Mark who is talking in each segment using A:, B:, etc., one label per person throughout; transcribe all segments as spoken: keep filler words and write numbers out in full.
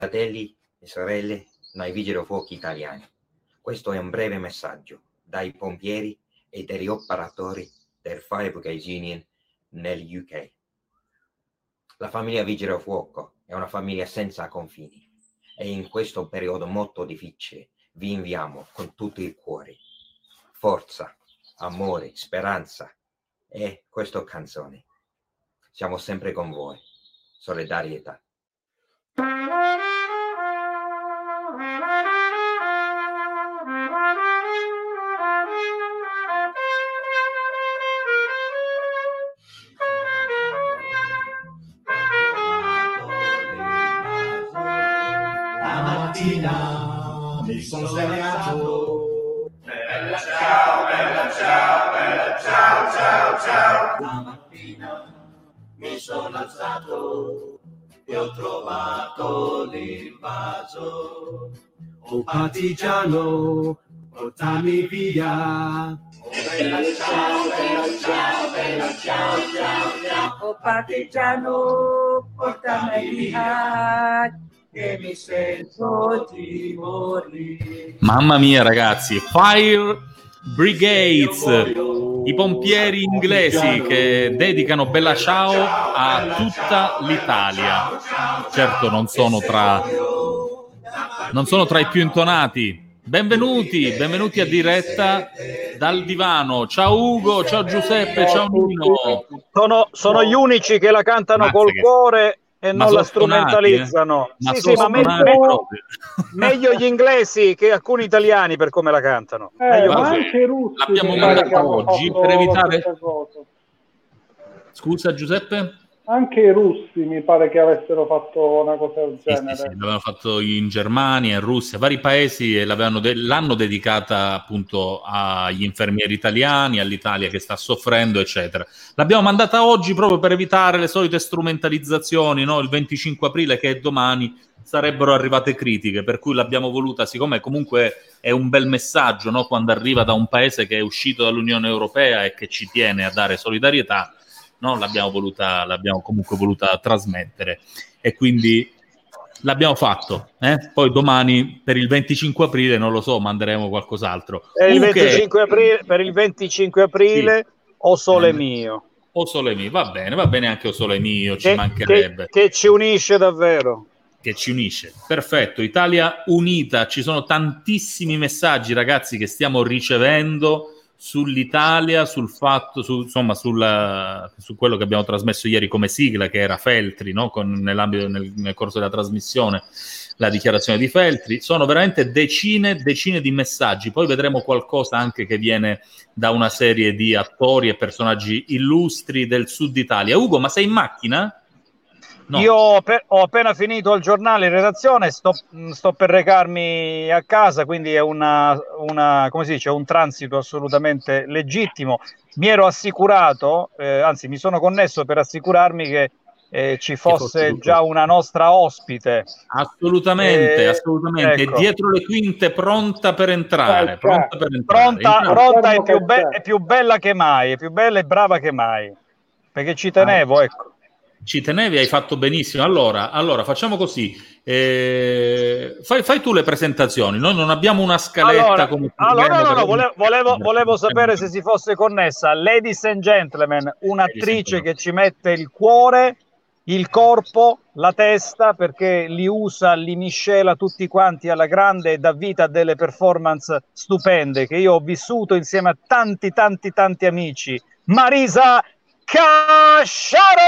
A: Fratelli e sorelle nei Vigili del Fuoco italiani, questo è un breve messaggio dai pompieri e dagli operatori del Fire Brigade Union nel U K. La famiglia Vigili del Fuoco è una famiglia senza confini e in questo periodo molto difficile vi inviamo con tutto il cuore forza, amore, speranza e questa canzone. Siamo sempre con voi. Solidarietà.
B: La mattina mi sono svegliato. Bella ciao, bella ciao, bella ciao, ciao, ciao. La mattina mi sono alzato e ho trovato l'invaso. Oh partigiano, portami via. Oh bella ciao, bella ciao, bella ciao, ciao, ciao.
C: Oh partigiano, portami via, che mi sento di morire.
D: Mamma mia ragazzi, Fire Brigades, i pompieri inglesi che dedicano Bella Ciao a tutta l'Italia. Certo non sono tra non sono tra i più intonati. Benvenuti, benvenuti a diretta dal divano. Ciao Ugo, ciao Giuseppe, ciao Nino.
E: Sono, sono gli unici che la cantano
D: Grazie,
E: col
D: che...
E: cuore e
D: ma
E: non la
D: stonati,
E: strumentalizzano.
D: eh? Ma
E: sì, sì, ma meglio, meglio gli inglesi che alcuni italiani per come la cantano.
F: Eh, ma anche i russi.
D: L'abbiamo mandata oggi per evitare... Scusa Giuseppe?
F: Anche i russi mi pare che avessero fatto una cosa del genere.
D: Sì, sì, sì, l'avevano fatto in Germania, in Russia, vari paesi e l'avevano de- l'hanno dedicata appunto agli infermieri italiani, all'Italia che sta soffrendo, eccetera. L'abbiamo mandata oggi proprio per evitare le solite strumentalizzazioni, no? Il venticinque aprile, che è domani, sarebbero arrivate critiche, per cui l'abbiamo voluta, siccome comunque è un bel messaggio, no? Quando arriva da un paese che è uscito dall'Unione Europea e che ci tiene a dare solidarietà, no, l'abbiamo voluta, l'abbiamo comunque voluta trasmettere e quindi l'abbiamo fatto. Eh? Poi domani per il venticinque aprile, non lo so, manderemo qualcos'altro.
E: Per il venticinque aprile, per il venticinque aprile sì. O Sole eh, Mio.
D: O Sole Mio, va bene, va bene anche O Sole Mio, ci
E: che,
D: mancherebbe.
E: Che, che ci unisce davvero.
D: Che ci unisce. Perfetto, Italia unita. Ci sono tantissimi messaggi, ragazzi, che stiamo ricevendo sull'Italia, sul fatto, su, insomma, sulla, su quello che abbiamo trasmesso ieri come sigla, che era Feltri, no? Con, nell'ambito, nel, nel corso della trasmissione, la dichiarazione di Feltri. Sono veramente decine, decine di messaggi. Poi vedremo qualcosa anche che viene da una serie di attori e personaggi illustri del Sud Italia. Ugo, ma sei in macchina?
E: No. Io ho, pe- ho appena finito il giornale in redazione, sto, sto per recarmi a casa, quindi è una, una, come si dice, un transito assolutamente legittimo. Mi ero assicurato, eh, anzi mi sono connesso per assicurarmi che eh, ci fosse, fosse già una nostra ospite.
D: Assolutamente, eh, assolutamente.
E: Ecco.
D: Dietro le quinte, pronta per entrare. Pronta, per entrare.
E: pronta, pronta è, più be- è più bella che mai, è più bella e brava che mai, perché ci tenevo, ah. ecco.
D: Ci tenevi, hai fatto benissimo. Allora, allora facciamo così. Eh, fai, fai tu le presentazioni. Noi non abbiamo una scaletta
E: allora,
D: come
E: allora, no, no, no, volevo, volevo, volevo sapere se si fosse connessa. Ladies and gentlemen, un'attrice che ci mette il cuore, il corpo, la testa, perché li usa, li miscela tutti quanti alla grande e dà vita a delle performance stupende che io ho vissuto insieme a tanti, tanti, tanti amici. Marisa Casciaro!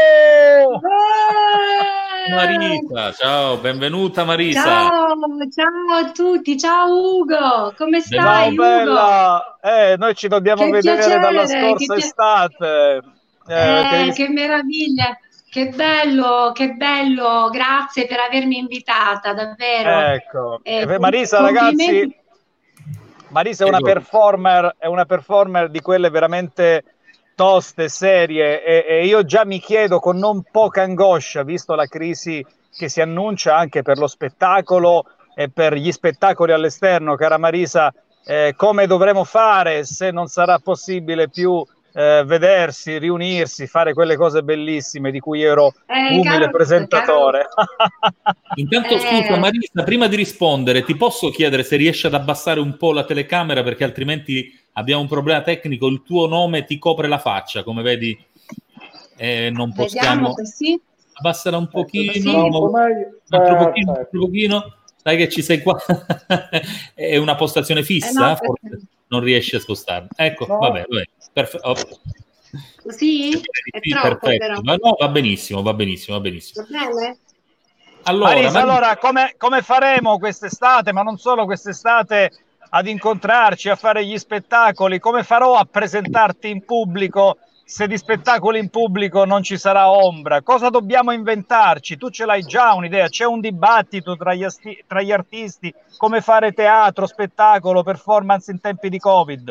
D: Marisa, ciao, benvenuta Marisa.
G: Ciao, ciao a tutti, ciao Ugo, come stai?
E: Ciao
G: Ugo?
E: Bella, eh, noi ci dobbiamo
G: che
E: vedere
G: piacere,
E: dalla scorsa
G: che
E: estate.
G: Eh, eh, che meraviglia, che bello, che bello, grazie per avermi invitata, davvero.
E: Ecco, eh, Marisa ragazzi, Marisa è una performer, è una performer di quelle veramente toste, serie e, e io già mi chiedo con non poca angoscia, visto la crisi che si annuncia anche per lo spettacolo e per gli spettacoli all'esterno, cara Marisa, eh, come dovremo fare se non sarà possibile più eh, vedersi, riunirsi, fare quelle cose bellissime di cui ero
G: Eh,
E: umile
G: caro,
E: presentatore.
D: Intanto
G: Eh.
D: scusa Marisa, prima di rispondere ti posso chiedere se riesci ad abbassare un po' la telecamera, perché altrimenti abbiamo un problema tecnico, il tuo nome ti copre la faccia, come vedi, eh, non
G: Vediamo
D: possiamo...
G: così.
D: Abbassala un pochino,
G: Sì.
F: No,
D: mo-
F: com'è?
D: un altro
F: Eh,
D: pochino, un
F: aspetta.
D: altro pochino. Sai che ci sei qua. È una postazione fissa,
G: Eh no,
D: forse
G: perché-
D: non riesci a spostarla. Ecco,
F: No.
D: vabbè, vabbè. Perfe- oh.
G: Così? È
D: Sì,
G: troppo
D: perfetto.
G: però.
D: Ma no, va benissimo, va benissimo, va benissimo.
G: Va bene?
D: Allora,
E: Marisa,
D: Marisa-
E: allora come, come faremo quest'estate, ma non solo quest'estate, ad incontrarci, a fare gli spettacoli? Come farò a presentarti in pubblico se di spettacoli in pubblico non ci sarà ombra? Cosa dobbiamo inventarci? Tu ce l'hai già un'idea? C'è un dibattito tra gli, asti- tra gli artisti, come fare teatro, spettacolo, performance in tempi di Covid?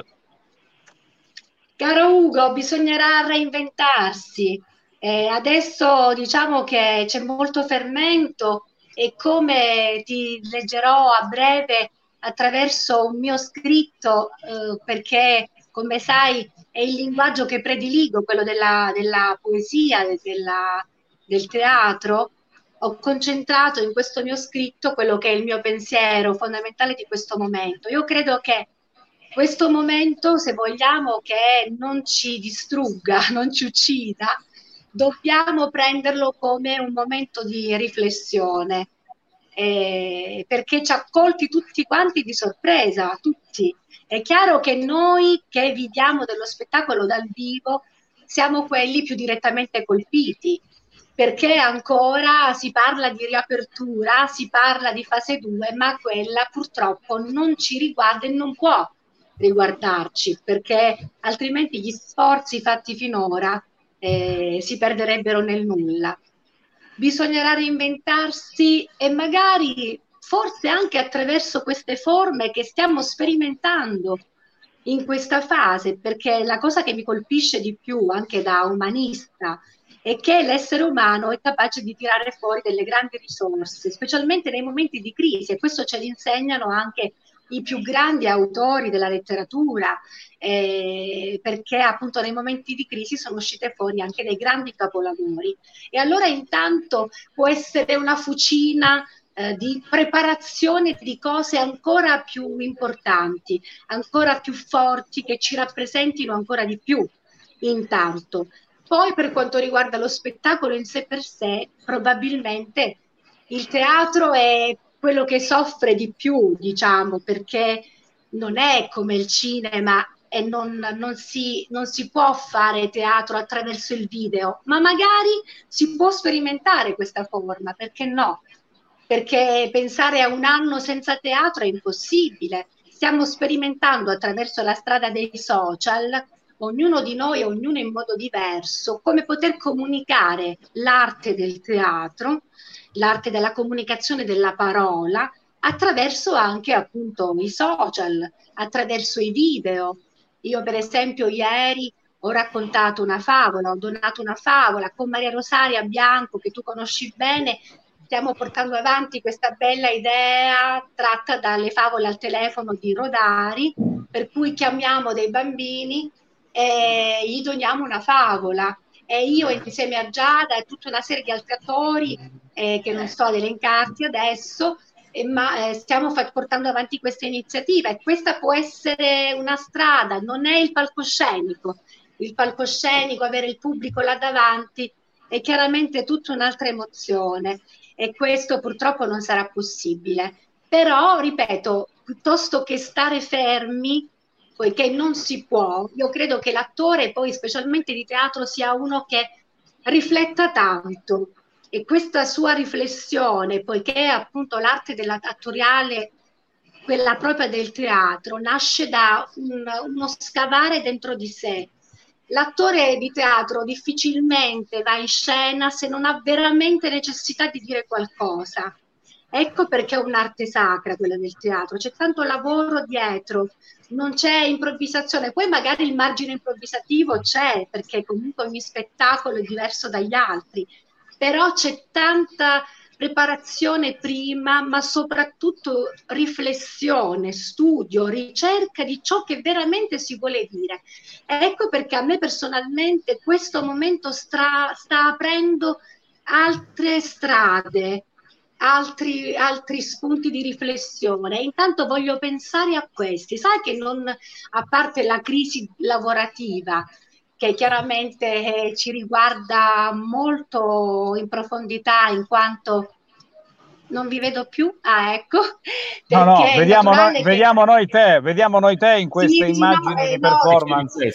G: Caro Ugo, bisognerà reinventarsi. Eh, adesso diciamo che c'è molto fermento e come ti leggerò a breve attraverso un mio scritto, eh, perché come sai è il linguaggio che prediligo, quello della, della poesia, della- del teatro, ho concentrato in questo mio scritto quello che è il mio pensiero fondamentale di questo momento. Io credo che questo momento, se vogliamo che non ci distrugga, non ci uccida, dobbiamo prenderlo come un momento di riflessione, eh, perché ci ha colti tutti quanti di sorpresa, tutti. È chiaro che noi che viviamo dello spettacolo dal vivo siamo quelli più direttamente colpiti, perché ancora si parla di riapertura, si parla di fase due, ma quella purtroppo non ci riguarda e non può riguardarci, perché altrimenti gli sforzi fatti finora eh, si perderebbero nel nulla. Bisognerà reinventarsi e magari forse anche attraverso queste forme che stiamo sperimentando in questa fase, perché la cosa che mi colpisce di più anche da umanista è che l'essere umano è capace di tirare fuori delle grandi risorse, specialmente nei momenti di crisi, e questo ce l'insegnano anche i più grandi autori della letteratura, eh, perché appunto nei momenti di crisi sono uscite fuori anche dei grandi capolavori. E allora intanto può essere una fucina eh, di preparazione di cose ancora più importanti, ancora più forti, che ci rappresentino ancora di più intanto. Poi per quanto riguarda lo spettacolo in sé per sé, probabilmente il teatro è quello che soffre di più, diciamo, perché non è come il cinema e non, non, si, non si può fare teatro attraverso il video, ma magari si può sperimentare questa forma, perché no? Perché pensare a un anno senza teatro è impossibile. Stiamo sperimentando attraverso la strada dei social, ognuno di noi, ognuno in modo diverso, come poter comunicare l'arte del teatro, l'arte della comunicazione della parola, attraverso anche appunto i social, attraverso i video. Io per esempio ieri ho raccontato una favola, ho donato una favola con Maria Rosaria Bianco, che tu conosci bene. Stiamo portando avanti questa bella idea tratta dalle favole al telefono di Rodari, per cui chiamiamo dei bambini e gli doniamo una favola. E io insieme a Giada e tutta una serie di altri attori eh, che non sto ad elencarti adesso, eh, ma eh, stiamo fa- portando avanti questa iniziativa, e questa può essere una strada, non è il palcoscenico. Il palcoscenico, avere il pubblico là davanti, è chiaramente tutta un'altra emozione, e questo purtroppo non sarà possibile. Però, ripeto, piuttosto che stare fermi, poiché non si può, io credo che l'attore, poi specialmente di teatro, sia uno che rifletta tanto, e questa sua riflessione, poiché appunto l'arte dell'attoriale, quella propria del teatro, nasce da un, uno scavare dentro di sé. L'attore di teatro difficilmente va in scena se non ha veramente necessità di dire qualcosa. Ecco perché è un'arte sacra quella del teatro, c'è tanto lavoro dietro, non c'è improvvisazione. Poi magari il margine improvvisativo c'è, perché comunque ogni spettacolo è diverso dagli altri, però c'è tanta preparazione prima, ma soprattutto riflessione, studio, ricerca di ciò che veramente si vuole dire. Ecco perché a me personalmente questo momento stra- sta aprendo altre strade, altri, altri spunti di riflessione. Intanto voglio pensare a questi, sai che non, a parte la crisi lavorativa, che chiaramente eh, ci riguarda molto in profondità, in quanto non vi vedo più. Ah, ecco.
E: No, no,
G: Perché è
E: vediamo,
G: naturale
E: noi,
G: che-
E: vediamo noi te, vediamo noi te in queste
G: Sì, sì,
E: immagini
G: no, eh,
E: di
G: no,
E: performance.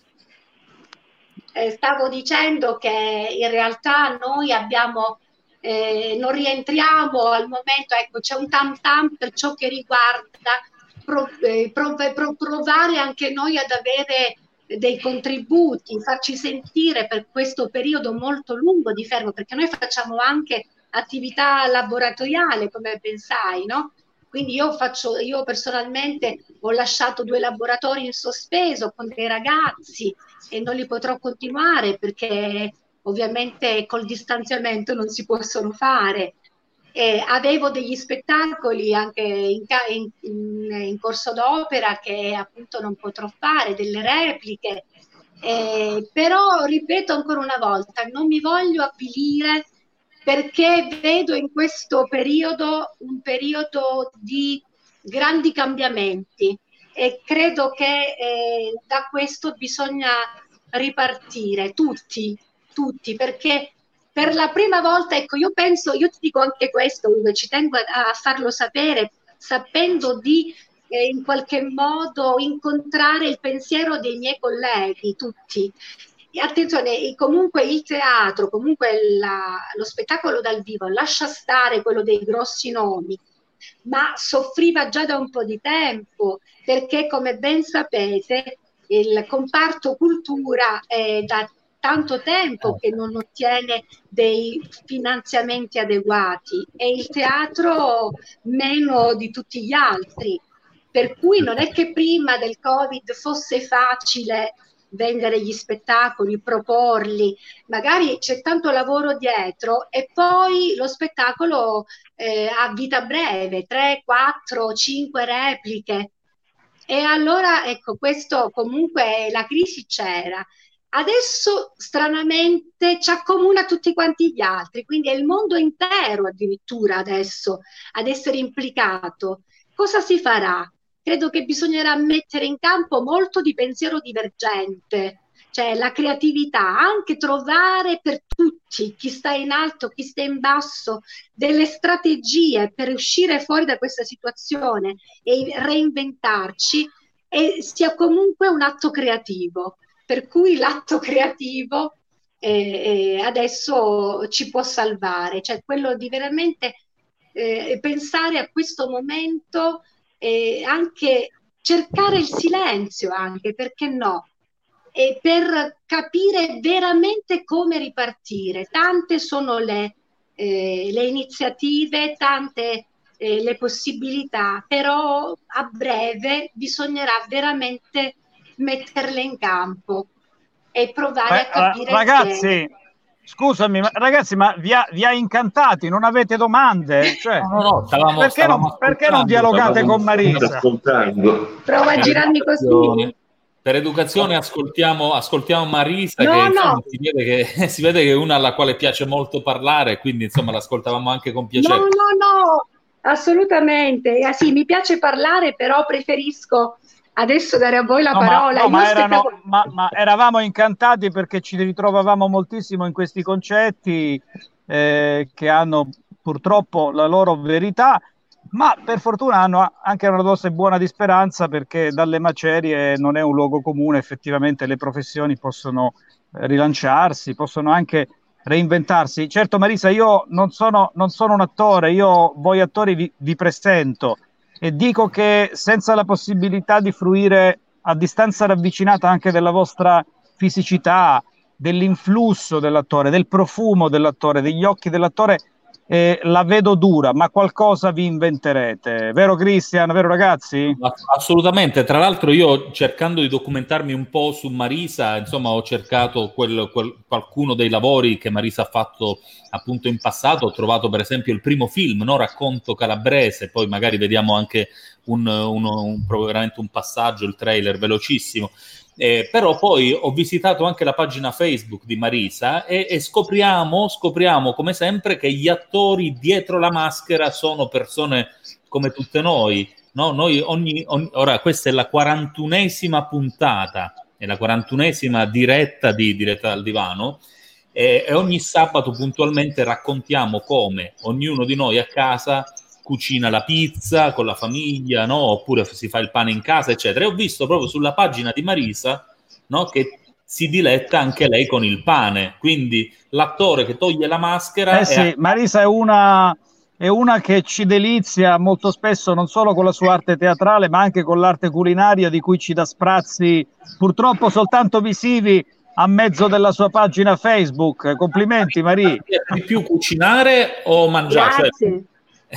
G: Eh, stavo dicendo che in realtà noi abbiamo, eh, non rientriamo al momento, ecco, c'è un tam tam per ciò che riguarda pro- eh, pro- pro- provare anche noi ad avere dei contributi, farci sentire per questo periodo molto lungo di fermo, perché noi facciamo anche attività laboratoriale, come ben sai, no? Quindi io faccio, io personalmente ho lasciato due laboratori in sospeso con dei ragazzi e non li potrò continuare perché ovviamente col distanziamento non si possono fare. E avevo degli spettacoli anche in, ca- in- in- in corso d'opera che appunto non potrò fare, delle repliche. Eh, però ripeto ancora una volta, non mi voglio avvilire perché vedo in questo periodo un periodo di grandi cambiamenti e credo che eh, da questo bisogna ripartire tutti, tutti, perché per la prima volta, ecco, io penso, io ti dico anche questo, Ugo, ci tengo a, a farlo sapere, sapendo di eh, in qualche modo incontrare il pensiero dei miei colleghi, tutti. E attenzione, comunque il teatro, comunque la, lo spettacolo dal vivo, lascia stare quello dei grossi nomi, ma soffriva già da un po' di tempo, perché come ben sapete il comparto cultura è da tanto tempo che non ottiene dei finanziamenti adeguati e il teatro meno di tutti gli altri. Per cui non è che prima del Covid fosse facile vendere gli spettacoli, proporli, magari c'è tanto lavoro dietro e poi lo spettacolo eh, ha vita breve, tre, quattro, cinque repliche. E allora ecco, questo comunque la crisi c'era. Adesso stranamente ci accomuna tutti quanti gli altri, quindi è il mondo intero addirittura adesso ad essere implicato. Cosa si farà? Credo che bisognerà mettere in campo molto di pensiero divergente, cioè la creatività, anche trovare per tutti, chi sta in alto, chi sta in basso, delle strategie per uscire fuori da questa situazione e reinventarci e sia comunque un atto creativo. Per cui l'atto creativo eh, eh, adesso ci può salvare, cioè quello di veramente eh, pensare a questo momento e anche cercare il silenzio, anche perché no, e per capire veramente come ripartire. Tante sono le, eh, le iniziative, tante eh, le possibilità, però a breve bisognerà veramente metterle in campo e provare a capire
E: uh, ragazzi,
G: che...
E: scusami, ma, ragazzi, ma vi ha, vi ha incantati? Non avete domande? Cioè,
D: no, no, no, stavamo,
E: perché,
D: stavamo
E: non, perché non dialogate con Marisa?
G: Prova a girarmi così.
D: Per educazione ascoltiamo, ascoltiamo Marisa,
G: no,
D: che
G: no.
D: insomma, si, vede che si vede che è una alla quale piace molto parlare, quindi insomma l'ascoltavamo anche con piacere.
G: No, no, no, assolutamente. Ah, sì, mi piace parlare, però preferisco adesso dare a voi la
E: no,
G: parola.
E: Ma, no, ma, erano,
G: aspettavo...
E: ma, ma eravamo incantati perché ci ritrovavamo moltissimo in questi concetti eh, che hanno purtroppo la loro verità, ma per fortuna hanno anche una dose buona di speranza, perché dalle macerie non è un luogo comune, effettivamente le professioni possono rilanciarsi, possono anche reinventarsi. Certo Marisa, io non sono, non sono un attore, io voi attori vi, vi presento e dico che senza la possibilità di fruire a distanza ravvicinata anche della vostra fisicità, dell'influsso dell'attore, del profumo dell'attore, degli occhi dell'attore, eh, la vedo dura, ma qualcosa vi inventerete, vero Christian, vero ragazzi?
D: Assolutamente, tra l'altro io cercando di documentarmi un po' su Marisa, insomma ho cercato quel, quel, qualcuno dei lavori che Marisa ha fatto appunto in passato, ho trovato per esempio il primo film, no? Racconto calabrese, poi magari vediamo anche un, uno, un, veramente un passaggio, il trailer velocissimo. Eh, però poi ho visitato anche la pagina Facebook di Marisa e, e scopriamo, scopriamo come sempre che gli attori dietro la maschera sono persone come tutte noi, no? Noi ogni, ogni ora questa è la quarantunesima puntata, è la quarantunesima diretta di Diretta dal Divano e, e ogni sabato puntualmente raccontiamo come ognuno di noi a casa cucina la pizza con la famiglia, no? Oppure si fa il pane in casa, eccetera. E ho visto proprio sulla pagina di Marisa, no? Che si diletta anche lei con il pane. Quindi l'attore che toglie la maschera...
E: Eh sì,
D: è...
E: Marisa è una, è una che ci delizia molto spesso non solo con la sua arte teatrale, ma anche con l'arte culinaria di cui ci dà sprazzi, purtroppo soltanto visivi, a mezzo della sua pagina Facebook. Complimenti, Maria.
D: Di più cucinare o mangiare?
G: Grazie.
D: Cioè...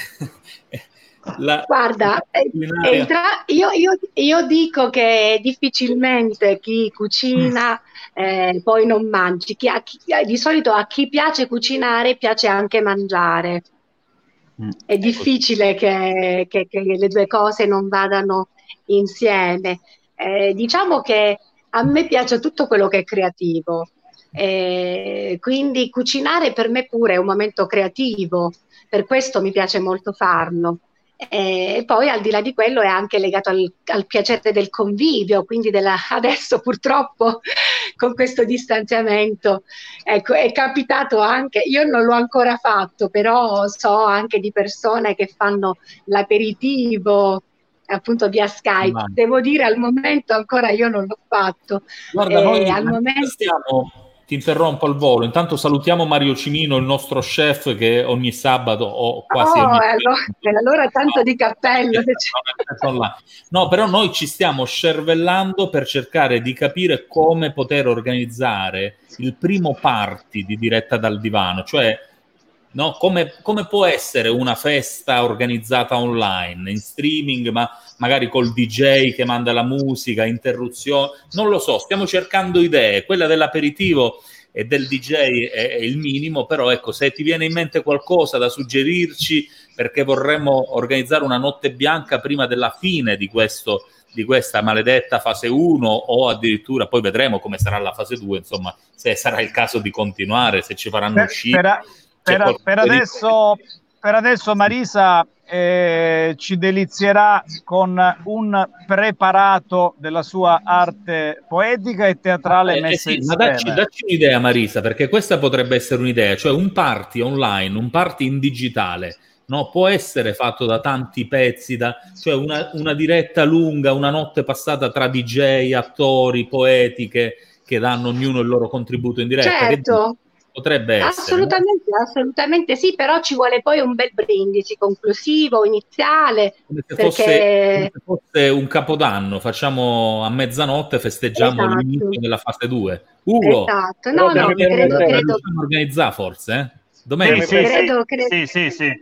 D: La,
G: Guarda,
D: la
G: entra, io, io, io dico che difficilmente chi cucina eh, poi non mangi. Chi, a chi, di solito a chi piace cucinare piace anche mangiare. Mm. È difficile che, che, che le due cose non vadano insieme. Eh, diciamo che a me piace tutto quello che è creativo. Eh, quindi cucinare per me pure è un momento creativo. Per questo mi piace molto farlo. E poi al di là di quello è anche legato al, al piacere del convivio, quindi della, adesso purtroppo con questo distanziamento, ecco, è capitato anche, io non l'ho ancora fatto, però so anche di persone che fanno l'aperitivo appunto via Skype. Ma... Devo dire al momento ancora io non l'ho fatto.
D: Guarda, eh, noi al momento stiamo... Ti interrompo al volo. Intanto salutiamo Mario Cimino, il nostro chef che ogni sabato o quasi
G: oh,
D: ogni
G: allora, allora tanto
D: no,
G: di cappello.
D: No, però noi ci stiamo scervellando per cercare di capire come poter organizzare il primo party di Diretta dal Divano, cioè no, come, come può essere una festa organizzata online, in streaming, ma magari col D J che manda la musica, interruzione, non lo so, stiamo cercando idee. Quella dell'aperitivo e del D J è, è il minimo, però ecco, se ti viene in mente qualcosa da suggerirci, perché vorremmo organizzare una notte bianca prima della fine di questo, di questa maledetta fase uno, o addirittura poi vedremo come sarà la fase due, insomma, se sarà il caso di continuare, se ci faranno
E: per,
D: uscire.
E: Per, per, per, adesso, per adesso Marisa eh, ci delizierà con un preparato della sua arte poetica e teatrale
D: eh,
E: messa
D: eh sì,
E: insieme.
D: Ma dacci, dacci un'idea, Marisa, perché questa potrebbe essere un'idea, cioè un party online, un party in digitale, no? Può essere fatto da tanti pezzi, da, cioè una, una diretta lunga, una notte passata tra D J, attori, poetiche, che danno ognuno il loro contributo in diretta.
G: Certo.
D: Che potrebbe essere.
G: Assolutamente, no? Assolutamente sì, però ci vuole poi un bel brindisi conclusivo, iniziale.
D: Come se,
G: perché...
D: fosse, come se fosse un capodanno, facciamo a mezzanotte, festeggiamo
G: esatto.
D: l'inizio della fase due. Ugo,
G: esatto. No, no, credo, credo...
D: organizzare forse, eh? Domenica.
E: Sì, sì,
G: credo, credo,
E: sì, sì, sì.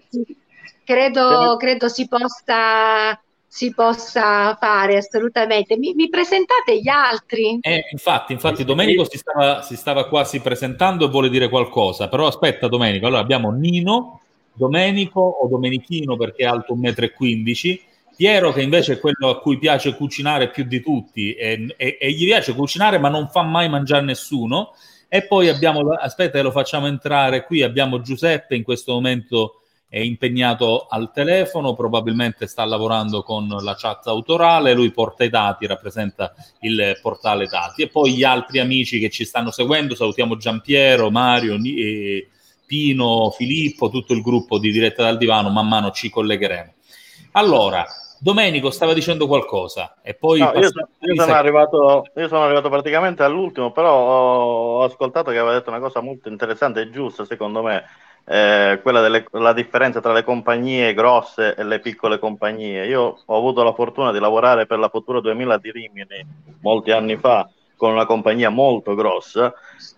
G: credo, credo si possa... si possa fare assolutamente. Mi, mi presentate gli altri?
D: Eh, infatti, infatti Domenico si stava, si stava quasi presentando e vuole dire qualcosa, però aspetta Domenico, allora abbiamo Nino, Domenico o Domenichino perché è alto un metro e quindici, Piero che invece è quello a cui piace cucinare più di tutti e, e, e gli piace cucinare ma non fa mai mangiare nessuno, e poi abbiamo, aspetta che lo facciamo entrare qui, abbiamo Giuseppe in questo momento è impegnato al telefono, probabilmente sta lavorando con la chat autorale, lui porta i dati, rappresenta il portale dati, e poi gli altri amici che ci stanno seguendo, salutiamo Giampiero, Mario, eh, Pino, Filippo, tutto il gruppo di Diretta dal Divano, man mano ci collegheremo. Allora, Domenico stava dicendo qualcosa e poi...
H: No, io, sono, io, sono arrivato, io sono arrivato praticamente all'ultimo, però ho, ho ascoltato che aveva detto una cosa molto interessante e giusta, secondo me, Eh, quella della differenza tra le compagnie grosse e le piccole compagnie. Io ho avuto la fortuna di lavorare per la Futura duemila di Rimini molti anni fa con una compagnia molto grossa.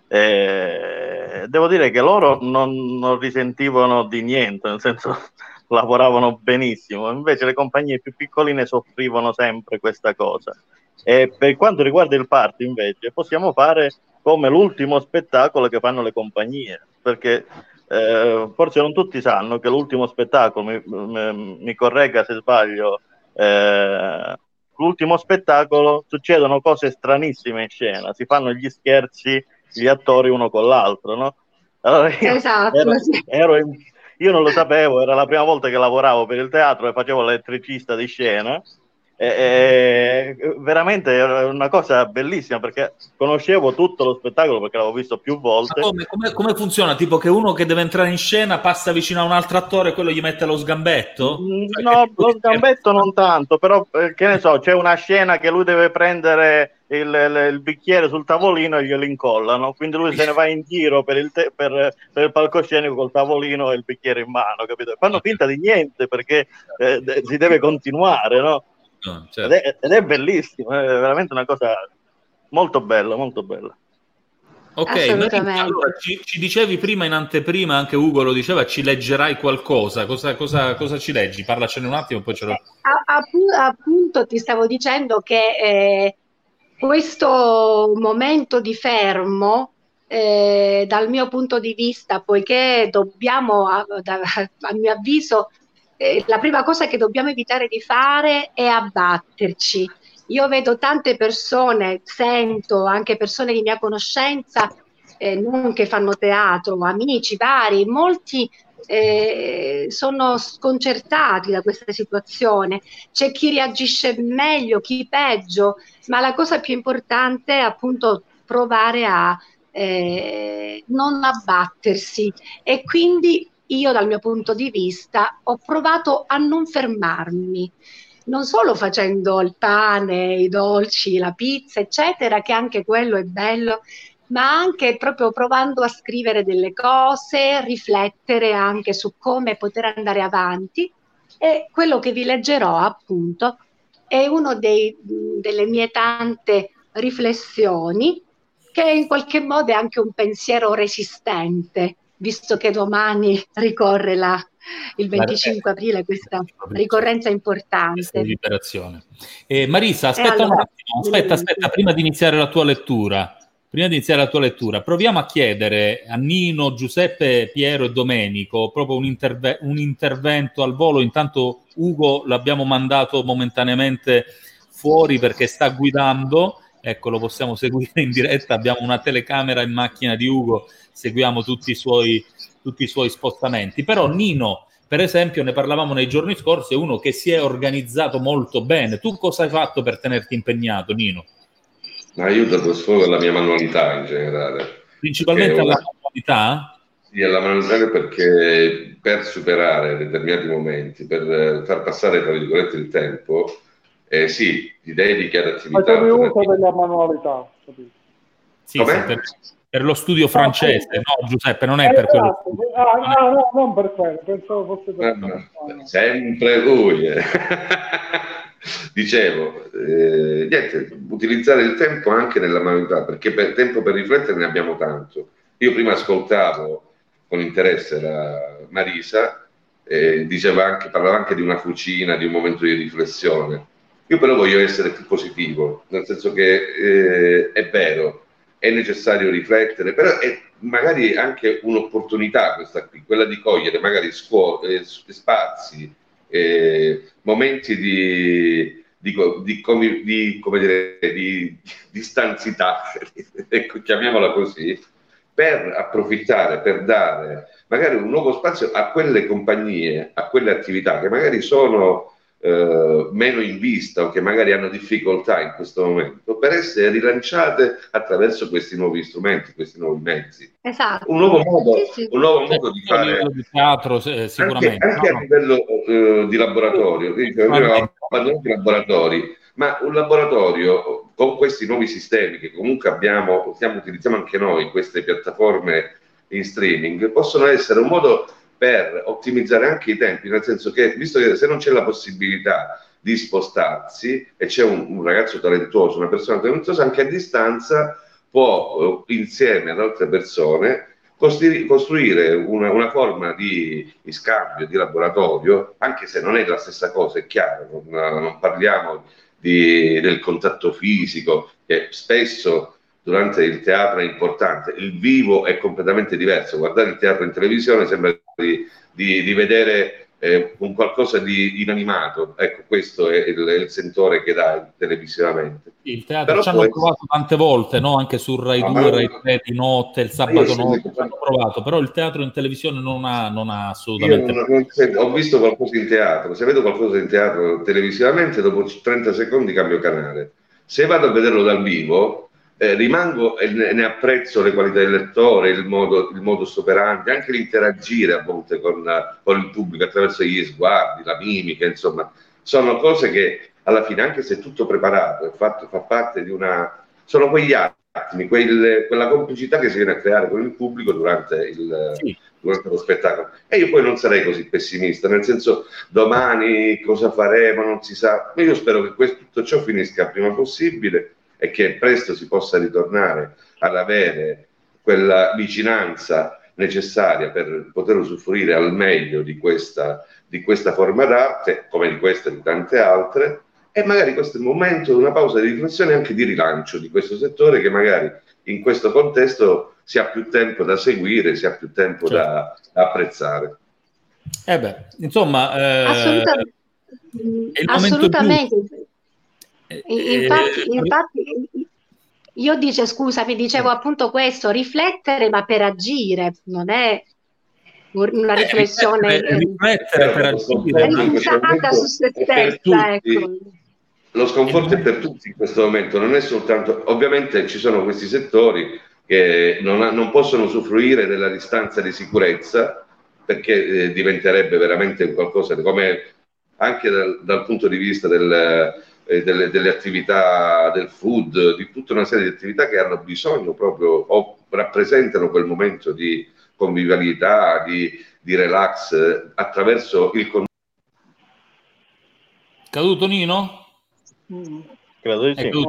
H: Eh, devo dire che loro non, non risentivano di niente, nel senso lavoravano benissimo, invece le compagnie più piccoline soffrivano sempre questa cosa. E per quanto riguarda il party invece possiamo fare come l'ultimo spettacolo che fanno le compagnie, perché eh, forse non tutti sanno che l'ultimo spettacolo, mi, mi, mi corregga se sbaglio, eh, l'ultimo spettacolo succedono cose stranissime in scena, si fanno gli scherzi gli attori uno con l'altro, no? Allora io,
G: Esatto,
H: ero,
G: sì.
H: ero in, io non lo sapevo, era la prima volta che lavoravo per il teatro e facevo l'elettricista di scena. E, e, veramente era una cosa bellissima, perché conoscevo tutto lo spettacolo perché l'avevo visto più volte.
D: Ma come, come, come funziona? Tipo che uno che deve entrare in scena passa vicino a un altro attore e quello gli mette lo sgambetto?
H: Mm,
D: Cioè,
H: no,
D: che-
H: lo sgambetto non tanto, però eh, che ne so, c'è una scena che lui deve prendere il, il- il bicchiere sul tavolino e glielo incollano, quindi lui se ne va in giro per il, te- per, per il palcoscenico col tavolino e il bicchiere in mano, capito? Fanno finta di niente perché eh, de- si deve continuare, no?
D: No,
H: Ed
D: certo.
H: è, ed è bellissimo, è veramente una cosa molto bella, molto bella.
D: Ok, Marisa,
G: Assolutamente.
D: allora ci, ci dicevi prima in anteprima, anche Ugo lo diceva, ci leggerai qualcosa. Cosa, cosa, cosa ci leggi? Parlacene un attimo, poi ce lo...
G: A- appu- appunto ti stavo dicendo che eh, questo momento di fermo, eh, dal mio punto di vista, poiché dobbiamo, a, da- a mio avviso, eh, la prima cosa che dobbiamo evitare di fare è abbatterci. Io vedo tante persone, sento anche persone di mia conoscenza, eh, non che fanno teatro, amici vari, molti eh, sono sconcertati da questa situazione. C'è chi reagisce meglio, chi peggio, ma la cosa più importante è appunto provare a eh, non abbattersi, e quindi io dal mio punto di vista ho provato a non fermarmi, non solo facendo il pane, i dolci, la pizza, eccetera, che anche quello è bello, ma anche proprio provando a scrivere delle cose, riflettere anche su come poter andare avanti. E quello che vi leggerò, appunto, è uno dei, delle mie tante riflessioni, che in qualche modo è anche un pensiero resistente, visto che domani ricorre la, il venticinque aprile, questa ricorrenza importante.
D: Liberazione. Eh, Marisa, aspetta
G: allora,
D: un attimo, aspetta, aspetta, prima di iniziare la tua lettura, prima di iniziare la tua lettura, proviamo a chiedere a Nino, Giuseppe, Piero e Domenico proprio un, interve- un intervento al volo. Intanto Ugo l'abbiamo mandato momentaneamente fuori perché sta guidando, ecco, lo possiamo seguire in diretta, abbiamo una telecamera in macchina di Ugo, seguiamo tutti i suoi, tutti i suoi spostamenti. Però Nino, per esempio, ne parlavamo nei giorni scorsi, è uno che si è organizzato molto bene. Tu cosa hai fatto per tenerti impegnato, Nino?
I: Ma io ho dato sfogo alla mia manualità in generale.
D: Principalmente alla manualità?
I: Sì, alla manualità, perché per superare determinati momenti, per far passare, tra virgolette, il tempo, eh, sì, ti dedichi ad attività.
F: Facevi uso della manualità.
D: Sì, sì, per, per lo studio francese, no, no Giuseppe, non è
F: eh,
D: per quello.
F: Esatto. Ah, ah, no, non per quello, pensavo fosse per
I: no, no, no. Sempre lui. Dicevo, eh, niente, utilizzare il tempo anche nella manualità, perché per tempo per riflettere ne abbiamo tanto. Io prima ascoltavo con interesse la Marisa, eh, diceva anche, parlava anche di una fucina, di un momento di riflessione. Io però voglio essere più positivo, nel senso che eh, è vero, è necessario riflettere, però è magari anche un'opportunità questa qui, quella di cogliere magari scuole, spazi, eh, momenti di, di, di, di, di, come dire, di distanzità, ecco, chiamiamola così, per approfittare, per dare magari un nuovo spazio a quelle compagnie, a quelle attività che magari sono eh, meno in vista o che magari hanno difficoltà in questo momento, per essere rilanciate attraverso questi nuovi strumenti, questi nuovi mezzi.
G: Esatto.
I: Un nuovo modo,
G: sì, sì.
I: un nuovo modo di fare.
D: A livello di teatro, sicuramente.
I: Anche, anche
D: no,
I: a livello eh, di laboratorio. Avevamo abbandonato i laboratori, ma un laboratorio con questi nuovi sistemi che comunque abbiamo, stiamo, utilizziamo anche noi, queste piattaforme in streaming, possono essere un modo per ottimizzare anche i tempi, nel senso che, visto che se non c'è la possibilità di spostarsi e c'è un, un ragazzo talentuoso, una persona talentuosa, anche a distanza può, insieme ad altre persone, costri- costruire una, una forma di, di scambio, di laboratorio, anche se non è la stessa cosa, è chiaro, non, non parliamo di, del contatto fisico, che spesso durante il teatro è importante, il vivo è completamente diverso, guardare il teatro in televisione sembra di, di, di vedere eh, un qualcosa di inanimato, ecco, questo è il, il sentore che dà televisivamente.
D: Il teatro
I: Però
D: ci hanno
I: poi...
D: provato tante volte, no? Anche su Rai
I: No,
D: due,
I: ma...
D: Rai tre di notte, il sabato
I: Io
D: notte,
I: sì,
D: ci hanno provato, però il teatro in televisione non ha, non ha
I: Io
D: assolutamente...
I: non, non sento- ho visto qualcosa in teatro, se vedo qualcosa in teatro televisivamente, dopo trenta secondi cambio canale. Se vado a vederlo dal vivo, eh, rimango e ne, ne apprezzo le qualità del lettore, il modo, il modus operandi, anche l'interagire a volte con, con il pubblico attraverso gli sguardi, la mimica, insomma, sono cose che alla fine, anche se è tutto preparato, è fatto, fa parte di una... sono quegli attimi, quel, quella complicità che si viene a creare con il pubblico durante il...
D: Sì.
I: durante lo spettacolo. E io poi non sarei così pessimista, nel senso, domani cosa faremo, non si sa. Io spero che questo, tutto ciò finisca il prima possibile e che presto si possa ritornare ad avere quella vicinanza necessaria per poter usufruire al meglio di questa, di questa forma d'arte, come di queste e di tante altre, e magari questo è il momento di una pausa di riflessione e anche di rilancio di questo settore che magari in questo contesto si ha più tempo da seguire, si ha più tempo
D: certo.
I: da, da apprezzare.
D: Eh beh, insomma, eh,
G: Assolutamente.
D: è il
G: Assolutamente.
D: Eh,
G: Infatti,
D: eh,
G: infatti, io dice, scusami, dicevo appunto questo, riflettere ma per agire, non è una
D: eh,
G: riflessione
D: riflettere, riflettere per agire.
G: rifugiata su se stessa, ecco.
I: Lo sconforto è per tutti in questo momento, non è soltanto, ovviamente ci sono questi settori che non, ha, non possono usufruire della distanza di sicurezza perché eh, diventerebbe veramente qualcosa di, come anche dal, dal punto di vista del, eh, delle, delle attività del food, di tutta una serie di attività che hanno bisogno proprio o rappresentano quel momento di convivialità, di, di relax eh, attraverso il contatto.
D: Caduto Nino?
H: Mm. Credo di sì.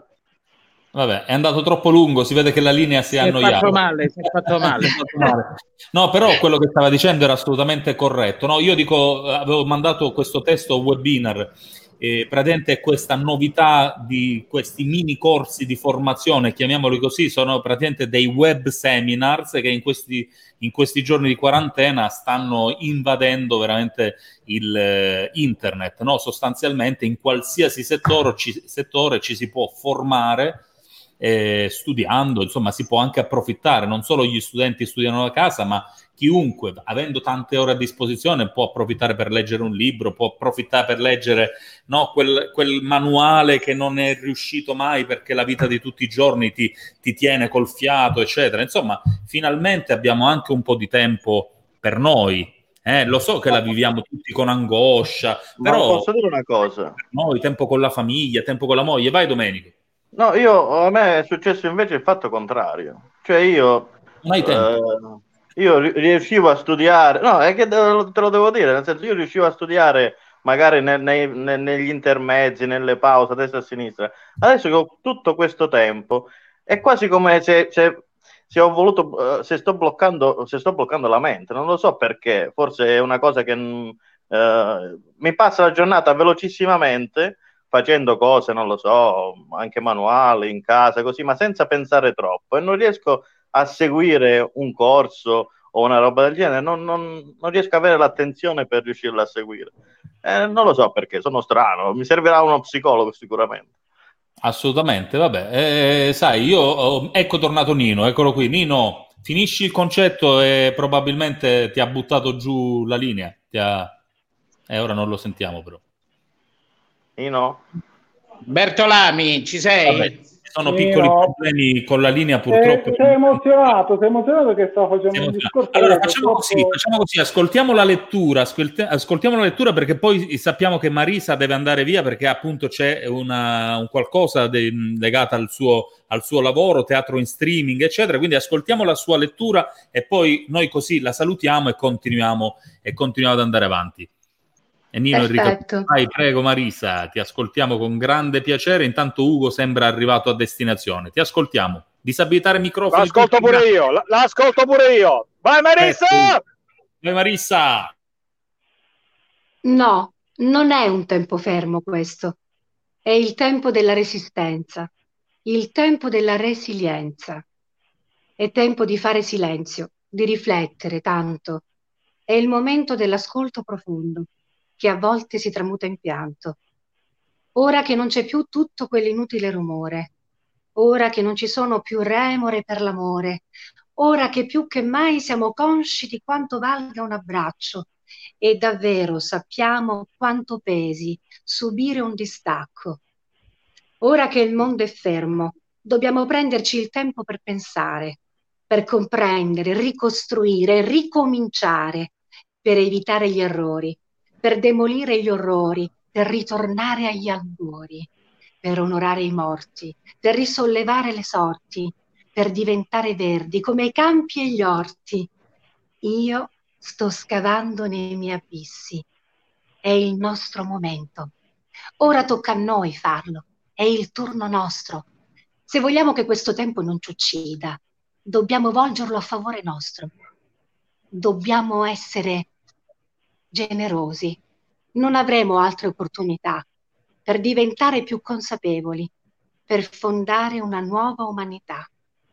D: Vabbè, è andato troppo lungo, si vede che la linea si è annoiata.
C: Si è fatto male, si è fatto male.
D: Si è fatto male. No, però quello che stava dicendo era assolutamente corretto. No, io dico, avevo mandato questo testo webinar, eh, praticamente è questa novità di questi mini corsi di formazione, chiamiamoli così, sono praticamente dei web seminars che in questi, in questi giorni di quarantena stanno invadendo veramente il eh, internet, no? Sostanzialmente in qualsiasi settore ci, settore ci si può formare Eh, studiando, insomma si può anche approfittare, non solo gli studenti studiano da casa, ma chiunque, avendo tante ore a disposizione, può approfittare per leggere un libro, può approfittare per leggere no, quel, quel manuale che non è riuscito mai perché la vita di tutti i giorni ti, ti tiene col fiato, eccetera. Insomma, finalmente abbiamo anche un po' di tempo per noi. Eh, lo so che la viviamo tutti con angoscia,
H: ma
D: però
H: posso dire una cosa?
D: Per noi, tempo con la famiglia, tempo con la moglie. Vai Domenico.
H: No, io, a me è successo invece il fatto contrario. Cioè io,
D: non hai tempo.
H: Eh, io riuscivo a studiare, no, è che te lo devo dire, nel senso io riuscivo a studiare magari ne, ne, ne, negli intermezzi, nelle pause, a destra e a sinistra. Adesso che ho tutto questo tempo, è quasi come se, se, se ho voluto, se sto bloccando, se sto bloccando la mente, non lo so perché, forse è una cosa che eh, mi passa la giornata velocissimamente, facendo cose, non lo so, anche manuali in casa, così, ma senza pensare troppo, e non riesco a seguire un corso o una roba del genere, non, non, non riesco a avere l'attenzione per riuscirla a seguire. Eh, non lo so perché, sono strano, mi servirà uno psicologo sicuramente.
D: Assolutamente, vabbè, eh, sai, io, oh, ecco tornato Nino, eccolo qui. Nino, finisci il concetto e probabilmente ti ha buttato giù la linea, ti ha... e eh, ora non lo sentiamo però.
H: No.
C: Bertolami, ci sei?
D: Vabbè, ci sono
F: Sì,
D: piccoli
F: no.
D: problemi con la linea,
F: Eh,
D: purtroppo.
F: sei emozionato, sei emozionato che stavo facendo un discorso.
D: Allora
F: io,
D: facciamo
F: purtroppo...
D: così, facciamo così, ascoltiamo la lettura, ascolte- ascoltiamo la lettura perché poi sappiamo che Marisa deve andare via perché appunto c'è una, un qualcosa de- legato al suo, al suo lavoro, teatro in streaming, eccetera. Quindi ascoltiamo la sua lettura e poi noi così la salutiamo e continuiamo, e continuiamo ad andare avanti. E Nino Enrico,
G: Perfetto.
D: vai, prego Marisa, ti ascoltiamo con grande piacere. Intanto Ugo sembra arrivato a destinazione. Ti ascoltiamo. Disabilitare i microfoni.
E: L'ascolto
D: tutti.
E: pure io, l- l'ascolto pure io. Vai Marissa!
D: Eh, vai Marissa!
G: No, non è un tempo fermo questo. È il tempo della resistenza, il tempo della resilienza. È tempo di fare silenzio, di riflettere tanto. È il momento dell'ascolto profondo, che a volte si tramuta in pianto. Ora che non c'è più tutto quell'inutile rumore, ora che non ci sono più remore per l'amore, ora che più che mai siamo consci di quanto valga un abbraccio e davvero sappiamo quanto pesi subire un distacco. Ora che il mondo è fermo, dobbiamo prenderci il tempo per pensare, per comprendere, ricostruire, ricominciare, per evitare gli errori, per demolire gli orrori, per ritornare agli albori, per onorare i morti, per risollevare le sorti, per diventare verdi come i campi e gli orti. Io sto scavando nei miei abissi. È il nostro momento. Ora tocca a noi farlo. È il turno nostro. Se vogliamo che questo tempo non ci uccida, dobbiamo volgerlo a favore nostro. Dobbiamo essere generosi. Non avremo altre opportunità per diventare più consapevoli, per fondare una nuova umanità.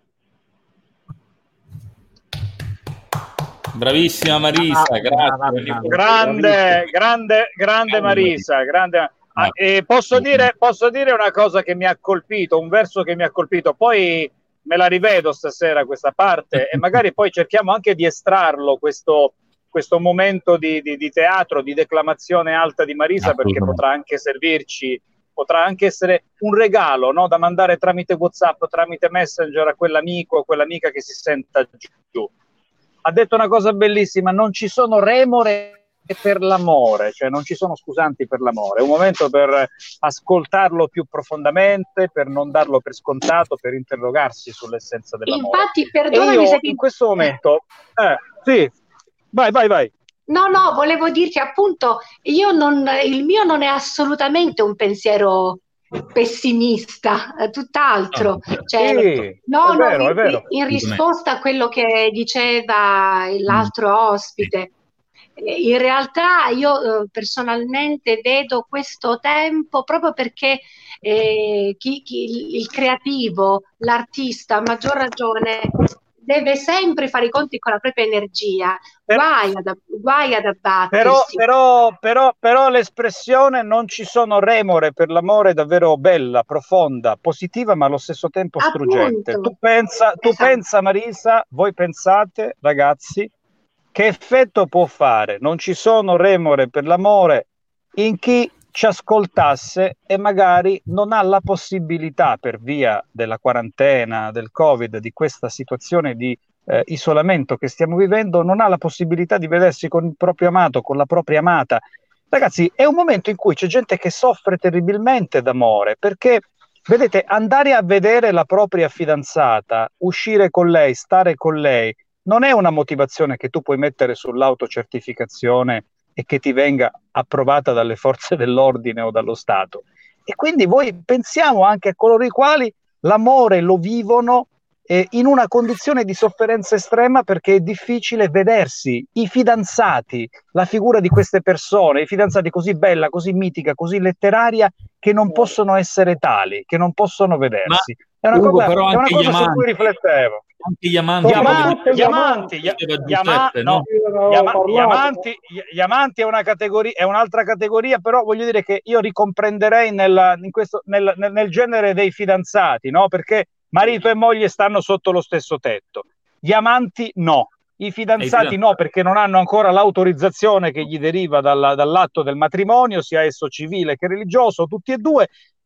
D: Bravissima Marisa,
E: Ah,
D: grazie.
E: ah, grande, grande, grande Marisa, grande. Ah, e posso dire, posso dire una cosa che mi ha colpito, un verso che mi ha colpito, poi me la rivedo stasera questa parte e magari poi cerchiamo anche di estrarlo questo, questo momento di, di, di teatro, di declamazione alta di Marisa, perché potrà anche servirci, potrà anche essere un regalo, no? Da mandare tramite WhatsApp, tramite Messenger a quell'amico o quell'amica che si senta giù. Ha detto una cosa bellissima, non ci sono remore per l'amore, cioè non ci sono scusanti per l'amore, è un momento per ascoltarlo più profondamente, per non darlo per scontato, per interrogarsi sull'essenza dell'amore.
G: Infatti, perdonami
E: e io
G: se ti...
E: in questo momento, eh, sì, vai, vai, vai.
G: No, no, volevo dirti appunto, io non, il mio non è assolutamente un pensiero pessimista, eh, tutt'altro. Cioè,
E: Sì,
G: no,
E: è
G: no,
E: vero,
G: in,
E: è vero.
G: in risposta a quello che diceva l'altro ospite, eh, in realtà io eh, personalmente vedo questo tempo proprio perché eh, chi, chi, il creativo, l'artista, a maggior ragione, deve sempre fare i conti con la propria energia, guai ad, guai ad abbattersi.
E: Però, però, però, però l'espressione non ci sono remore per l'amore è davvero bella, profonda, positiva, ma allo stesso tempo struggente.
G: Appunto.
E: Tu pensa, tu
G: Esatto.
E: pensa Marisa, voi pensate, ragazzi, che effetto può fare? Non ci sono remore per l'amore in chi ci ascoltasse e magari non ha la possibilità, per via della quarantena, del Covid, di questa situazione di eh, isolamento che stiamo vivendo, non ha la possibilità di vedersi con il proprio amato, con la propria amata. Ragazzi, è un momento in cui c'è gente che soffre terribilmente d'amore, perché, vedete, andare a vedere la propria fidanzata, uscire con lei, stare con lei, non è una motivazione che tu puoi mettere sull'autocertificazione e che ti venga approvata dalle forze dell'ordine o dallo Stato. E quindi voi pensiamo anche a coloro i quali l'amore lo vivono eh, in una condizione di sofferenza estrema, perché è difficile vedersi. I fidanzati, la figura di queste persone, i fidanzati così bella, così mitica, così letteraria, che non possono essere tali, che non possono vedersi.
D: Ma,
E: è una
D: Ugo,
E: cosa,
D: però
E: è una
D: anche
E: cosa
D: gli
E: su
D: amanti,
E: cui riflettevo.
D: Anche gli amanti,
E: Gli amanti, gli
F: amanti,
E: amanti, gli, gli ama- no, gli ama- gli amanti, gli amanti è una categoria, è un'altra categoria, però voglio dire che io ricomprenderei nella, in questo, nel, nel, nel genere dei fidanzati, no? Perché marito e moglie stanno sotto lo stesso tetto. Gli amanti no. I fidanzati no, perché non hanno ancora l'autorizzazione che gli deriva dalla, dall'atto del matrimonio, sia esso civile che religioso, tutti e due.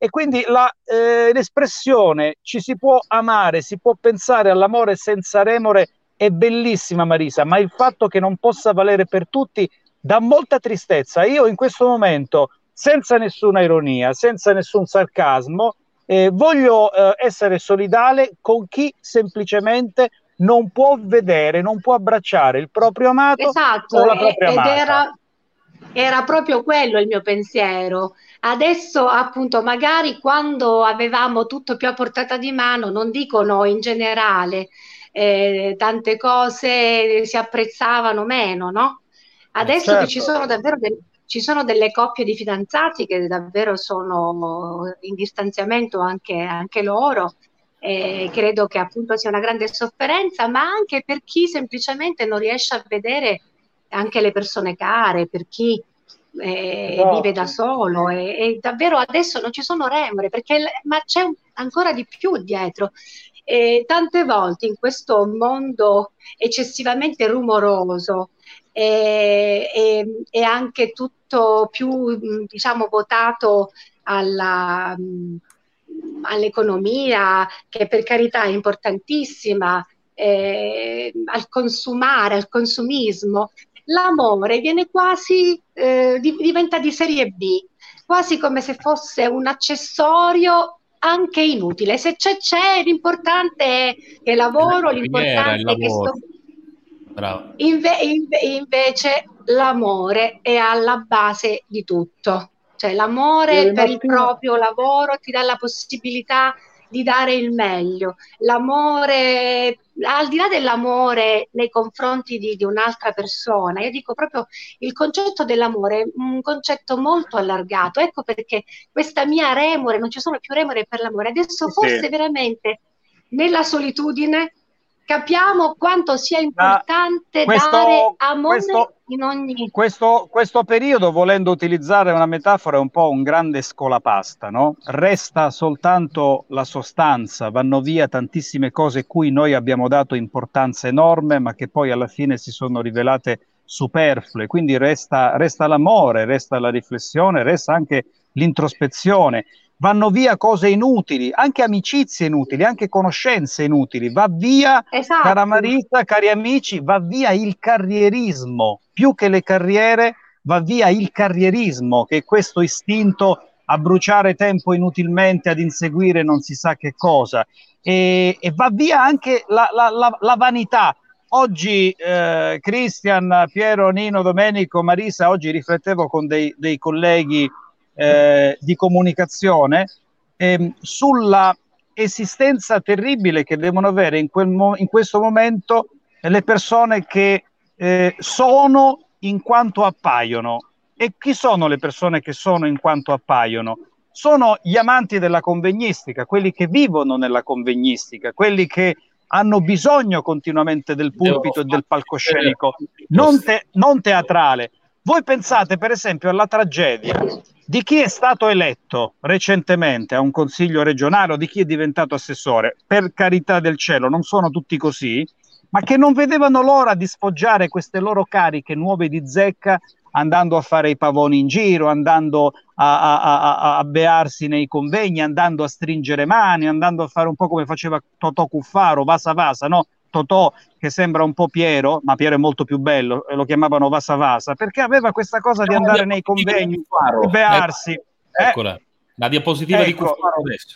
E: E quindi la, eh, l'espressione ci si può amare, si può pensare all'amore senza remore è bellissima, Marisa, ma il fatto che non possa valere per tutti dà molta tristezza. Io in questo momento, senza nessuna ironia, senza nessun sarcasmo, eh, voglio eh, essere solidale con chi semplicemente non può vedere, non può abbracciare il proprio amato
G: Esatto,
E: o la
G: e-
E: propria
G: ed
E: amata.
G: era, era proprio quello il mio pensiero. Adesso, appunto, magari quando avevamo tutto più a portata di mano, non dico noi in generale, eh, tante cose si apprezzavano meno, no? Adesso che ci
E: Certo.
G: sono davvero del- ci sono delle coppie di fidanzati che davvero sono in distanziamento anche, anche loro. Eh, credo che appunto sia una grande sofferenza, ma anche per chi semplicemente non riesce a vedere anche le persone care, per chi eh,
F: Esatto.
G: vive da solo e, e davvero adesso non ci sono remore, perché l- ma c'è un- ancora di più dietro. E tante volte in questo mondo eccessivamente rumoroso e, e- e anche tutto più, mh, diciamo, votato alla, mh, all'economia, che per carità è importantissima, eh, al consumare, al consumismo, l'amore viene quasi, eh, di- diventa di serie B, quasi come se fosse un accessorio anche inutile. Se c'è, c'è, l'importante è che lavoro,
D: La carriera, il
G: l'importante è che
D: lavoro.
G: sto...
D: Bravo.
G: Inve- inve- invece l'amore è alla base di tutto, cioè l'amore
F: Ieri
G: per il
F: mattina,
G: proprio lavoro ti dà la possibilità di dare il meglio. L'amore, al di là dell'amore nei confronti di, di un'altra persona, io dico proprio il concetto dell'amore è un concetto molto allargato. Ecco perché questa mia remore, non ci sono più remore per l'amore, adesso
E: Sì.
G: forse veramente nella solitudine capiamo quanto sia
E: Ma
G: importante
E: questo,
G: dare amore
E: questo,
G: in ogni...
E: questo, questo periodo, volendo utilizzare una metafora, è un po' un grande scolapasta, no? Resta soltanto la sostanza, vanno via tantissime cose cui noi abbiamo dato importanza enorme, ma che poi alla fine si sono rivelate superflue. Quindi resta, resta l'amore, resta la riflessione, resta anche l'introspezione. Vanno via cose inutili, anche amicizie inutili, anche conoscenze inutili. Va via,
G: Esatto.
E: cara Marisa, cari amici, va via il carrierismo. Più che le carriere, va via il carrierismo, che è questo istinto a bruciare tempo inutilmente, ad inseguire non si sa che cosa. E, e va via anche la, la, la, la vanità. Oggi eh, Cristian, Piero, Nino, Domenico, Marisa, oggi riflettevo con dei, dei colleghi eh, di comunicazione ehm, sulla esistenza terribile che devono avere in, quel mo- in questo momento le persone che eh, sono in quanto appaiono. E chi sono le persone che sono in quanto appaiono? Sono gli amanti della convegnistica, quelli che vivono nella convegnistica, quelli che hanno bisogno continuamente del pulpito e del palcoscenico, non, te- non teatrale. Voi pensate per esempio alla tragedia di chi è stato eletto recentemente a un consiglio regionale o di chi è diventato assessore. Per carità del cielo, non sono tutti così, ma che non vedevano l'ora di sfoggiare queste loro cariche nuove di zecca andando a fare i pavoni in giro, andando a, a, a, a bearsi nei convegni, andando a stringere mani, andando a fare un po' come faceva Totò Cuffaro, Vasa Vasa, no? Totò che sembra un po' Piero, ma Piero è molto più bello, e lo chiamavano Vasa Vasa, perché aveva questa cosa di andare nei convegni, di bearsi.
D: Eccola,
E: eh?
D: la diapositiva
E: Ecco.
D: di Cuffaro adesso.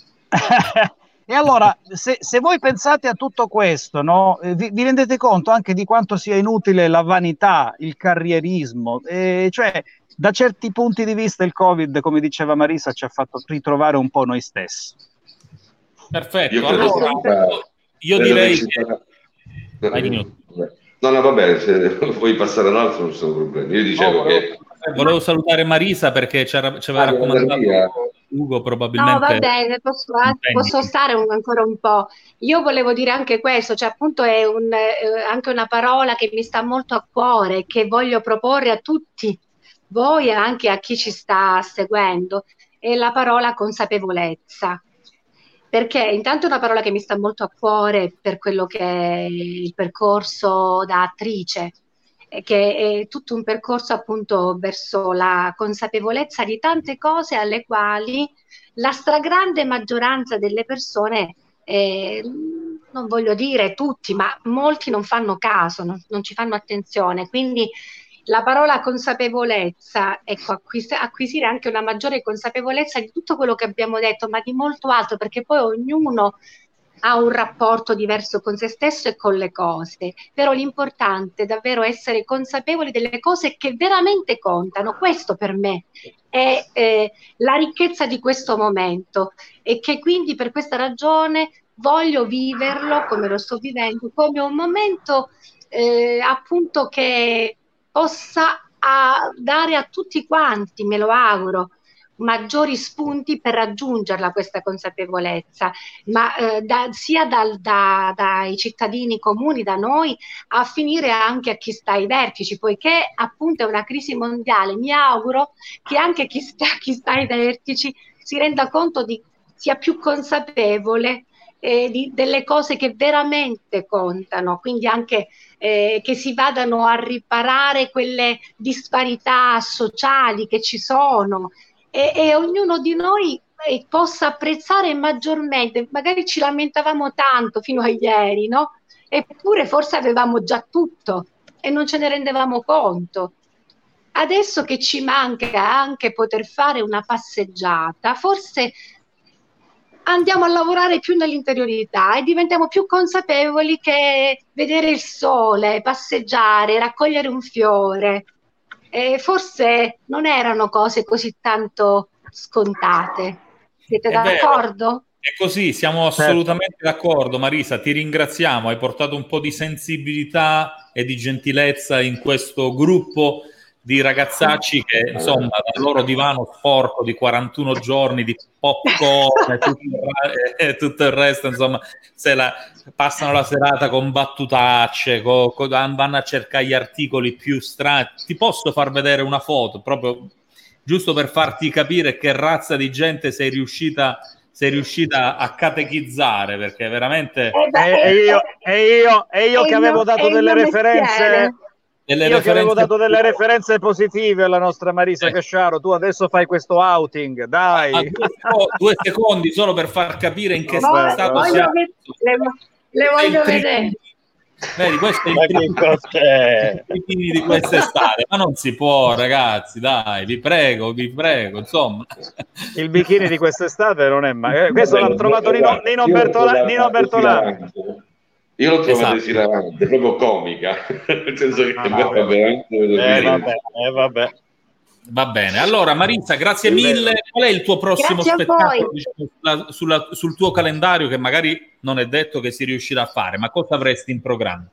E: E allora, se, se voi pensate a tutto questo, no, eh, vi, vi rendete conto anche di quanto sia inutile la vanità, il carrierismo, eh, cioè da certi punti di vista il Covid, come diceva Marisa, ci ha fatto ritrovare un po' noi stessi.
D: Perfetto,
I: Io credo
D: allora
I: che fa-
D: io
I: credo
D: direi
I: che ci
D: che...
I: farà-
D: Vai, Nino.
I: No, no, va bene, se vuoi passare all'altro non ci sono problemi. Io dicevo
D: No, volevo,
I: che
D: volevo salutare Marisa perché ci aveva
I: Ah, devo andare
D: raccomandato
I: via.
D: Ugo,
G: No,
D: probabilmente
G: va bene, posso, eh,
D: impegni.
G: posso stare un- ancora un po'. Io volevo dire anche questo, cioè appunto è un, eh, anche una parola che mi sta molto a cuore, che voglio proporre a tutti voi e anche a chi ci sta seguendo, è la parola consapevolezza. Perché intanto è una parola che mi sta molto a cuore per quello che è il percorso da attrice eh, che è tutto un percorso appunto verso la consapevolezza di tante cose alle quali la stragrande maggioranza delle persone, eh, non voglio dire tutti, ma molti non fanno caso, non, non ci fanno attenzione. Quindi la parola consapevolezza, ecco, acquis- acquisire anche una maggiore consapevolezza di tutto quello che abbiamo detto, ma di molto altro, perché poi ognuno ha un rapporto diverso con se stesso e con le cose, però l'importante è davvero essere consapevoli delle cose che veramente contano. Questo per me è eh, la ricchezza di questo momento, e che quindi per questa ragione voglio viverlo come lo sto vivendo, come un momento eh, appunto che possa a, dare a tutti quanti, me lo auguro, maggiori spunti per raggiungerla questa consapevolezza, ma eh, da, sia dal, da, dai cittadini comuni, da noi, a finire anche a chi sta ai vertici, poiché appunto è una crisi mondiale. Mi auguro che anche chi sta, chi sta ai vertici si renda conto di sia più consapevole eh, di, delle cose che veramente contano, quindi anche eh, che si vadano a riparare quelle disparità sociali che ci sono, e, e ognuno di noi eh, possa apprezzare maggiormente. Magari ci lamentavamo tanto fino a ieri, no? Eppure forse avevamo già tutto e non ce ne rendevamo conto. Adesso che ci manca anche poter fare una passeggiata, forse andiamo a lavorare più nell'interiorità e diventiamo più consapevoli che vedere il sole, passeggiare, raccogliere un fiore, eh, forse non erano cose così tanto scontate. Siete
D: È vero.
G: d'accordo?
D: È così, siamo assolutamente d'accordo. Marisa, ti ringraziamo, hai portato un po' di sensibilità e di gentilezza in questo gruppo di ragazzacci che, insomma, dal loro divano sporco di quarantuno giorni di popcorn e tutto, il, e tutto il resto, insomma, se la, passano la serata con battutacce, co, co, vanno a cercare gli articoli più strani. Ti posso far vedere una foto, proprio giusto per farti capire che razza di gente sei riuscita sei riuscita a catechizzare, perché veramente
E: e, e io, e io, e io che avevo dato delle referenze Delle Io referenze... che avevo dato delle referenze positive alla nostra Marisa eh. Casciaro, tu adesso fai questo outing, dai.
D: Ah, due, due secondi solo per far capire in che no, stato
G: voglio
D: siamo.
G: Ve- le, le voglio vedere.
D: Vedi, questo è il primi di quest'estate, ma non si può, ragazzi, dai, vi prego, vi prego, insomma.
E: Il bikini di quest'estate non è mai. Questo l'ha trovato Nino, Nino, Bertola, Nino Bertolani.
I: Io l'ho trovata
D: esatto.
I: esilarante, proprio comica, nel senso che
E: ah,
I: va veramente
E: eh, vabbè, eh, vabbè.
D: Va bene, allora Marisa, grazie mille. Qual è il tuo prossimo
G: grazie
D: spettacolo, diciamo, sulla, sulla, sul tuo calendario, che magari non è detto che si riuscirà a fare, ma cosa avresti in programma?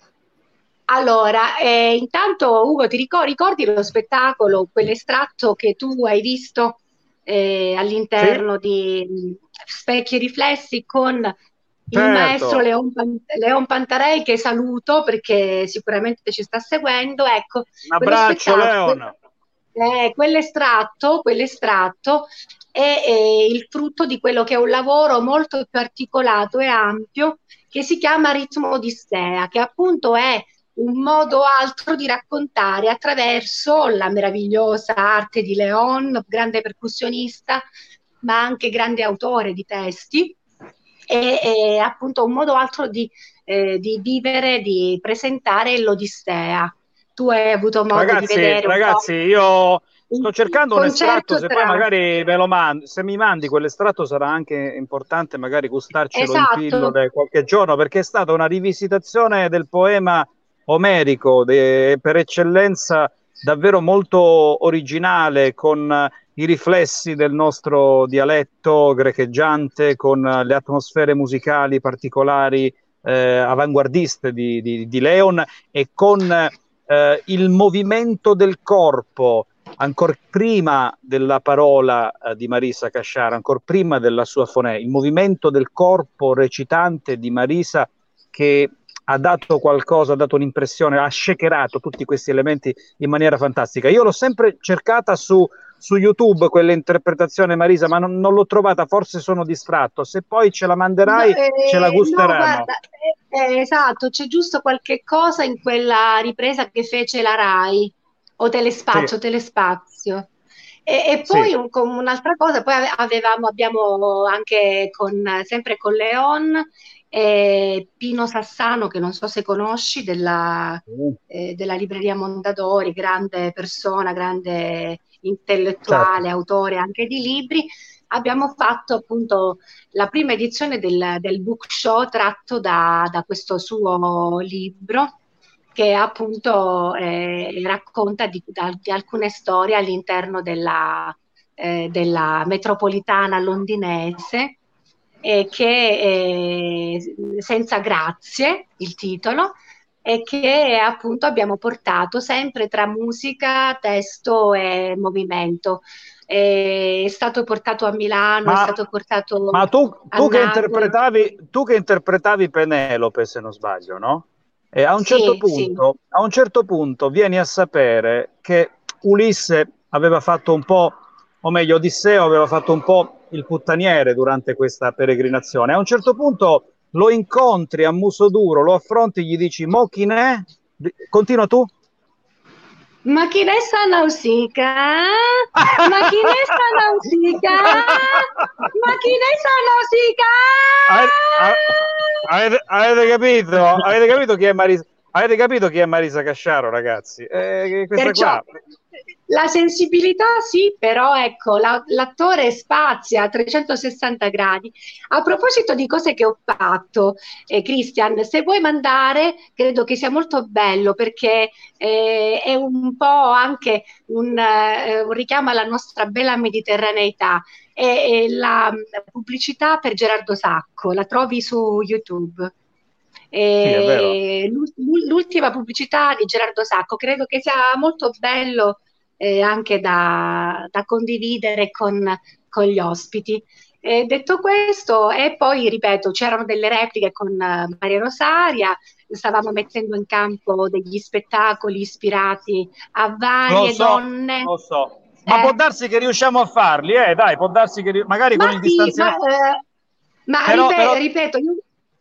G: Allora, eh, intanto Ugo, ti ricordi, ricordi lo spettacolo, quell'estratto che tu hai visto eh, all'interno sì. di Specchi e Riflessi con il certo. maestro Leon, Leon Pantarei, che saluto perché sicuramente ci sta seguendo. Ecco,
E: un abbraccio Leon.
G: Eh, quell'estratto, quell'estratto è, è il frutto di quello che è un lavoro molto più articolato e ampio che si chiama Ritmo Odissea, che appunto è un modo altro di raccontare attraverso la meravigliosa arte di Leon, grande percussionista, ma anche grande autore di testi. È, è appunto un modo altro di, eh, di vivere, di presentare l'Odissea. Tu hai avuto modo
E: ragazzi,
G: di vedere
E: ragazzi, io sto cercando un estratto, se poi magari me lo mandi, se mi mandi quell'estratto sarà anche importante magari gustarcelo esatto. in pillole qualche giorno, perché è stata una rivisitazione del poema omerico de, per eccellenza, davvero molto originale, con i riflessi del nostro dialetto grecheggiante, con le atmosfere musicali particolari, eh, avanguardiste di, di, di Leon, e con eh, il movimento del corpo, ancora prima della parola eh, di Marisa Casciaro, ancora prima della sua fonè, il movimento del corpo recitante di Marisa, che ha dato qualcosa, ha dato un'impressione, ha shakerato tutti questi elementi in maniera fantastica. Io l'ho sempre cercata su su YouTube quell'interpretazione, Marisa, ma non, non l'ho trovata, forse sono distratto. Se poi ce la manderai,
G: No, eh,
E: ce la gusteremo.
G: no, guarda, eh, eh, esatto, c'è giusto qualche cosa in quella ripresa che fece la Rai, o Telespazio,
E: Sì.
G: Telespazio. E, e
E: Sì.
G: poi un- con un'altra cosa, poi ave- avevamo, abbiamo anche con, sempre con Leon, eh, Pino Sassano, che non so se conosci, della,
E: Uh,
G: eh, della libreria Mondadori, grande persona, grande
E: certo.
G: intellettuale, autore anche di libri. Abbiamo fatto appunto la prima edizione del, del book show tratto da, da questo suo libro che appunto eh, racconta di, da- di alcune storie all'interno della, eh, della metropolitana londinese e che eh, senza grazie, il titolo, e che appunto abbiamo portato sempre tra musica, testo e movimento. È stato portato a Milano, è
E: Ma,
G: stato portato
E: ma tu,
G: a
E: tu che
G: Napoli.
E: interpretavi, tu che interpretavi Penelope, se non sbaglio, no? E a un certo
G: Sì, sì.
E: punto, a un certo punto vieni a sapere che Ulisse aveva fatto un po', o meglio, Odisseo aveva fatto un po' il puttaniere durante questa peregrinazione. A un certo punto lo incontri a muso duro, lo affronti, gli dici, mo chi ne è? Continua tu?
G: Macchinessa nausica, macchinessa nausica, macchinessa
E: Avete,
G: nausica.
E: avete- avete capito? Avete capito chi è Marisa? Avete capito chi è Marisa Casciaro, ragazzi? Eh, questa
G: Perciò
E: qua.
G: la sensibilità sì, però ecco, la- l'attore spazia a trecentosessanta gradi. A proposito di cose che ho fatto, eh, Christian, se vuoi mandare, credo che sia molto bello perché eh, è un po' anche un, eh, un richiamo alla nostra bella mediterraneità. È, è la mm, pubblicità per Gerardo Sacco, la trovi su YouTube.
E: Sì, è vero.
G: E l'ul- l'ultima pubblicità di Gerardo Sacco credo che sia molto bello eh, anche da, da condividere con, con gli ospiti. E detto questo, e poi ripeto, c'erano delle repliche con eh, Maria Rosaria, stavamo mettendo in campo degli spettacoli ispirati a
E: Lo
G: varie
E: so,
G: donne.
E: lo so. Ma può
G: Eh,
E: darsi che riusciamo a farli, eh? Dai, può darsi che ri- magari
G: ma
E: con il
G: sì, ma,
E: distanziamento.
G: eh, ma
E: Però,
G: ripe-
E: però
G: ripeto, io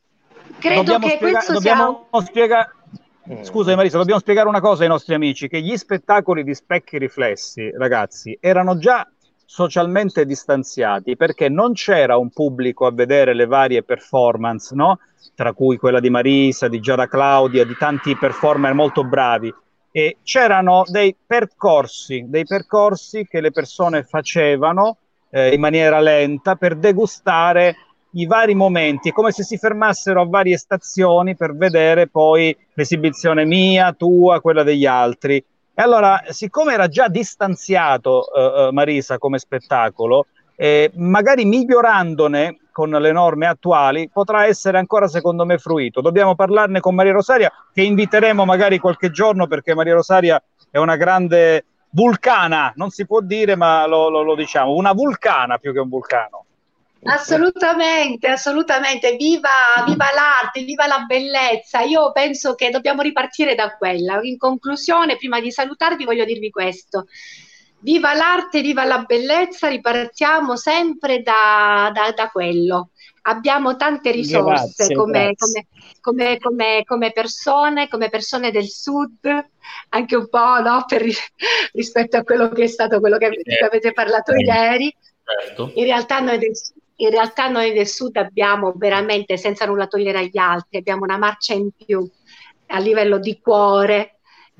G: credo
E: dobbiamo
G: che
E: spiegare,
G: questo sia un...
E: dobbiamo spiegare. Scusa Marisa, dobbiamo spiegare una cosa ai nostri amici, che gli spettacoli di specchi riflessi, ragazzi, erano già socialmente distanziati perché non c'era un pubblico a vedere le varie performance, no? Tra cui quella di Marisa, di Giada Claudia, di tanti performer molto bravi. E c'erano dei percorsi, dei percorsi che le persone facevano eh, in maniera lenta per degustare i vari momenti, è come se si fermassero a varie stazioni per vedere poi l'esibizione mia, tua, quella degli altri. E allora, siccome era già distanziato eh, Marisa come spettacolo, eh, magari migliorandone con le norme attuali, potrà essere ancora secondo me fruito. Dobbiamo parlarne con Maria Rosaria, che inviteremo magari qualche giorno, perché Maria Rosaria è una grande vulcana, non si può dire, ma lo, lo, lo diciamo, una vulcana più che un vulcano.
G: Assolutamente, assolutamente, viva, viva l'arte, viva la bellezza. Io penso che dobbiamo ripartire da quella. In conclusione, prima di salutarvi, voglio dirvi questo. Viva l'arte, viva la bellezza, ripartiamo sempre da, da- da quello. Abbiamo tante risorse
E: Grazie,
G: come,
E: grazie.
G: come- come- come- come persone, come persone del sud, anche un po', no, per ri- rispetto a quello che è stato quello che, di cui avete parlato ieri.
D: Certo.
G: In realtà noi del, in realtà noi del sud abbiamo veramente, senza nulla togliere agli altri, abbiamo una marcia in più a livello di cuore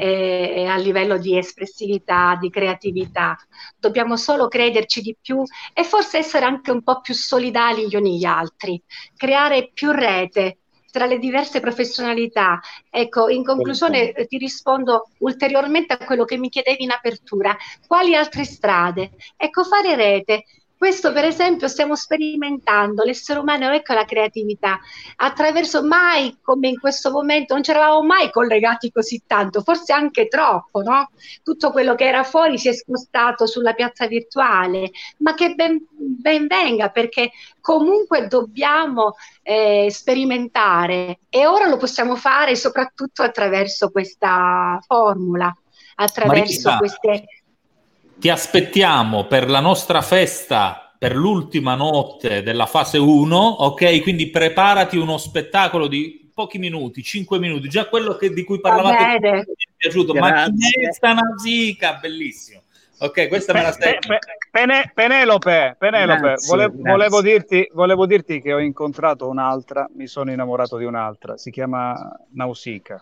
G: e, e a livello di espressività, di creatività. Dobbiamo solo crederci di più e forse essere anche un po' più solidali gli uni gli altri, creare più rete tra le diverse professionalità. Ecco, in conclusione eh, ti rispondo ulteriormente a quello che mi chiedevi in apertura. Quali altre strade? Ecco, fare rete. Questo, per esempio, stiamo sperimentando l'essere umano, ecco la creatività, attraverso mai come in questo momento non ci eravamo mai collegati così tanto, forse anche troppo, no? Tutto quello che era fuori si è spostato sulla piazza virtuale, ma che ben, ben venga, perché comunque dobbiamo eh, sperimentare e ora lo possiamo fare soprattutto attraverso questa formula, attraverso
D: Marisa,
G: queste...
D: ti aspettiamo per la nostra festa, per l'ultima notte della fase uno, ok? Quindi preparati uno spettacolo di pochi minuti, cinque minuti, già quello che, di cui parlavate mi è piaciuto, Macchinetta Nausicaa, bellissimo. Ok, questa me la stai.
E: Pe- Pene- Penelope, Penelope
J: Grazie,
E: vole-
J: grazie.
E: Volevo, dirti, volevo dirti che ho incontrato un'altra, mi sono innamorato di un'altra, si chiama Nausicaa.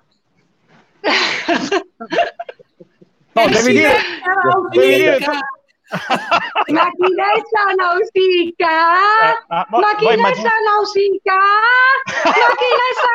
E: No, devi dire, devi dire
C: Macchinetta Nausicaa,
E: Eh, ah, mo- voi
C: macchinetta
E: immagin-
C: Nausicaa, macchinetta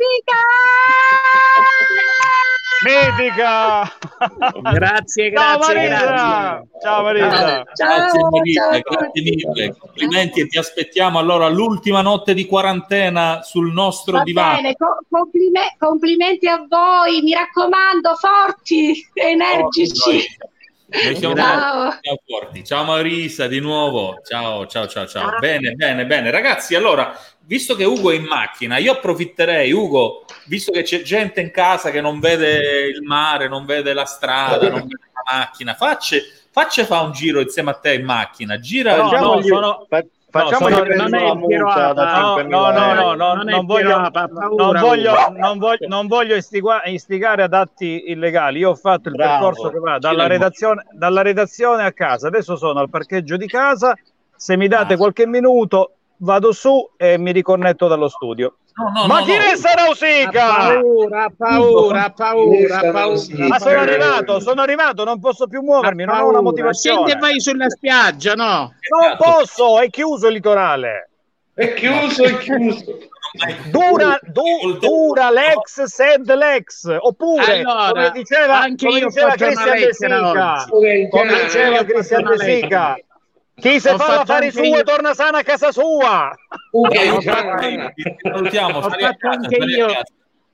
C: Nausicaa.
E: Mitica!
J: Grazie,
E: Ciao
J: grazie,
E: Marisa!
J: grazie.
E: Ciao Marisa!
D: Grazie Marisa,
C: ciao a
D: grazie
C: tutti.
D: mille, complimenti e ti aspettiamo allora l'ultima notte di quarantena sul nostro
C: Va
D: divano.
C: bene, co- complime- complimenti a voi, mi raccomando, forti, energici.
D: Noi, noi siamo
C: Ciao.
D: forti, siamo forti. Ciao Marisa di nuovo. Ciao, ciao, ciao, ciao. Bene, bene, bene. Ragazzi, allora, visto che Ugo è in macchina, io approfitterei, Ugo, visto che c'è gente in casa che non vede il mare, non vede la strada, non vede la macchina, faccia, faccia fa un giro insieme a te in macchina. Gira
E: No,
D: il-
E: no, sono...
H: Fa- Facciamo
E: sono-
H: che
J: non è
H: la
J: il pirata,
H: multa da
E: No,
H: cinquemila
E: no, no,
H: euro.
E: no, no,
J: Non è
E: non voglio,
J: pirata, ha paura,
E: non voglio,
J: Ugo.
E: non voglio, non voglio istigua- istigare ad atti illegali. Io ho fatto il
H: Bravo.
E: percorso che va dalla redazione, dalla redazione a casa. Adesso sono al parcheggio di casa. Se mi date
D: Ah.
E: qualche minuto, vado su e mi riconnetto dallo studio.
D: No, no,
E: Ma
D: no,
E: chi
D: no.
E: ne sarà
J: Ha
E: Nausicaa?
J: paura, ha paura, ha paura, ha paura.
E: Ma sono arrivato, sono arrivato, non posso più muovermi, non ho una motivazione.
J: Scendi e vai sulla spiaggia, no?
E: Non posso, è chiuso il litorale.
I: È chiuso, è chiuso.
E: Dura, du- dura l'ex sed l'ex, oppure
J: Allora,
E: come diceva,
J: anche
E: come
J: io ho
E: diceva
J: fatto una
E: Cristian De
J: lettera
E: Sica,
J: oggi.
E: come
J: Anche io
E: diceva
J: ho
E: Cristian
J: fatto
E: De
J: una
E: Sica,
J: lettera.
E: chi se
J: Ho
E: fa
J: fatto
E: l'affari
J: anche
E: suo
J: io.
E: torna sana a casa sua.
I: Ok,
J: Ho
I: ciao.
J: fatto-
D: Ti salutiamo,
J: Ho
D: sali a
J: fatto
D: casa,
J: anche
D: sali a
J: io.
D: casa.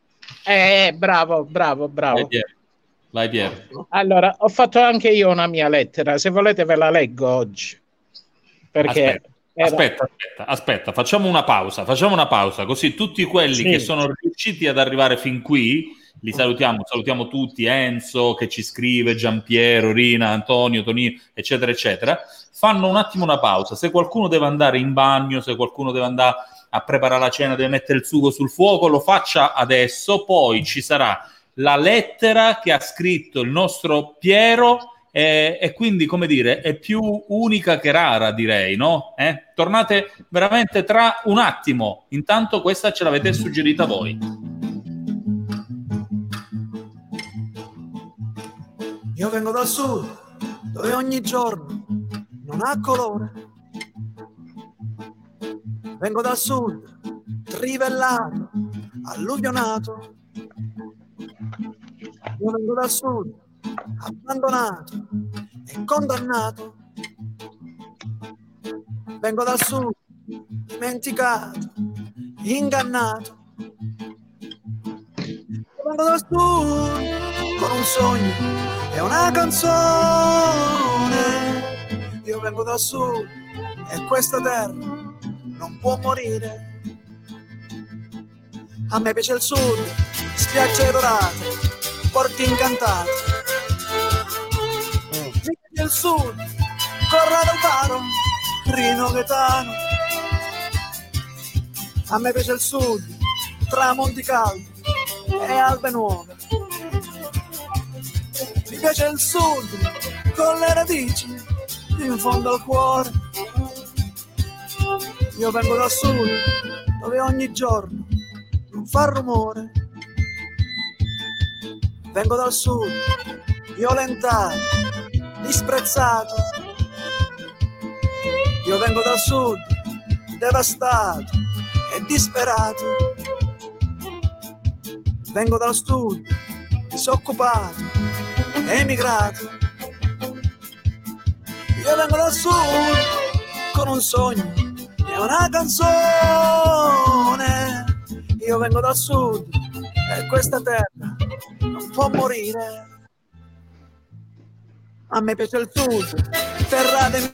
J: Eh, bravo, bravo,
D: Vai
J: bravo.
D: Pier. Vai Pier.
J: Allora, ho fatto anche io una mia lettera. Se volete ve la leggo oggi. Perché
D: Aspetta,
J: era-
D: aspetta, aspetta, aspetta, facciamo una pausa, facciamo una pausa, così tutti quelli
J: Sì.
D: che sono riusciti ad arrivare fin qui, li salutiamo, salutiamo tutti, Enzo che ci scrive, Giampiero, Rina, Antonio, Tonino, eccetera, eccetera, fanno un attimo una pausa, se qualcuno deve andare in bagno, se qualcuno deve andare a preparare la cena, deve mettere il sugo sul fuoco, lo faccia adesso, poi ci sarà la lettera che ha scritto il nostro Piero, e, e quindi, come dire, è più unica che rara, direi, no? Eh? Tornate veramente tra un attimo. Intanto questa ce l'avete suggerita voi.
K: Io vengo dal sud, dove ogni giorno non ha colore. Vengo dal sud, trivellato, alluvionato. Io vengo dal sud, abbandonato e condannato. Vengo dal sud, dimenticato, ingannato. Io vengo dal sud con un sogno e una canzone. Io vengo dal sud e questa terra non può morire. A me piace il sud, spiagge dorate, porti incantati. Mi piace il sud, Corrado Caro, Rino Gaetano. A me piace il sud, tramonti caldi e albe nuove. Mi piace il sud, con le radici in fondo al cuore. Io vengo dal sud, dove ogni giorno non fa rumore. Vengo dal sud, violentato, disprezzato. Io vengo dal sud, devastato e disperato. Vengo dal sud, disoccupato, emigrato. Io vengo dal sud, con un sogno e una canzone. Io vengo dal sud e questa terra non può morire. A me piace il sud, terra de...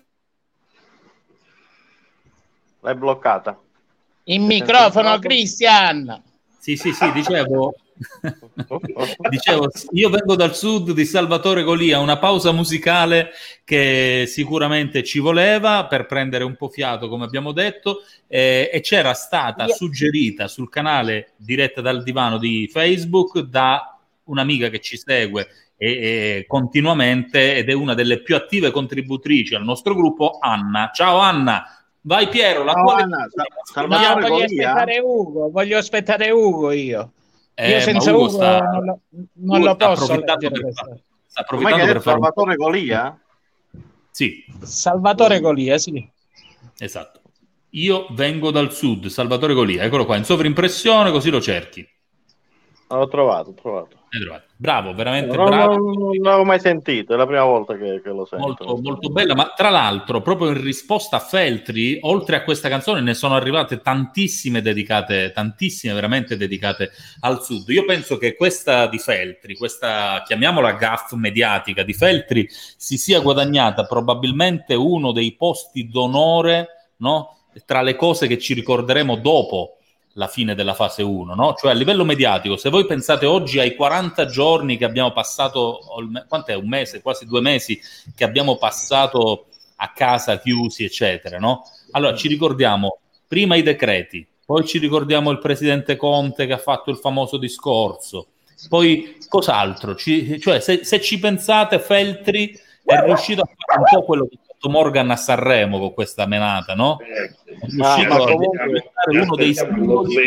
H: L'hai bloccata.
J: Il microfono, Christian.
D: Sì, sì, sì, dicevo, Dicevo, io vengo dal sud di Salvatore Golia, una pausa musicale che sicuramente ci voleva per prendere un po' fiato, come abbiamo detto, eh, e c'era stata io... suggerita sul canale Diretta dal Divano di Facebook da un'amica che ci segue e, e continuamente ed è una delle più attive contributrici al nostro gruppo, Anna. Ciao Anna! Vai Piero, la tua
J: Anna, sal- no, voglio aspettare Ugo, voglio aspettare Ugo io.
D: Eh,
J: io senza
D: Ugo
J: Ugo
D: sta,
J: non lo, non lo posso leggere
D: per,
J: questo.
D: Sta approfittando per fare
H: Salvatore un... Golia?
D: Sì.
J: Salvatore Golia, sì.
D: Esatto. Io vengo dal sud, Salvatore Golia, eccolo qua, in sovrimpressione, così lo cerchi.
H: L'ho trovato, ho trovato.
D: Bravo, veramente
H: no,
D: bravo.
H: Non, non l'avevo mai sentito, è la prima volta che, che lo sento.
D: Molto, molto bella, ma tra l'altro, proprio in risposta a Feltri, oltre a questa canzone, ne sono arrivate tantissime dedicate, tantissime veramente dedicate al sud. Io penso che questa di Feltri, questa, chiamiamola gaff mediatica di Feltri, si sia guadagnata probabilmente uno dei posti d'onore, no? Tra le cose che ci ricorderemo dopo la fine della fase uno, no? Cioè a livello mediatico, se voi pensate oggi ai quaranta giorni che abbiamo passato, quant'è, un mese, quasi due mesi che abbiamo passato a casa chiusi, eccetera, no? Allora ci ricordiamo prima i decreti, poi ci ricordiamo il presidente Conte che ha fatto il famoso discorso, poi cos'altro? Ci, cioè se, se ci pensate, Feltri è riuscito a fare un po' quello che Morgan a Sanremo con questa menata, no? È riuscito
I: ah,
D: a
I: comunque,
D: uno dei simboli.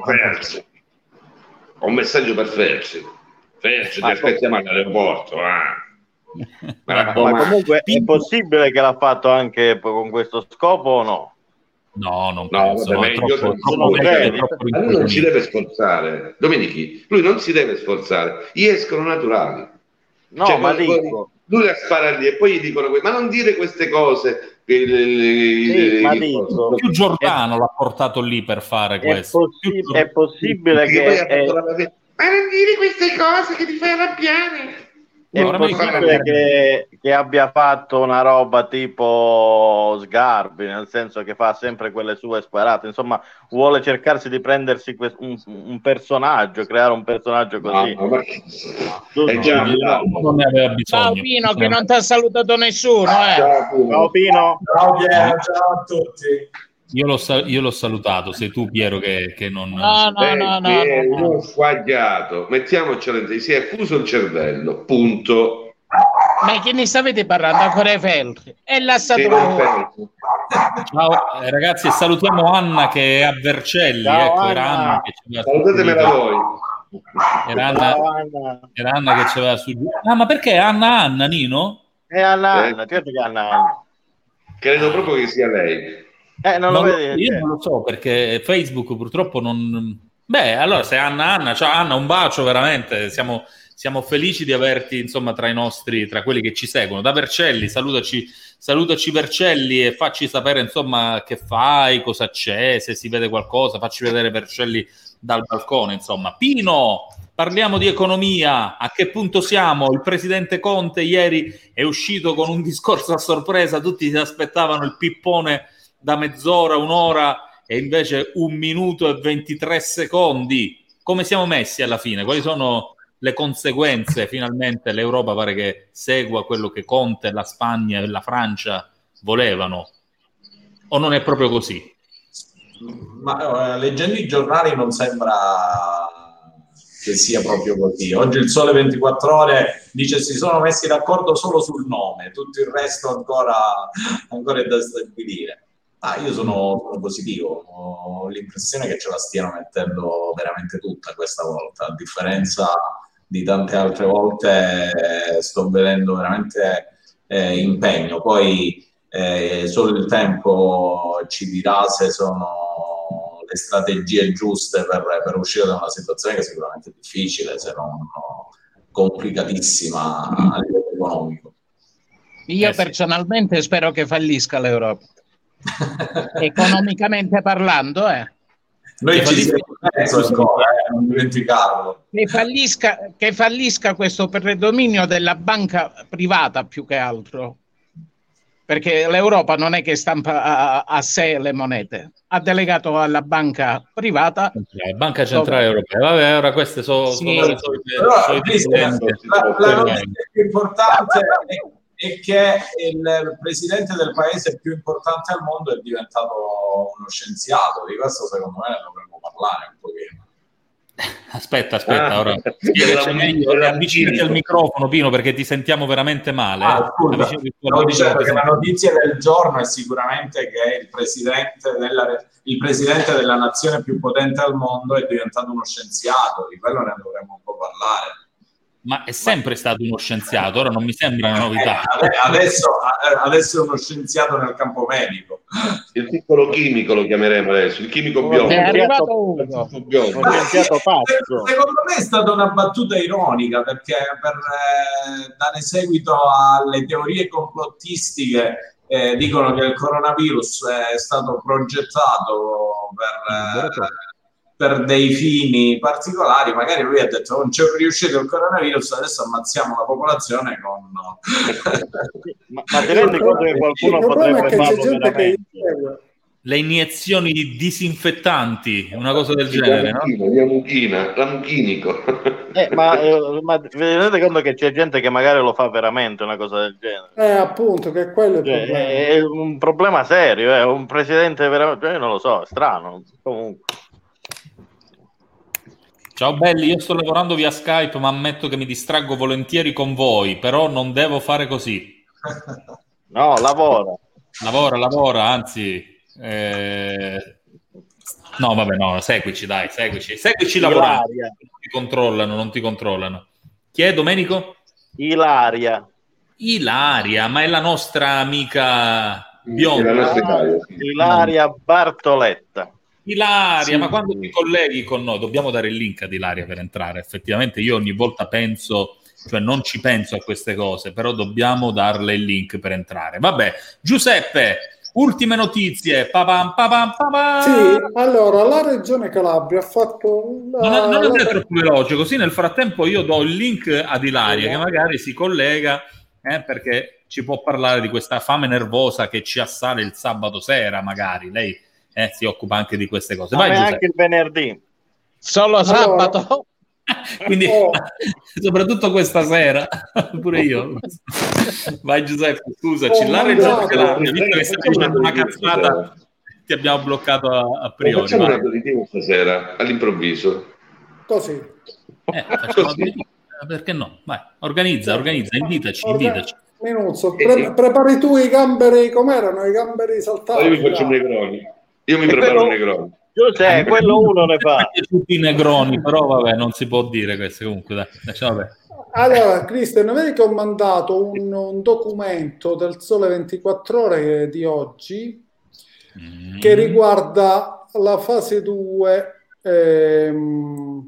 I: Ho un messaggio per Ferci. Ferci, ti ah, aspettiamo com- all'aeroporto. Ah.
H: Ma, ma comunque è possibile che l'ha fatto anche con questo scopo o no?
D: No, non
I: no,
D: penso.
I: Vabbè,
D: no, troppo,
I: troppo, troppo ma lui non si deve sforzare. Domenichi, lui non si deve sforzare. Gli escono naturali.
H: No,
I: cioè,
H: ma
I: poi,
H: dico...
I: lui la spara lì e poi gli dicono ma non dire queste cose che,
H: sì,
I: che,
H: ma
I: che
H: dico,
D: più Giordano è, l'ha portato lì per fare questo
H: è, possi- è possibile che, che è...
I: ma non dire queste cose che ti fai arrabbiare.
H: È no, possibile che, che abbia fatto una roba tipo Sgarbi, nel senso che fa sempre quelle sue sparate, insomma vuole cercarsi di prendersi que- un, un personaggio, creare un personaggio così.
I: No, no, tu, è già
D: no, non ne aveva bisogno.
J: Ciao Pino, che non ti ha salutato nessuno. Eh.
H: Ciao Pino. Ciao Pino.
B: Ciao Piero, ciao a tutti.
D: Io l'ho, io l'ho salutato, sei tu Piero che, che non...
J: No, no, no, no,
I: è
J: no, no.
I: uno squagliato, mettiamocelo in si è fuso il cervello, punto.
J: Ma che ne stavate parlando ancora ai Feltri? E là sta
D: Ciao eh, ragazzi, salutiamo Anna che è a Vercelli.
H: Ciao,
D: ecco,
H: Anna.
D: Era Anna che ci
I: salutatemela voi.
D: Era Anna,
H: Anna.
D: era Anna che ci aveva su. Ah, ma perché Anna Anna, Nino?
H: È Anna
I: eh?
H: Anna, certo che è Anna Anna.
I: Credo proprio che sia lei.
H: Eh, non
D: non
H: lo
D: lo,
H: vedi,
D: io non lo so perché Facebook purtroppo non. Beh, allora se Anna Anna, ciao Anna, un bacio veramente. Siamo, siamo felici di averti insomma tra i nostri, tra quelli che ci seguono. Da Vercelli, salutaci, salutaci Vercelli e facci sapere insomma che fai, cosa c'è, se si vede qualcosa, facci vedere Vercelli dal balcone. Insomma, Pino. Parliamo di economia, a che punto siamo? Il presidente Conte ieri è uscito con un discorso a sorpresa, tutti si aspettavano il pippone da mezz'ora, un'ora e invece un minuto e ventitré secondi. Come siamo messi alla fine? Quali sono le conseguenze? Finalmente l'Europa pare che segua quello che Conte, la Spagna e la Francia volevano. O non è proprio così?
B: Ma eh, leggendo i giornali non sembra che sia proprio così. Oggi il Sole ventiquattro Ore dice si sono messi d'accordo solo sul nome, tutto il resto ancora, ancora è da stabilire. Ah, io sono, sono positivo, ho l'impressione che ce la stiano mettendo veramente tutta questa volta, a differenza di tante altre volte eh, sto vedendo veramente eh, impegno. Poi eh, solo il tempo ci dirà se sono le strategie giuste per, per uscire da una situazione che è sicuramente difficile, se non complicatissima a livello economico.
J: Io
B: eh,
J: personalmente sì. Spero che fallisca l'Europa. Economicamente parlando, eh.
B: Noi che ci siamo penso ancora, eh, non dimenticarlo.
J: Che fallisca, che fallisca questo predominio della banca privata più che altro. perché l'Europa non è che stampa a, a sé le monete, ha delegato alla banca privata,
D: la Banca Centrale Europea. Vabbè, ora queste sono,
J: Sì.
D: sono le solite,
B: Però,
D: solite
B: Cristian,
D: tendenze.
B: la, la notizia più importante è, è che il presidente del paese più importante al mondo è diventato uno scienziato. Di questo secondo me ne dovremmo parlare un pochino.
D: Aspetta, aspetta,
I: Ah,
D: ora spiegaci meglio, avvicinati al microfono, Pino, perché ti sentiamo veramente male.
B: Ah,
D: eh.
B: scusa,
D: Avvicinati al
B: stavo dicendo
D: microfono,
B: che la
D: ti
B: notizia del giorno è sicuramente che il presidente della, il presidente della nazione più potente al mondo è diventato uno scienziato, di quello ne dovremmo un po' parlare.
D: Ma è sempre stato uno scienziato, ora non mi sembra una novità.
B: Eh, adesso, adesso è uno scienziato nel campo medico.
I: Il piccolo chimico lo chiameremo adesso, il chimico biondo.
J: è arrivato uno.
I: Biondo.
H: Un scienziato pazzo.
B: Secondo me è stata una battuta ironica, perché per eh, dare seguito alle teorie complottistiche eh, dicono che il coronavirus è stato progettato per, eh, per dei fini particolari. Magari lui ha detto non c'è riuscito il coronavirus, adesso ammazziamo la popolazione con...
H: ma, ma ti rendi conto che qualcuno potrebbe farlo veramente?
D: Le iniezioni di disinfettanti, una cosa del genere, no?
I: La mucchina, la mucchinico.
H: Eh, ma, eh, ma vi rendete conto che c'è gente che magari lo fa veramente una cosa del genere?
F: Eh, appunto, che quello è il
H: Cioè,
F: problema.
H: è un problema serio, è un presidente veramente, io non lo so, è strano. Comunque.
D: Ciao belli, io sto lavorando via Skype, ma ammetto che mi distraggo volentieri con voi, però non devo fare così.
H: No, lavora.
D: Lavora, lavora, anzi... Eh... No, vabbè, no, seguici, dai, seguici. Seguici lavorando.
H: Ilaria.
D: Non ti controllano, non ti controllano. Chi è, Domenico?
H: Ilaria.
D: Ilaria, ma è la nostra amica bionda.
I: È la nostra Italia, sì.
H: Ilaria Bartoletta.
D: Ilaria,
H: Sì.
D: ma quando ti colleghi con noi, dobbiamo dare il link ad Ilaria per entrare. Effettivamente io ogni volta penso, cioè non ci penso a queste cose, però dobbiamo darle il link per entrare. Vabbè, Giuseppe, ultime notizie. Pa-pam, pa-pam, pa-pam.
F: Sì, allora la regione Calabria ha fatto la,
D: Non, non andare
F: la-
D: troppo veloce, così nel frattempo io do il link ad Ilaria, che magari si collega, eh, perché ci può parlare di questa fame nervosa che ci assale il sabato sera, magari. Lei eh, si occupa anche di queste cose.
H: Ma
D: Vai,
H: è
D: Giuseppe.
H: anche il venerdì.
J: Solo sabato?
D: Quindi,
F: Oh.
D: soprattutto questa sera, pure io. Vai Giuseppe, scusaci.
F: Oh,
D: la
F: mandato.
D: regione Calabria, visto che stai dicendo una cazzata, ti abbiamo bloccato a, a priori.
I: Facciamo un
D: vai.
I: aperitivo stasera, all'improvviso.
F: così.
D: Eh, facciamo aperitivo. Perché no? Vai, organizza, organizza, invitaci,
F: Orga-
D: invitaci.
F: Minuzzo, pre- prepari tu i gamberi, com'erano i gamberi saltati?
I: Io mi faccio un Negroni. Io mi preparo un Negroni.
H: Giuseppe, quello uno ne fa.
D: Tutti i Negroni, però vabbè, non si può dire questo comunque, dai. Lasciamo perdere.
F: Allora, Cristian, vedi che ho mandato un, un documento del Sole ventiquattro Ore di oggi
D: Mm.
F: che riguarda la fase due. ehm,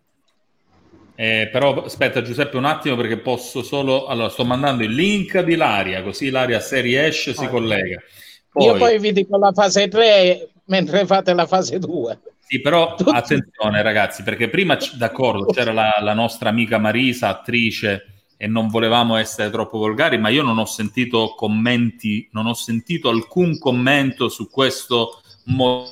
D: Eh, però aspetta Giuseppe un attimo perché posso solo... Allora, sto mandando il link ad Ilaria, così Ilaria se riesce si
F: Ah.
D: collega.
J: Io poi vi dico la fase tre mentre fate la fase due.
D: Sì, però attenzione ragazzi, perché prima, c- d'accordo, c'era la, la nostra amica Marisa, attrice, e non volevamo essere troppo volgari, ma io non ho sentito commenti, non ho sentito alcun commento su questo mo-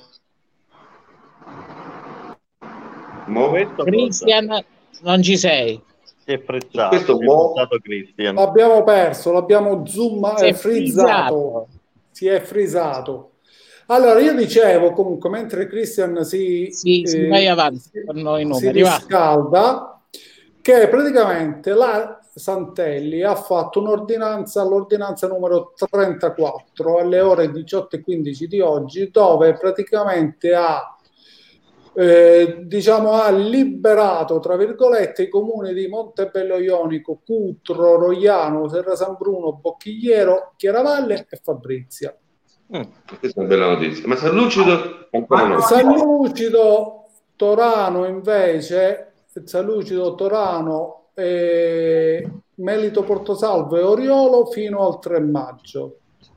I: Mo?
H: Questo
J: Christian, non ci sei.
H: si è frizzato,
I: Questo
H: si è
I: mo-
H: frizzato Christian.
F: l'abbiamo perso, l'abbiamo zoom
J: Si è
F: eh, frizzato. Si è frizzato. Allora, io dicevo comunque, mentre Christian si,
J: Sì, sì,
F: eh,
J: vai avanti
F: si-
J: con noi
F: si
J: numeri, va.
F: riscalda, che praticamente la Santelli ha fatto un'ordinanza, l'ordinanza numero trentaquattro alle ore diciotto e quindici di oggi, dove praticamente ha eh, diciamo ha liberato tra virgolette i comuni di Montebello Ionico, Cutro, Rogliano, Serra San Bruno, Bocchigliero, Chiaravalle e Fabrizia.
H: Mm.
I: Questa è una bella notizia. Ma San Lucido ancora no.
F: San Lucido, Torano invece, San Lucido, Torano, eh, Melito Portosalvo e Oriolo fino al tre maggio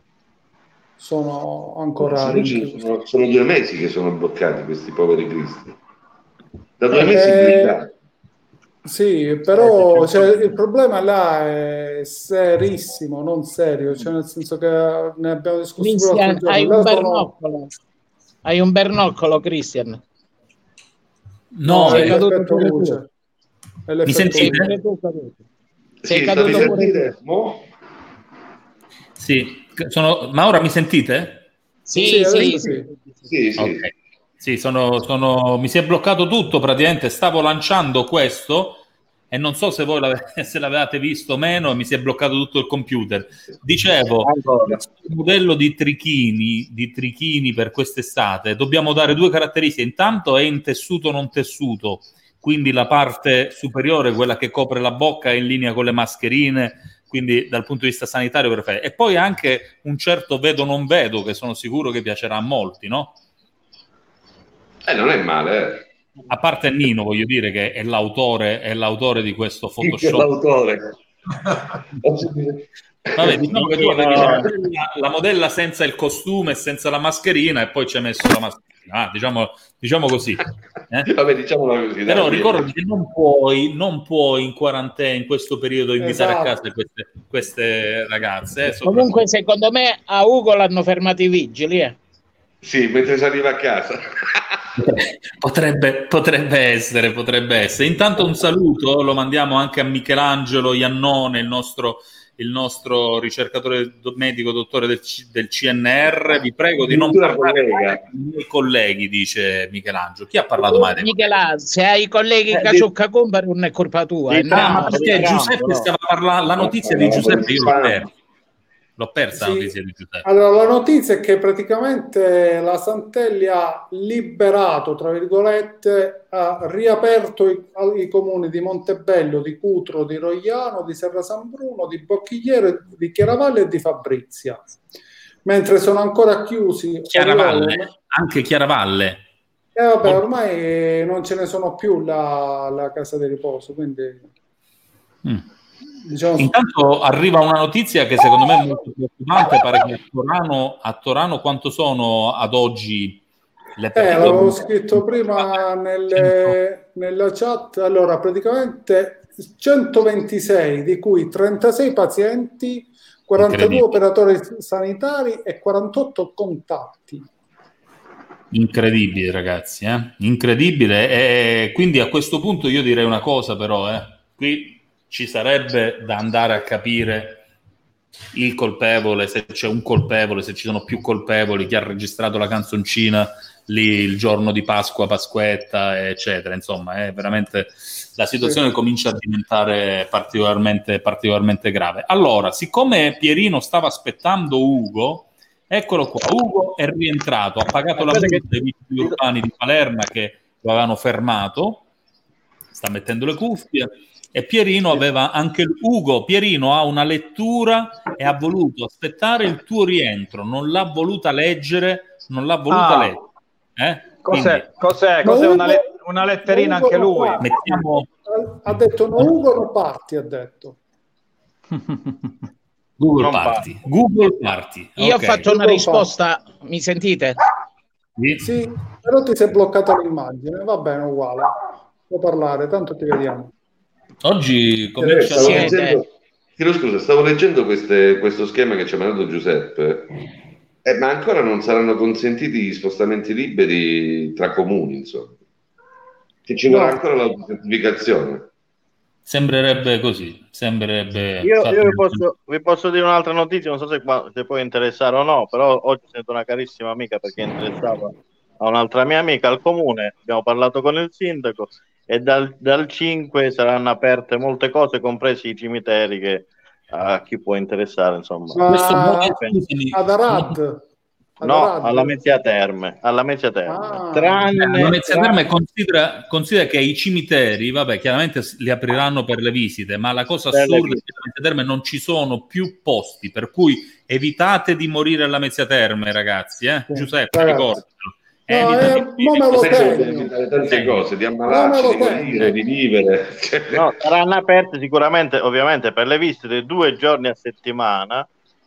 F: sono ancora
I: San Lucido
F: rinchiusi.
I: sono, sono due mesi che sono bloccati questi poveri cristi. Da due
F: Eh,
I: mesi blindati.
F: Sì, però cioè, il problema là è serissimo, non serio, cioè nel senso che ne abbiamo discusso pure
J: Cristian,
F: l'altro
J: hai
F: giorno.
J: un
F: Là sono-
J: bernoccolo. Hai un bernoccolo, Cristian.
D: No,
F: è
J: sei caduto
F: l'effetto
J: pure tu.
F: luce. È
D: mi
F: l'effetto
J: Sei
D: sentite?
J: pure tu caduto. Sei
I: Sì, sta
J: caduto
I: di
J: pure
I: sentire?
J: tu.
I: Mo?
D: Sì, sono... ma ora mi sentite?
J: Sì,
F: Sì,
J: sì,
F: adesso
J: sì.
F: sì.
I: Sì, sì.
D: Ok. Sì, sono, sono- mi si è bloccato tutto praticamente, stavo lanciando questo e non so se voi l'ave- se l'avevate visto o meno, e mi si è bloccato tutto il computer. Dicevo,
H: Ancora.
D: questo modello di trichini, di trichini per quest'estate, dobbiamo dare due caratteristiche. Intanto è in tessuto non tessuto, quindi la parte superiore, quella che copre la bocca, è in linea con le mascherine, quindi dal punto di vista sanitario perfetto. E poi anche un certo vedo non vedo, che sono sicuro che piacerà a molti, no?
I: Eh, non è male, eh.
D: A parte Nino, voglio dire che è l'autore, è l'autore di questo
I: Chi è
D: Photoshop.
I: l'autore?
D: Vabbè, diciamo che tu
H: Nino.
D: avevi la modella, la modella senza il costume e senza la mascherina e poi ci hai messo la mascherina. Ah, diciamo, diciamo così. Eh?
I: Vabbè, diciamola così.
D: Però
I: dai,
D: ricordati che non puoi, non puoi in quarantena, in questo periodo, invitare
F: Esatto.
D: a casa queste, queste ragazze. Eh,
J: Comunque, secondo me, a Ugo l'hanno fermato i vigili. Eh.
I: Sì, mentre si arriva a casa.
D: Potrebbe, potrebbe essere, potrebbe essere. Intanto un saluto lo mandiamo anche a Michelangelo Iannone, il nostro, il nostro ricercatore do- medico, dottore del, C- del C N R. Vi prego di non
I: Addirittura
D: parlare
I: collega.
D: male dei miei colleghi, dice Michelangelo. Chi ha parlato male dei
J: Michelangelo, se hai i colleghi in
H: Eh,
J: Caciucca Compari non è colpa tua.
H: Di-
J: eh,
D: Ah, ma
J: no.
D: perché
H: Campo,
D: Giuseppe
H: no.
D: stava parlando, la notizia di Giuseppe io l'ho persa. L'ho persa la
F: Sì.
D: notizia di Giuseppe.
F: Allora, la notizia è che praticamente la Santelli ha liberato, tra virgolette, ha riaperto i, i comuni di Montebello, di Cutro, di Rogliano, di Serra San Bruno, di Bocchigliero, di Chiaravalle e di Fabrizia. Mentre sono ancora chiusi
D: Chiaravalle,
F: Oriolo,
D: anche Chiaravalle.
F: e vabbè, ormai non ce ne sono più la, la casa di riposo, quindi
D: Mm.
F: diciamo
D: Intanto arriva una notizia che secondo me è molto preoccupante. Pare che a Torano, a Torano quanto sono ad oggi le
F: Eh,
D: persone?
F: l'avevo scritto prima nelle- nella chat. Allora, praticamente centoventisei, di cui trentasei pazienti, quarantadue
D: Incredibile.
F: operatori sanitari e quarantotto contatti.
D: Incredibile, ragazzi, eh? Incredibile. E quindi a questo punto io direi una cosa, però, eh? Qui ci sarebbe da andare a capire il colpevole, se c'è un colpevole, se ci sono più colpevoli, chi ha registrato la canzoncina lì il giorno di Pasqua, Pasquetta, eccetera. Insomma, è veramente la situazione comincia a diventare particolarmente, particolarmente grave. Allora, siccome Pierino stava aspettando Ugo, eccolo qua. Ugo è rientrato, ha pagato la multa dei vigili urbani di Palermo che lo avevano fermato, sta mettendo le cuffie. E Pierino aveva anche Ugo. Pierino ha una lettura e ha voluto aspettare il tuo rientro, non l'ha voluta leggere, non l'ha voluta
E: Ah.
D: leggere. Eh?
E: Cos'è,
D: Quindi,
E: cos'è,
F: Ma
E: cos'è una,
F: Ugo-
E: le- una letterina
F: Ugo
E: anche
F: non
E: lui?
F: parti.
D: mettiamo
F: Ha detto no Ugo, no parti, ha detto.
D: Google
H: Non
D: Party. Google Party.
J: Io
D: Ok.
J: ho fatto una
F: Ugo
J: risposta, mi sentite?
D: Sì.
F: Sì, però ti sei bloccata l'immagine, va bene, uguale. Può parlare, tanto ti vediamo.
D: Oggi
I: Eh,
D: comincia
I: stavo
J: Siete-
I: leggendo, chiedo scusa, stavo leggendo queste- questo schema che ci ha mandato Giuseppe, eh, ma ancora non saranno consentiti gli spostamenti liberi tra comuni, insomma. Che ci vorrà
F: No.
I: ancora l'autentificazione.
D: sembrerebbe così, sembrerebbe
H: Io,
D: fatto-
H: io vi, posso, vi posso dire un'altra notizia, non so se, qua- se può interessare o no, però oggi sento una carissima amica perché interessava a un'altra mia amica al comune, abbiamo parlato con il sindaco e dal, dal cinque saranno aperte molte cose, compresi i cimiteri che a chi può interessare, insomma.
D: Questo
F: Ma
D: modo- scusami.
F: ad Arad? Ad
H: No,
F: Arad?
H: alla Mezzia Terme, alla Mezzia Terme.
F: Ah.
H: Tranne,
D: La Mezzia
H: tranne-
D: Terme considera, considera che i cimiteri, vabbè, chiaramente s- li apriranno per le visite, ma la cosa
H: Per le
D: assurda è
H: visite.
D: che alla Mezzia Terme non ci sono più posti, per cui evitate di morire alla Mezzia Terme, ragazzi, eh?
F: Sì,
D: Giuseppe,
F: ragazzi.
D: ricordalo.
F: No,
D: Evita
F: eh,
D: di-
F: mo me lo
I: Sai che
F: segno.
I: devi evitare tante
D: Segno.
I: cose, di
F: No,
I: ammalarci,
F: me
I: di
F: lo
I: morire,
F: segno.
I: di vivere. Cioè,
H: No, saranno aperte sicuramente, ovviamente, per le visite due giorni a settimana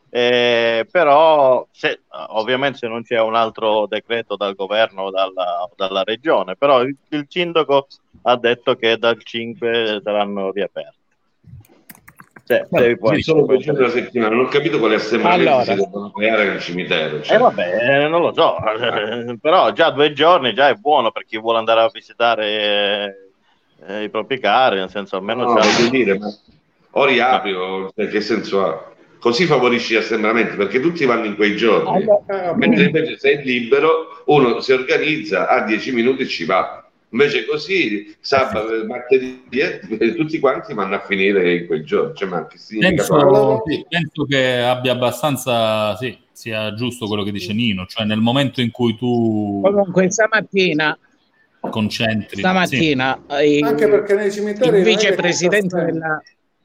H: Eh, però se, ovviamente se non c'è un altro decreto dal governo o dalla, dalla regione, però il, il sindaco ha detto che dal cinque saranno riaperti. Cioè,
I: Beh, sì, solo due giorni alla settimana, non ho capito quale assembramento
J: Allora.
I: si devono creare nel cimitero.
H: Eh
I: Cioè.
H: vabbè, eh, non lo so, eh, però già due giorni già è buono per chi vuole andare a visitare eh, eh, i propri cari, nel senso almeno
I: No,
H: già...
I: voglio dire, ma o riapri o cioè, che senso ha? Così favorisci gli assembramenti, perché tutti vanno in quei giorni,
J: Allora,
I: mentre invece se è libero uno si organizza, ha dieci minuti e ci va. Invece così sabato, martedì, eh, tutti quanti vanno a finire in quel giorno. Cioè, ma che significa
D: Penso, sì, penso che abbia abbastanza, sì, sia giusto quello che dice Nino, cioè nel momento in cui tu
J: comunque stamattina
D: concentri
J: stamattina
D: sì.
J: il,
F: Anche perché nei cimiteri
J: il
F: non è che
J: vicepresidente
F: costa
J: della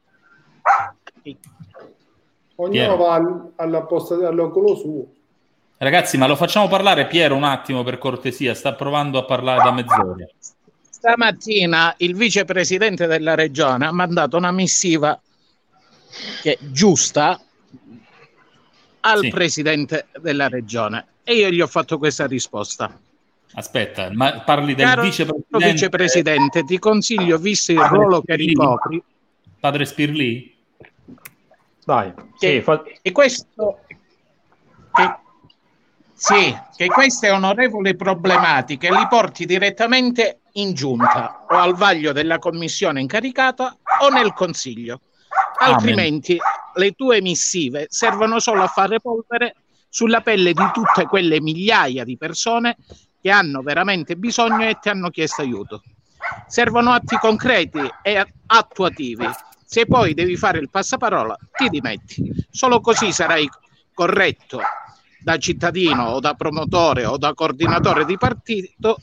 F: ognuno
D: Piero.
F: va al, alla posta all'angolo suo.
D: Ragazzi, ma lo facciamo parlare Piero un attimo per cortesia, sta provando a parlare da mezz'ora.
J: stamattina il vicepresidente della regione ha mandato una missiva che è giusta al
D: Sì.
J: presidente della regione e io gli ho fatto questa risposta.
D: Aspetta, ma parli del
J: Caro
D: vicepresidente...
J: vicepresidente, ti consiglio, visto il
D: Padre
J: ruolo che
D: Spirlì?
J: ricopri,
D: Padre Spirlì?
E: Dai,
J: che,
E: sì, fa...
J: che questo che, sì, che queste onorevoli problematiche li porti direttamente in giunta o al vaglio della commissione incaricata o nel consiglio, altrimenti le tue missive servono solo a fare polvere sulla pelle di tutte quelle migliaia di persone che hanno veramente bisogno e ti hanno chiesto aiuto. Servono atti concreti e attuativi. Se poi devi fare il passaparola, ti dimetti. Solo così sarai corretto da cittadino o da promotore o da coordinatore di partito.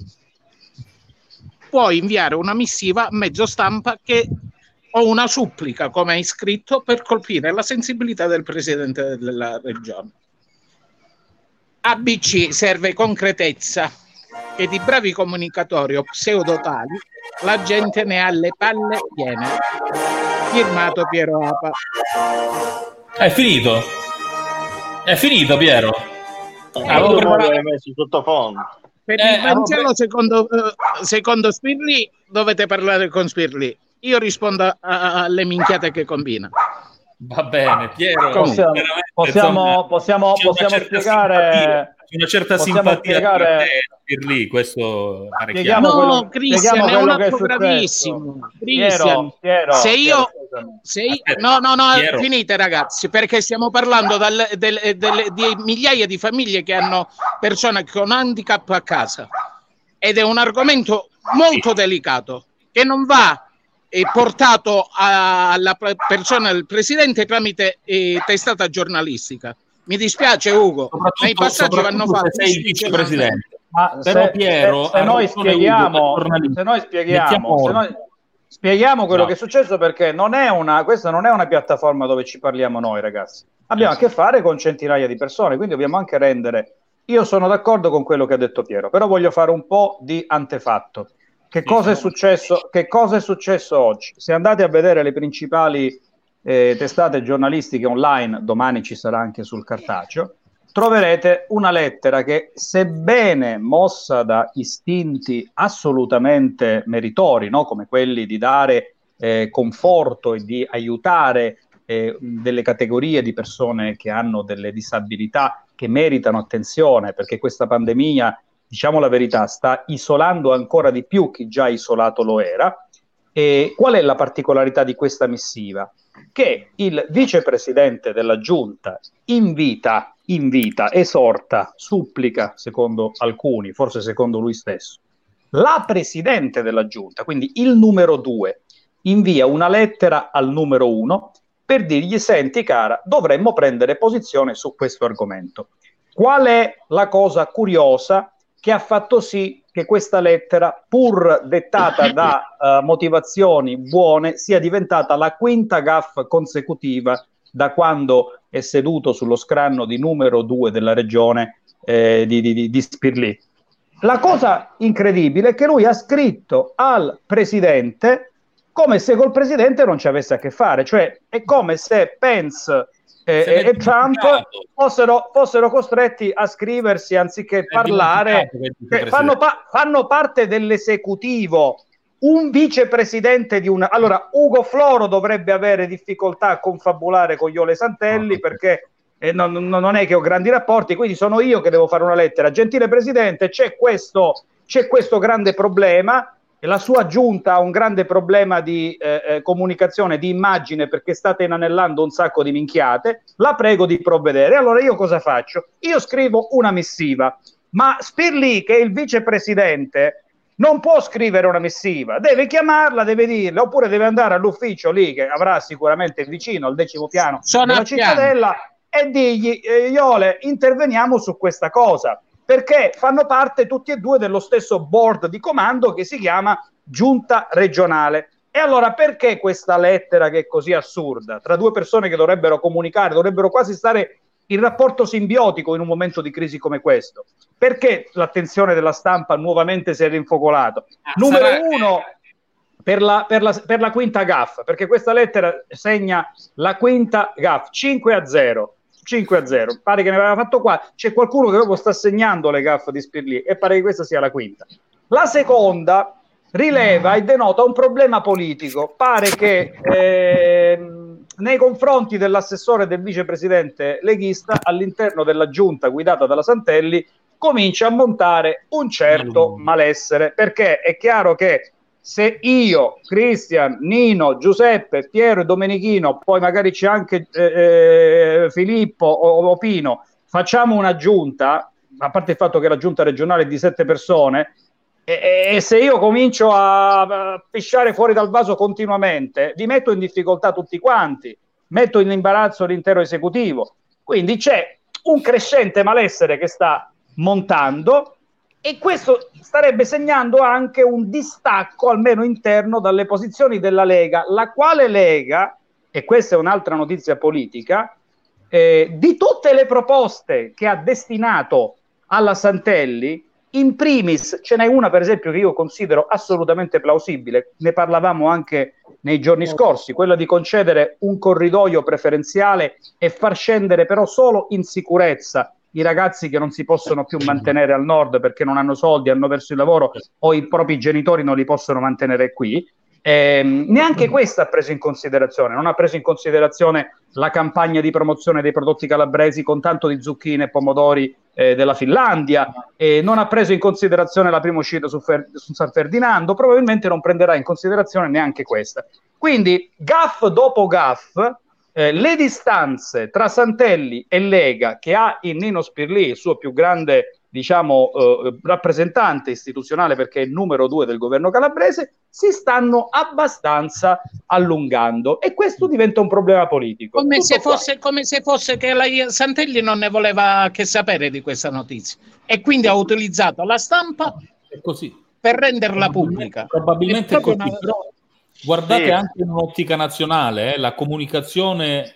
J: Puoi inviare una missiva a mezzo stampa che o una supplica, come hai scritto, per colpire la sensibilità del presidente della regione. A B C serve concretezza, che di bravi comunicatori o pseudotali la gente ne ha le palle piene. Firmato Piero Apa.
D: È finito? È finito, Piero?
H: Ah,
D: Avevo
H: tu
D: preparato-
H: l'hai messo sottofondo.
J: Per
D: Eh,
J: il Vangelo secondo, eh, secondo Spirlì dovete parlare con Spirlì. Io rispondo a- a- alle minchiate che combina.
D: Va bene, Piero.
E: possiamo,
D: veramente,
E: possiamo,
D: insomma,
E: possiamo,
D: c'è una
E: possiamo
D: certa
E: spiegare
D: simpatia, c'è una certa
E: possiamo
D: simpatia
E: spiegare-
D: tra te e Pirlì, questo pare
E: Spieghiamo
D: chiaro.
E: quello-
J: No, Cristian,
E: spieghiamo
J: è un
E: quello che è
J: atto
E: successo.
J: gravissimo.
E: Piero,
J: Cristian,
E: Piero,
J: se io...
E: Piero, scusami.
J: Se io-
D: Aspetta,
J: no, no, no,
D: Piero.
J: finite ragazzi, perché stiamo parlando dal- del- del- di migliaia di famiglie che hanno persone con handicap a casa ed è un argomento molto delicato che non va eh, portato a- alla pe- persona del presidente tramite eh, testata giornalistica. Mi dispiace Ugo,
D: Soprattutto-
J: nei passaggi vanno
D: soprattutto
J: fatti
D: se sei il vicepresidente.
E: Ma
D: Però
E: se,
D: Piero,
E: se- se
D: ha
E: noi
D: ragione
E: spieghiamo,
D: Ugo, da giornalista.
E: se noi spieghiamo,
D: Mettiamo
E: se noi spieghiamo quello
D: No.
E: che è successo, perché non è una, questa non è una piattaforma dove ci parliamo noi, ragazzi. Abbiamo
D: Eh
E: a
D: sì.
E: che fare con centinaia di persone, quindi dobbiamo anche rendere. Io sono d'accordo con quello che ha detto Piero, però voglio fare un po' di antefatto. Che
D: Sì,
E: cosa è
D: siamo-
E: successo? Che cosa è successo oggi? Se andate a vedere le principali eh, testate giornalistiche online, domani ci sarà anche sul cartaceo, troverete una lettera che, sebbene mossa da istinti assolutamente meritori, no? Come quelli di dare eh, conforto e di aiutare eh, delle categorie di persone che hanno delle disabilità che meritano attenzione, perché questa pandemia, diciamo la verità, sta isolando ancora di più chi già isolato lo era. E qual è la particolarità di questa missiva? Che il vicepresidente della giunta invita, invita, esorta, supplica, secondo alcuni, forse secondo lui stesso, la presidente della giunta, quindi il numero due, invia una lettera al numero uno per dirgli: senti cara, dovremmo prendere posizione su questo argomento. Qual è la cosa curiosa che ha fatto sì che questa lettera, pur dettata da uh, motivazioni buone, sia diventata la quinta gaffe consecutiva da quando è seduto sullo scranno di numero due della regione eh, di, di, di Spirlì? La cosa incredibile è che lui ha scritto al presidente come se col presidente non ci avesse a che fare, cioè è come se Pence e, e, e Trump fossero, fossero costretti a scriversi anziché parlare, che fanno, pa- fanno parte dell'esecutivo. Un vicepresidente di una... Allora, Ugo Floro dovrebbe avere difficoltà a confabulare con Iole Santelli, perché eh, non, non è che ho grandi rapporti, quindi sono io che devo fare una lettera. Gentile Presidente, c'è questo, c'è questo grande problema, e la sua giunta ha un grande problema di eh, eh, comunicazione, di immagine, perché state inanellando un sacco di minchiate, la prego di provvedere. Allora io cosa faccio? Io scrivo una missiva, ma Spirlì, che è il vicepresidente, non può scrivere una missiva, deve chiamarla, deve dirle, oppure deve andare all'ufficio lì, che avrà sicuramente vicino al decimo piano
J: Sono
E: della cittadella, e digli, eh, Iole, interveniamo su questa cosa, perché fanno parte tutti e due dello stesso board di comando che si chiama giunta regionale. E allora perché questa lettera che è così assurda, tra due persone che dovrebbero comunicare, dovrebbero quasi stare in rapporto simbiotico in un momento di crisi come questo? Perché l'attenzione della stampa nuovamente si è rinfocolato? Ah, Numero sarà... uno, per la, per, la, per la quinta gaffa, perché questa lettera segna la quinta gaffa, cinque a zero. cinque a zero, pare che ne aveva fatto qua. C'è qualcuno che proprio sta segnando le gaffe di Spirlì e pare che questa sia la quinta. La seconda rileva e denota un problema politico. Pare che eh, nei confronti dell'assessore del vicepresidente leghista all'interno della giunta guidata dalla Santelli comincia a montare un certo malessere, perché è chiaro che se io, Cristian, Nino, Giuseppe, Piero e Domenichino, poi magari c'è anche eh, eh, Filippo o, o Pino, facciamo una giunta, a parte il fatto che la giunta regionale è di sette persone, e, e se io comincio a, a pisciare fuori dal vaso continuamente, vi metto in difficoltà tutti quanti, metto in imbarazzo l'intero esecutivo. Quindi c'è un crescente malessere che sta montando, e questo starebbe segnando anche un distacco, almeno interno, dalle posizioni della Lega, la quale Lega, e questa è un'altra notizia politica, eh, di tutte le proposte che ha destinato alla Santelli, in primis ce n'è una per esempio che io considero assolutamente plausibile, ne parlavamo anche nei giorni scorsi, quella di concedere un corridoio preferenziale e far scendere però solo in sicurezza i ragazzi che non si possono più mantenere al nord perché non hanno soldi, hanno perso il lavoro o i propri genitori non li possono mantenere qui. Eh, neanche questa ha preso in considerazione, non ha preso in considerazione la campagna di promozione dei prodotti calabresi con tanto di zucchine e pomodori eh, della Finlandia, eh, non ha preso in considerazione la prima uscita su, Fer- su San Ferdinando, probabilmente non prenderà in considerazione neanche questa. Quindi gaff dopo gaff, Eh, le distanze tra Santelli e Lega, che ha in Nino Spirlì il suo più grande, diciamo, eh, rappresentante istituzionale, perché è il numero due del governo calabrese, si stanno abbastanza allungando, e questo diventa un problema politico.
J: Come se, fosse, come se fosse che la Santelli non ne voleva che sapere di questa notizia, e quindi ha utilizzato la stampa
D: è così.
J: per renderla pubblica.
D: Probabilmente è così, una... però guardate sì. Anche in un'ottica nazionale, eh, la comunicazione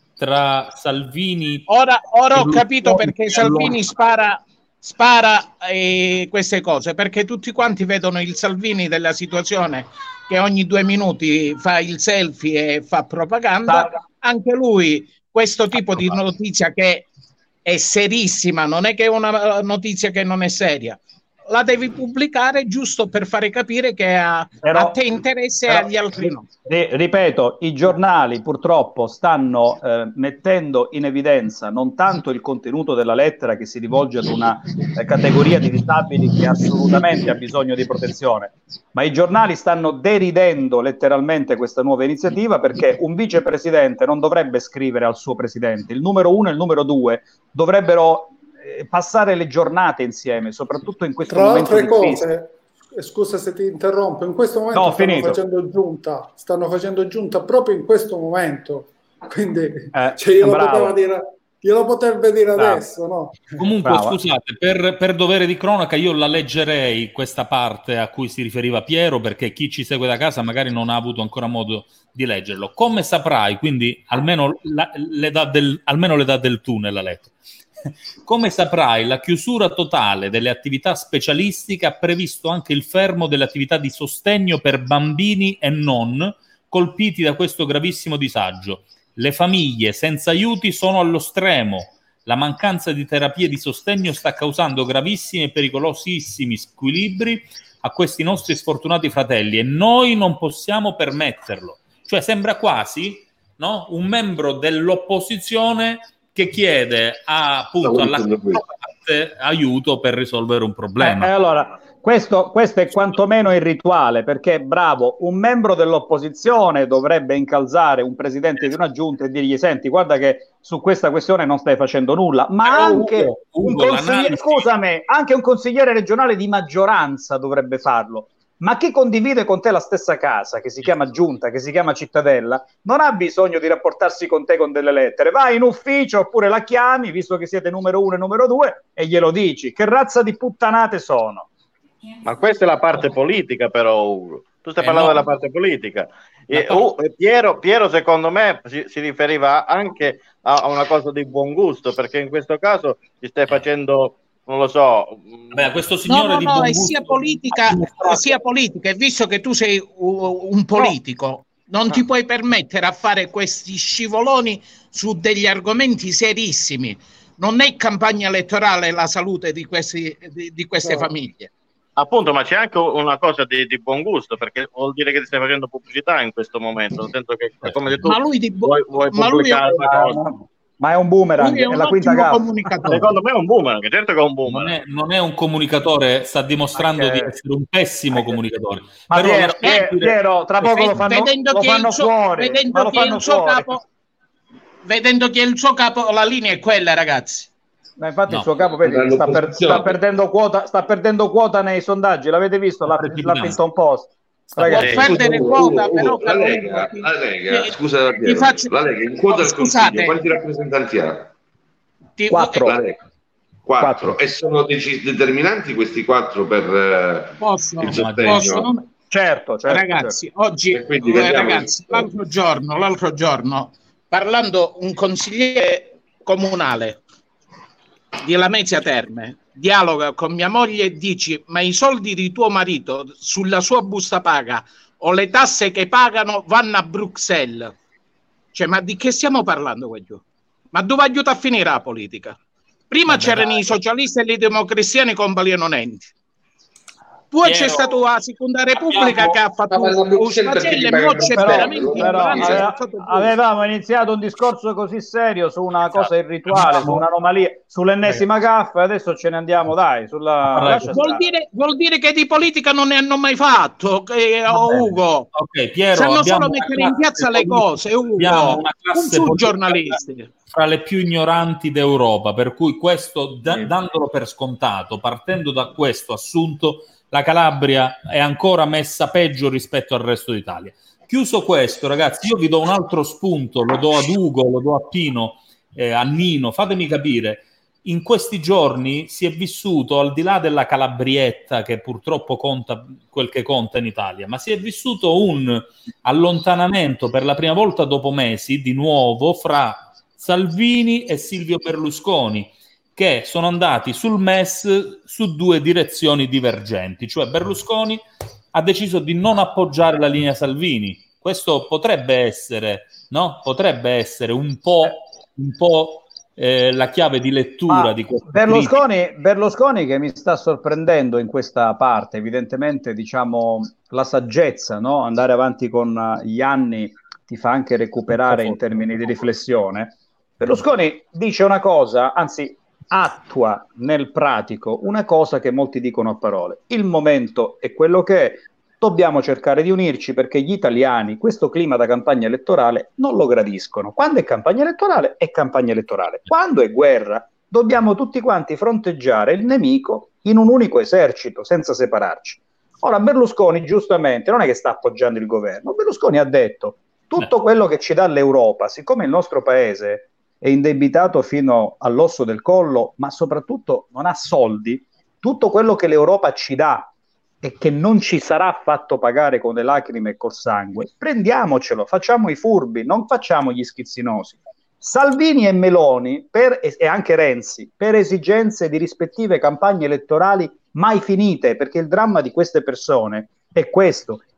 D: tra Salvini...
J: Ora, ora ho capito perché Salvini spara, spara eh, queste cose, perché tutti quanti vedono il Salvini della situazione che ogni due minuti fa il selfie e fa propaganda. Anche lui, questo tipo di notizia che è serissima, non è che è una notizia che non è seria, la devi pubblicare giusto per fare capire che a, però, a te interessa e agli altri no.
E: Ripeto, i giornali purtroppo stanno eh, mettendo in evidenza non tanto il contenuto della lettera che si rivolge ad una eh, categoria di disabili che assolutamente ha bisogno di protezione, ma i giornali stanno deridendo letteralmente questa nuova iniziativa, perché un vicepresidente non dovrebbe scrivere al suo presidente, il numero uno e il numero due dovrebbero passare le giornate insieme, soprattutto in questo
F: Tra
E: momento
F: altre
E: di
F: cose, crisi. Scusa se ti interrompo, in questo momento
E: no,
F: stanno
E: finito.
F: facendo giunta, stanno facendo giunta proprio in questo momento, quindi
E: eh,
F: cioè, io, lo potevo dire, io lo potrebbe dire bravo. Adesso, no?
D: Comunque, bravo. Scusate, per, per dovere di cronaca io la leggerei questa parte a cui si riferiva Piero, perché chi ci segue da casa magari non ha avuto ancora modo di leggerlo. Come saprai, quindi almeno la, le dà del, almeno le dà del tu nella lettera. Come saprai, la chiusura totale delle attività specialistiche ha previsto anche il fermo delle attività di sostegno per bambini e non colpiti da questo gravissimo disagio. Le famiglie senza aiuti sono allo stremo. La mancanza di terapie di sostegno sta causando gravissimi e pericolosissimi squilibri a questi nostri sfortunati fratelli e noi non possiamo permetterlo. Cioè sembra quasi, no, un membro dell'opposizione che chiede a, appunto alla parte aiuto per risolvere un problema.
E: Eh, allora, questo, questo è quantomeno irrituale, perché bravo, un membro dell'opposizione dovrebbe incalzare un presidente di una giunta e dirgli: senti, guarda che su questa questione non stai facendo nulla, ma
D: Però
E: anche
D: Ugo,
E: un
D: Ugo,
E: consigliere, scusami, anche un consigliere regionale di maggioranza dovrebbe farlo. Ma chi condivide con te la stessa casa, che si chiama giunta, che si chiama cittadella, non ha bisogno di rapportarsi con te con delle lettere. Vai in ufficio oppure la chiami, visto che siete numero uno e numero due, e glielo dici. Che razza di puttanate sono?
H: Ma questa è la parte politica, però, Ugo. Tu stai
D: Eh,
H: parlando
D: no.
H: della parte politica. E,
D: La
H: uh, Piero, Piero, secondo me, si, si riferiva anche a, a una cosa di buon gusto, perché in questo caso ti stai facendo, non lo so.
D: Beh, questo
J: No,
D: signore
J: no,
D: di
J: no,
D: buon
J: è
D: gusto-
J: sia politica, è sia politica, e visto che tu sei u- un politico, non ti puoi permettere a fare questi scivoloni su degli argomenti serissimi. Non è campagna elettorale la salute di, questi, di, di queste
F: No.
J: famiglie.
H: Appunto, ma c'è anche una cosa di, di buon gusto, perché vuol dire che ti stai facendo pubblicità in questo momento, nel senso che è come se tu
J: Ma lui di bu-
H: vuoi, vuoi
J: ma lui è-
H: pubblicare una cosa.
E: Ma è un boomerang,
J: Lui è
E: è
J: un
E: la quinta
J: ottimo
E: gaffa.
J: comunicatore.
H: Secondo me è un boomerang, certo che è un
D: non
H: boomerang.
D: è, non è un comunicatore, sta dimostrando
E: Anche-
D: di essere un pessimo
E: anche-
D: comunicatore.
E: Ma
D: Però
E: Piero,
D: lasciami
E: Piero,
D: dire-
E: Piero, tra poco lo
J: Ve-
E: fanno,
J: vedendo
E: lo
J: chi è
E: fanno
J: il suo-
E: fuori, ma
J: vedendo
E: lo
J: chi è
E: fanno
J: il suo
E: fuori.
J: capo, vedendo chi è il suo capo, la linea è quella, ragazzi.
E: Ma infatti
D: No.
E: il suo capo vedi, sta, per-
I: Dall'opposizione.
E: sta perdendo quota, sta perdendo quota nei sondaggi. L'avete visto? La, l'Huffington Post.
D: Sta
E: Ragazzi,
J: Può perdere
I: Ugo,
J: quota,
I: Ugo,
J: però
I: Ugo, la
J: caro
I: Lega,
J: Ugo, ti-
I: la Lega,
J: ti-
I: scusa
J: ti
I: Piero,
J: faccio-
I: la Lega in quota
J: Oh,
I: al
J: scusate.
I: Consiglio quanti rappresentanti ha?
J: ti-
E: Quattro.
I: La Lega. Quattro.
E: Quattro.
I: E sono deci- determinanti questi quattro per eh,
J: Posso,
I: il sostegno.
J: posso?
E: certo, certo,
J: Ragazzi, oggi,
I: E quindi
J: eh,
I: vediamo-
J: ragazzi, l'altro giorno, l'altro giorno, parlando un consigliere comunale di Lamezia Terme, dialoga con mia moglie e dici: ma i soldi di tuo marito sulla sua busta paga o le tasse che pagano vanno a Bruxelles. Cioè, ma di che stiamo parlando qua giù? Ma dove aiuta a finire la politica? Prima
D: Vabbè,
J: c'erano
D: dai.
J: i socialisti e i democristiani con Baliononenti. Poi
D: Piero,
J: c'è stata la seconda repubblica
D: abbiamo-
J: che ha fatto
I: Ma la
J: un
I: Bruxelles perché
J: sfacello
I: gli
J: e
I: paga
J: mo
I: il
J: c'è
I: Bruxelles,
J: veramente
I: lo
E: però
J: ignoranza
I: capisco.
E: aveva-
J: sul fatto giusto.
E: avevamo iniziato un discorso così serio su una cosa irrituale,
D: Abbiamo-
E: su un'anomalia, sull'ennesima gaffa, e adesso ce ne andiamo, dai, sulla...
D: Prego.
E: lascia
J: Vuol
E: stare.
J: dire, vuol dire che di politica non ne hanno mai fatto, che, oh,
D: bene.
J: Ugo.
D: Ok, Piero,
J: Sanno
D: abbiamo
J: solo
D: una
J: mettere in
D: classe
J: piazza le
D: politica-
J: cose, Ugo.
D: abbiamo una
J: Non
D: classe
J: su
D: politica
J: giornalisti.
D: fra le più ignoranti d'Europa, per cui questo, da-
E: Sì.
D: dandolo per scontato, partendo da questo assunto, la Calabria è ancora messa peggio rispetto al resto d'Italia. Chiuso questo, ragazzi, io vi do un altro spunto, lo do ad Ugo, lo do a Pino, eh, a Nino, fatemi capire. In questi giorni si è vissuto, al di là della Calabrietta, che purtroppo conta quel che conta in Italia, ma si è vissuto un allontanamento per la prima volta dopo mesi, di nuovo, fra Salvini e Silvio Berlusconi, che sono andati sul M E S su due direzioni divergenti. Cioè Berlusconi ha deciso di non appoggiare la linea Salvini. Questo potrebbe essere, no? Potrebbe essere un po', un po' eh, la chiave di lettura
E: Ma
D: di questo
E: Berlusconi, Berlusconi che mi sta sorprendendo in questa parte, evidentemente, diciamo, la saggezza, no? Andare avanti con uh, gli anni ti fa anche recuperare in termini di riflessione. Berlusconi dice una cosa, anzi attua nel pratico una cosa che molti dicono a parole. Il momento è quello che è, dobbiamo cercare di unirci perché gli italiani questo clima da campagna elettorale non lo gradiscono. Quando è campagna elettorale è campagna elettorale, quando è guerra dobbiamo tutti quanti fronteggiare il nemico in un unico esercito senza separarci. Ora Berlusconi giustamente non è che sta appoggiando il governo, Berlusconi ha detto tutto quello che ci dà l'Europa, siccome il nostro paese è indebitato fino all'osso del collo, ma soprattutto non ha soldi, tutto quello che l'Europa ci dà e che non ci sarà fatto pagare con le lacrime e col sangue, prendiamocelo, facciamo i furbi, non facciamo gli schizzinosi. Salvini e Meloni, per, e anche Renzi, per esigenze di rispettive campagne elettorali mai finite, perché il dramma di queste persone è questo,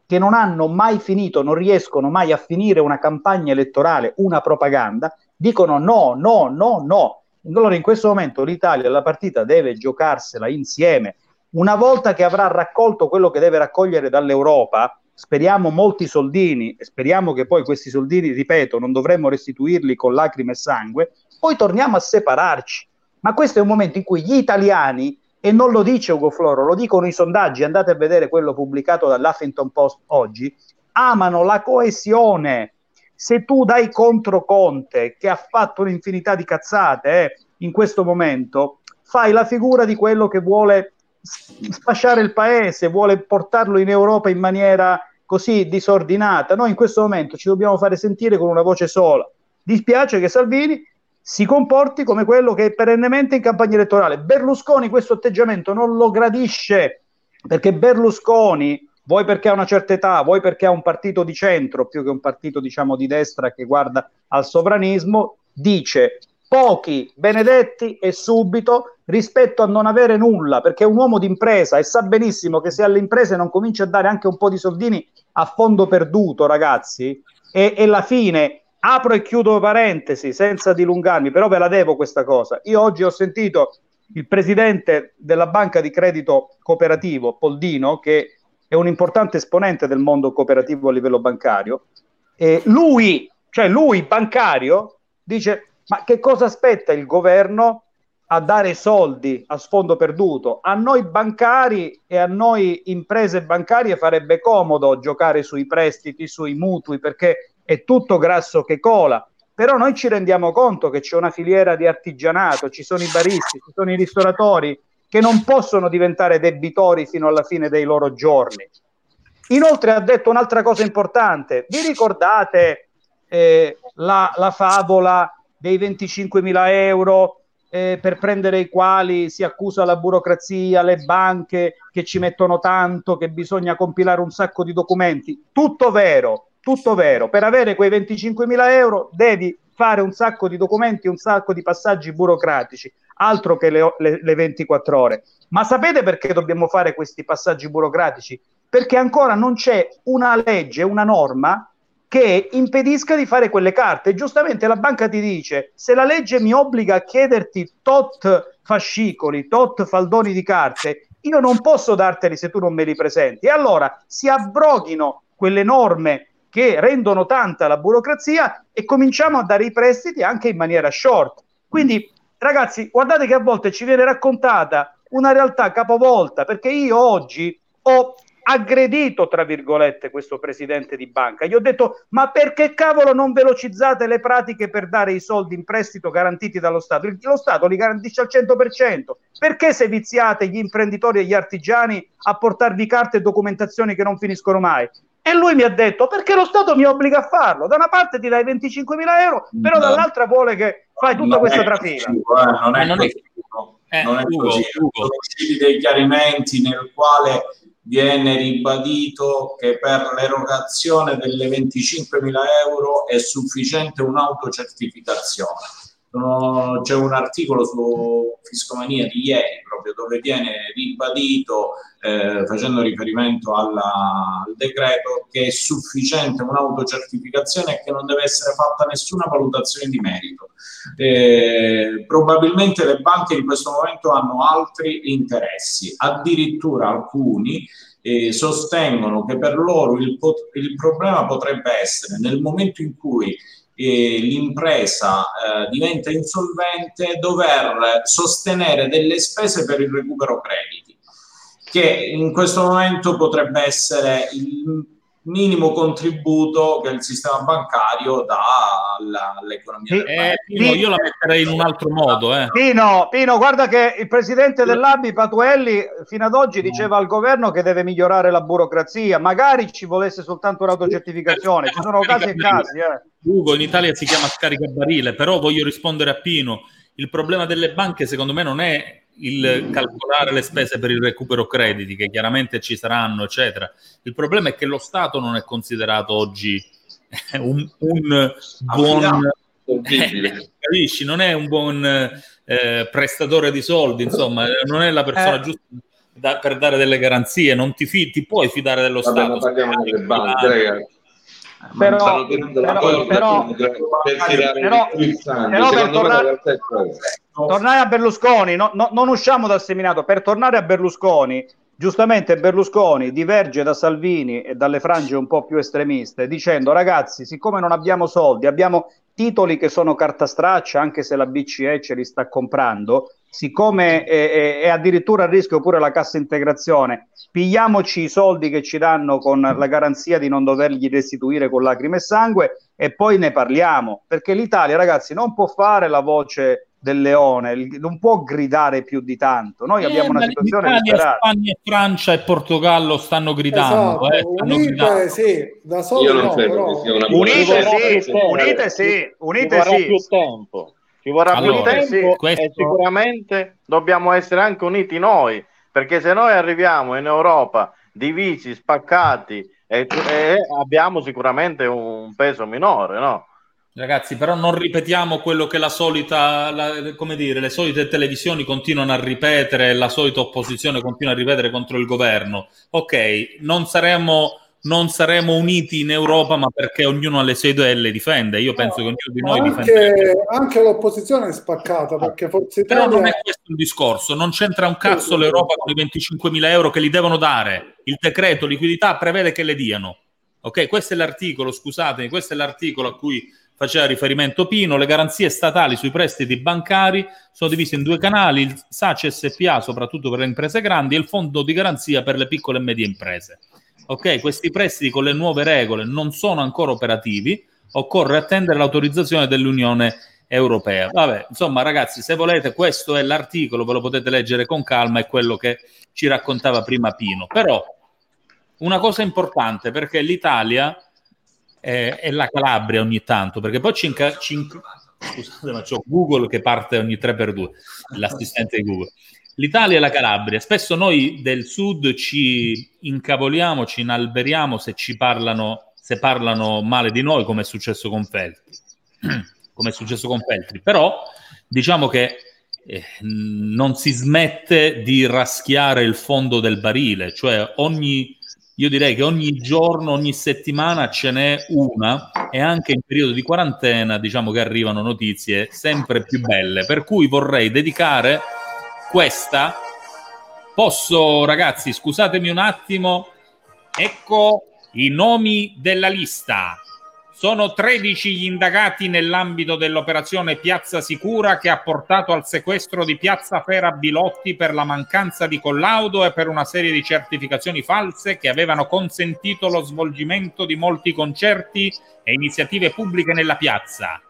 E: che non hanno mai finito, non riescono mai a finire una campagna elettorale, una propaganda, dicono no, no, no, no. Allora in questo momento l'Italia la partita deve giocarsela insieme. Una volta che avrà raccolto quello che deve raccogliere dall'Europa, speriamo molti soldini, e speriamo che poi questi soldini, ripeto, non dovremmo restituirli con lacrime e sangue, poi torniamo a separarci. Ma questo è un momento in cui gli italiani, e non lo dice Ugo Floro, lo dicono i sondaggi, andate a vedere quello pubblicato dall'Huffington Post oggi, amano la coesione. Se tu dai contro Conte, che ha fatto un'infinità di cazzate eh, in questo momento, fai la figura di quello che vuole sfasciare il paese, vuole portarlo in Europa in maniera così disordinata. Noi in questo momento ci dobbiamo fare sentire con una voce sola. Dispiace che Salvini si comporti come quello che è perennemente in campagna elettorale. Berlusconi questo atteggiamento non lo gradisce, perché Berlusconi, vuoi perché ha una certa età, vuoi perché ha un partito di centro più che un partito diciamo di destra che guarda al sovranismo, dice pochi benedetti e subito rispetto a non avere nulla, perché è un uomo d'impresa e sa benissimo che se alle imprese non comincia a dare anche un po' di soldini a fondo perduto, ragazzi, e, e la fine, apro e chiudo parentesi senza dilungarmi, però ve la devo questa cosa. Io oggi ho sentito il presidente della banca di credito cooperativo, Poldino, che è un importante esponente del mondo cooperativo a livello bancario, e lui, cioè lui bancario, dice: ma che cosa aspetta il governo a dare soldi a sfondo perduto? A noi bancari e a noi imprese bancarie farebbe comodo giocare sui prestiti, sui mutui, perché è tutto grasso che cola. Però noi ci rendiamo conto che c'è una filiera di artigianato, ci sono i baristi, ci sono i ristoratori che non possono diventare debitori fino alla fine dei loro giorni. Inoltre ha detto un'altra cosa importante. Vi ricordate eh, la, la favola dei venticinquemila euro eh, per prendere i quali si accusa la burocrazia, le banche che ci mettono tanto, che bisogna compilare un sacco di documenti? Tutto vero, tutto vero. Per avere quei venticinquemila euro devi fare un sacco di documenti, un sacco di passaggi burocratici, altro che le, le, le ventiquattro ore. Ma sapete perché dobbiamo fare questi passaggi burocratici? Perché ancora non c'è una legge, una norma che impedisca di fare quelle carte. Giustamente la banca ti dice: se la legge mi obbliga a chiederti tot fascicoli, tot faldoni di carte, io non posso darteli se tu non me li presenti. E allora si abroghino quelle norme che rendono tanta la burocrazia e cominciamo a dare i prestiti anche in maniera short. Quindi ragazzi, guardate che a volte ci viene raccontata una realtà capovolta, perché io oggi ho aggredito, tra virgolette, questo presidente di banca. Gli ho detto: ma perché cavolo non velocizzate le pratiche per dare i soldi in prestito garantiti dallo Stato? Lo Stato li garantisce al cento per cento. Perché se viziate gli imprenditori e gli artigiani a portarvi carte e documentazioni che non finiscono mai? E lui mi ha detto: perché lo Stato mi obbliga a farlo. Da una parte ti dai venticinquemila euro, però no, dall'altra vuole che fai tutta
B: non
E: questa
B: è
E: trafila.
B: Così, eh, non è non così. È, non è Ugo, così. Ugo. Sono usciti dei chiarimenti nel quale viene ribadito che per l'erogazione delle venticinquemila euro è sufficiente un'autocertificazione. Sono, c'è un articolo su Fiscomania di ieri proprio dove viene ribadito, eh, facendo riferimento alla, al decreto, che è sufficiente un'autocertificazione e che non deve essere fatta nessuna valutazione di merito. Eh, probabilmente le banche in questo momento hanno altri interessi, addirittura alcuni eh, sostengono che per loro il, pot- il problema potrebbe essere nel momento in cui eh, l'impresa eh, diventa insolvente, dover sostenere delle spese per il recupero crediti, che in questo momento potrebbe essere il minimo contributo che il sistema bancario dà alla, all'economia del
D: eh, Pino, io la metterei in un altro modo. Eh.
E: Pino, Pino, guarda che il presidente dell'A B I, Patuelli, fino ad oggi diceva al governo che deve migliorare la burocrazia. Magari ci volesse soltanto un'autocertificazione. Ci sono casi e casi. Eh.
D: Ugo, in Italia si chiama scaricabarile, però voglio rispondere a Pino. Il problema delle banche, secondo me, non è il calcolare le spese per il recupero crediti, che chiaramente ci saranno, eccetera. Il problema è che lo Stato non è considerato oggi un, un buon eh, capisci? Non è un buon eh, prestatore di soldi, insomma, non è la persona
E: eh.
D: giusta da, per dare delle garanzie, non ti, fi, ti puoi fidare dello
I: Vabbè,
D: Stato.
I: ma parliamo delle banche, ragazzi.
E: Però, però, però, però, però per tornare, tornare a Berlusconi, no, no, non usciamo dal seminato, per tornare a Berlusconi, giustamente Berlusconi diverge da Salvini e dalle frange un po' più estremiste dicendo ragazzi, siccome non abbiamo soldi, abbiamo titoli che sono carta straccia, anche se la B C E ce li sta comprando, siccome è, è, è addirittura a rischio pure la cassa integrazione, pigliamoci i soldi che ci danno con la garanzia di non dovergli restituire con lacrime e sangue e poi ne parliamo, perché l'Italia, ragazzi, non può fare la voce del leone, non può gridare più di tanto. Noi
D: eh,
E: abbiamo una situazione
D: Italia,
E: disperata.
D: Spagna, Francia e Portogallo stanno gridando,
F: esatto.
D: eh, stanno
F: Unite
D: gridando.
F: sì, da solo
I: io non
F: no,
I: credo
F: però...
I: che sia una
E: unite
H: sì,
E: sì, unite sì, unite
H: ci vorrà
E: sì.
H: più tempo, ci vorrà
D: Allora,
H: più tempo
E: sì,
D: questo...
H: e sicuramente dobbiamo essere anche uniti noi, perché se noi arriviamo in Europa divisi, spaccati e, e abbiamo sicuramente un peso minore, no?
D: Ragazzi, però non ripetiamo quello che la solita, la, come dire, le solite televisioni continuano a ripetere, la solita opposizione continua a ripetere contro il governo. Ok, non saremo, non saremo uniti in Europa, ma perché ognuno ha le sue idee e le difende. Io penso
F: no,
D: che ognuno di noi
F: anche,
D: difenda.
F: anche l'opposizione è spaccata, perché Forza Italia...
D: Però non è questo il discorso, non c'entra un cazzo
F: sì,
D: l'Europa con i venticinquemila euro che li devono dare. Il decreto liquidità prevede che le diano. Ok, questo è l'articolo, scusatemi, questo è l'articolo a cui faceva riferimento Pino. Le garanzie statali sui prestiti bancari sono divise in due canali, il S A C E S P A soprattutto per le imprese grandi e il fondo di garanzia per le piccole e medie imprese. Ok, questi prestiti con le nuove regole non sono ancora operativi, occorre attendere l'autorizzazione dell'Unione Europea. Vabbè, insomma ragazzi, se volete questo è l'articolo, ve lo potete leggere con calma, è quello che ci raccontava prima Pino. Però una cosa importante, perché l'Italia eh, e la Calabria ogni tanto, perché poi ci, inca- ci inc- scusate, ma c'ho Google che parte ogni tre per due, l'assistente di Google. L'Italia e la Calabria, spesso noi del sud ci incavoliamo, ci inalberiamo se ci parlano, se parlano male di noi, come è successo con Feltri, come è successo con Feltri, però diciamo che eh, non si smette di raschiare il fondo del barile, cioè ogni io direi che ogni giorno, ogni settimana ce n'è una, e anche in periodo di quarantena diciamo che arrivano notizie sempre più belle, per cui vorrei dedicare questa. Posso, ragazzi, scusatemi un attimo, ecco i nomi della lista. Sono tredici gli indagati nell'ambito dell'operazione Piazza Sicura, che ha portato al sequestro di Piazza Fera Bilotti per la mancanza di collaudo e per una serie di certificazioni false che avevano consentito lo svolgimento di molti concerti e iniziative pubbliche nella piazza.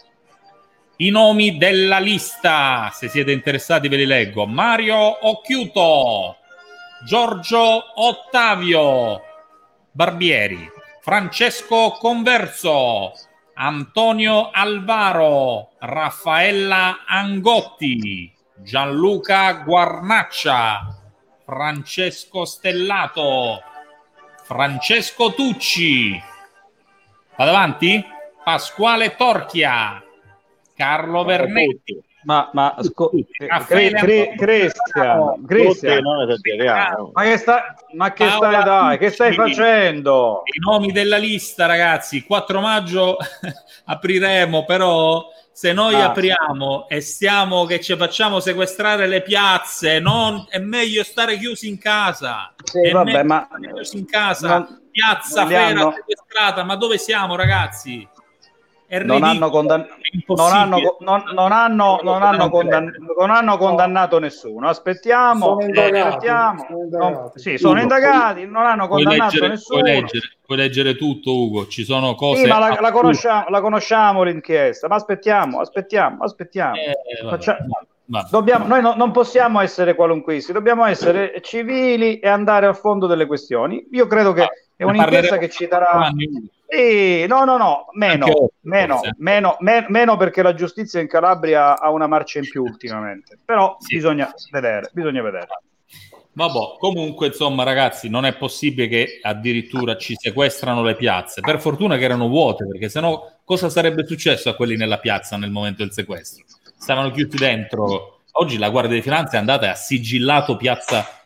D: I nomi della lista, se siete interessati ve li leggo: Mario Occhiuto, Giorgio Ottavio Barbieri, Francesco Converso, Antonio Alvaro, Raffaella Angotti, Gianluca Guarnaccia, Francesco Stellato, Francesco Tucci, vado avanti? Pasquale Torchia, Carlo Vernetti.
E: Ma, ma sco- Cristian, Cristian, ma che, sta, ma che stai dai? Che stai facendo?
D: I nomi della lista, ragazzi. quattro maggio apriremo, però se noi ah. apriamo e stiamo che ci facciamo sequestrare le piazze, non è meglio stare chiusi in casa.
E: Sì,
D: è
E: vabbè,
D: meglio
E: ma
D: stare chiusi in casa.
E: non,
D: Piazza Fera sequestrata, ma dove siamo, ragazzi?
E: Non hanno, condann- non, hanno, non, non, hanno, non, hanno condann- non hanno condannato nessuno. Aspettiamo,
F: sono indagati,
E: aspettiamo.
F: Sono indagati.
E: No, sì, sono indagati, non hanno condannato
D: puoi leggere,
E: nessuno.
D: Puoi leggere, puoi leggere tutto, Ugo. Ci sono cose.
E: Sì, ma la, la, conosciamo, la conosciamo l'inchiesta. Ma aspettiamo, aspettiamo, aspettiamo.
D: Eh, vabbè,
E: Faccia-
D: vabbè, vabbè.
E: Dobbiamo, noi no, non possiamo essere qualunquisti, dobbiamo essere civili e andare al fondo delle questioni. Io credo che è un'inchiesta che ci darà. Sì, no, no, no, meno, meno, meno, me- meno perché la giustizia in Calabria ha una marcia in più ultimamente, però sì. bisogna vedere, bisogna vedere.
D: Vabbè, comunque, insomma, ragazzi, non è possibile che addirittura ci sequestrano le piazze. Per fortuna che erano vuote, perché sennò cosa sarebbe successo a quelli nella piazza nel momento del sequestro? Stavano chiusi dentro. Oggi la Guardia di Finanza è andata e ha sigillato piazza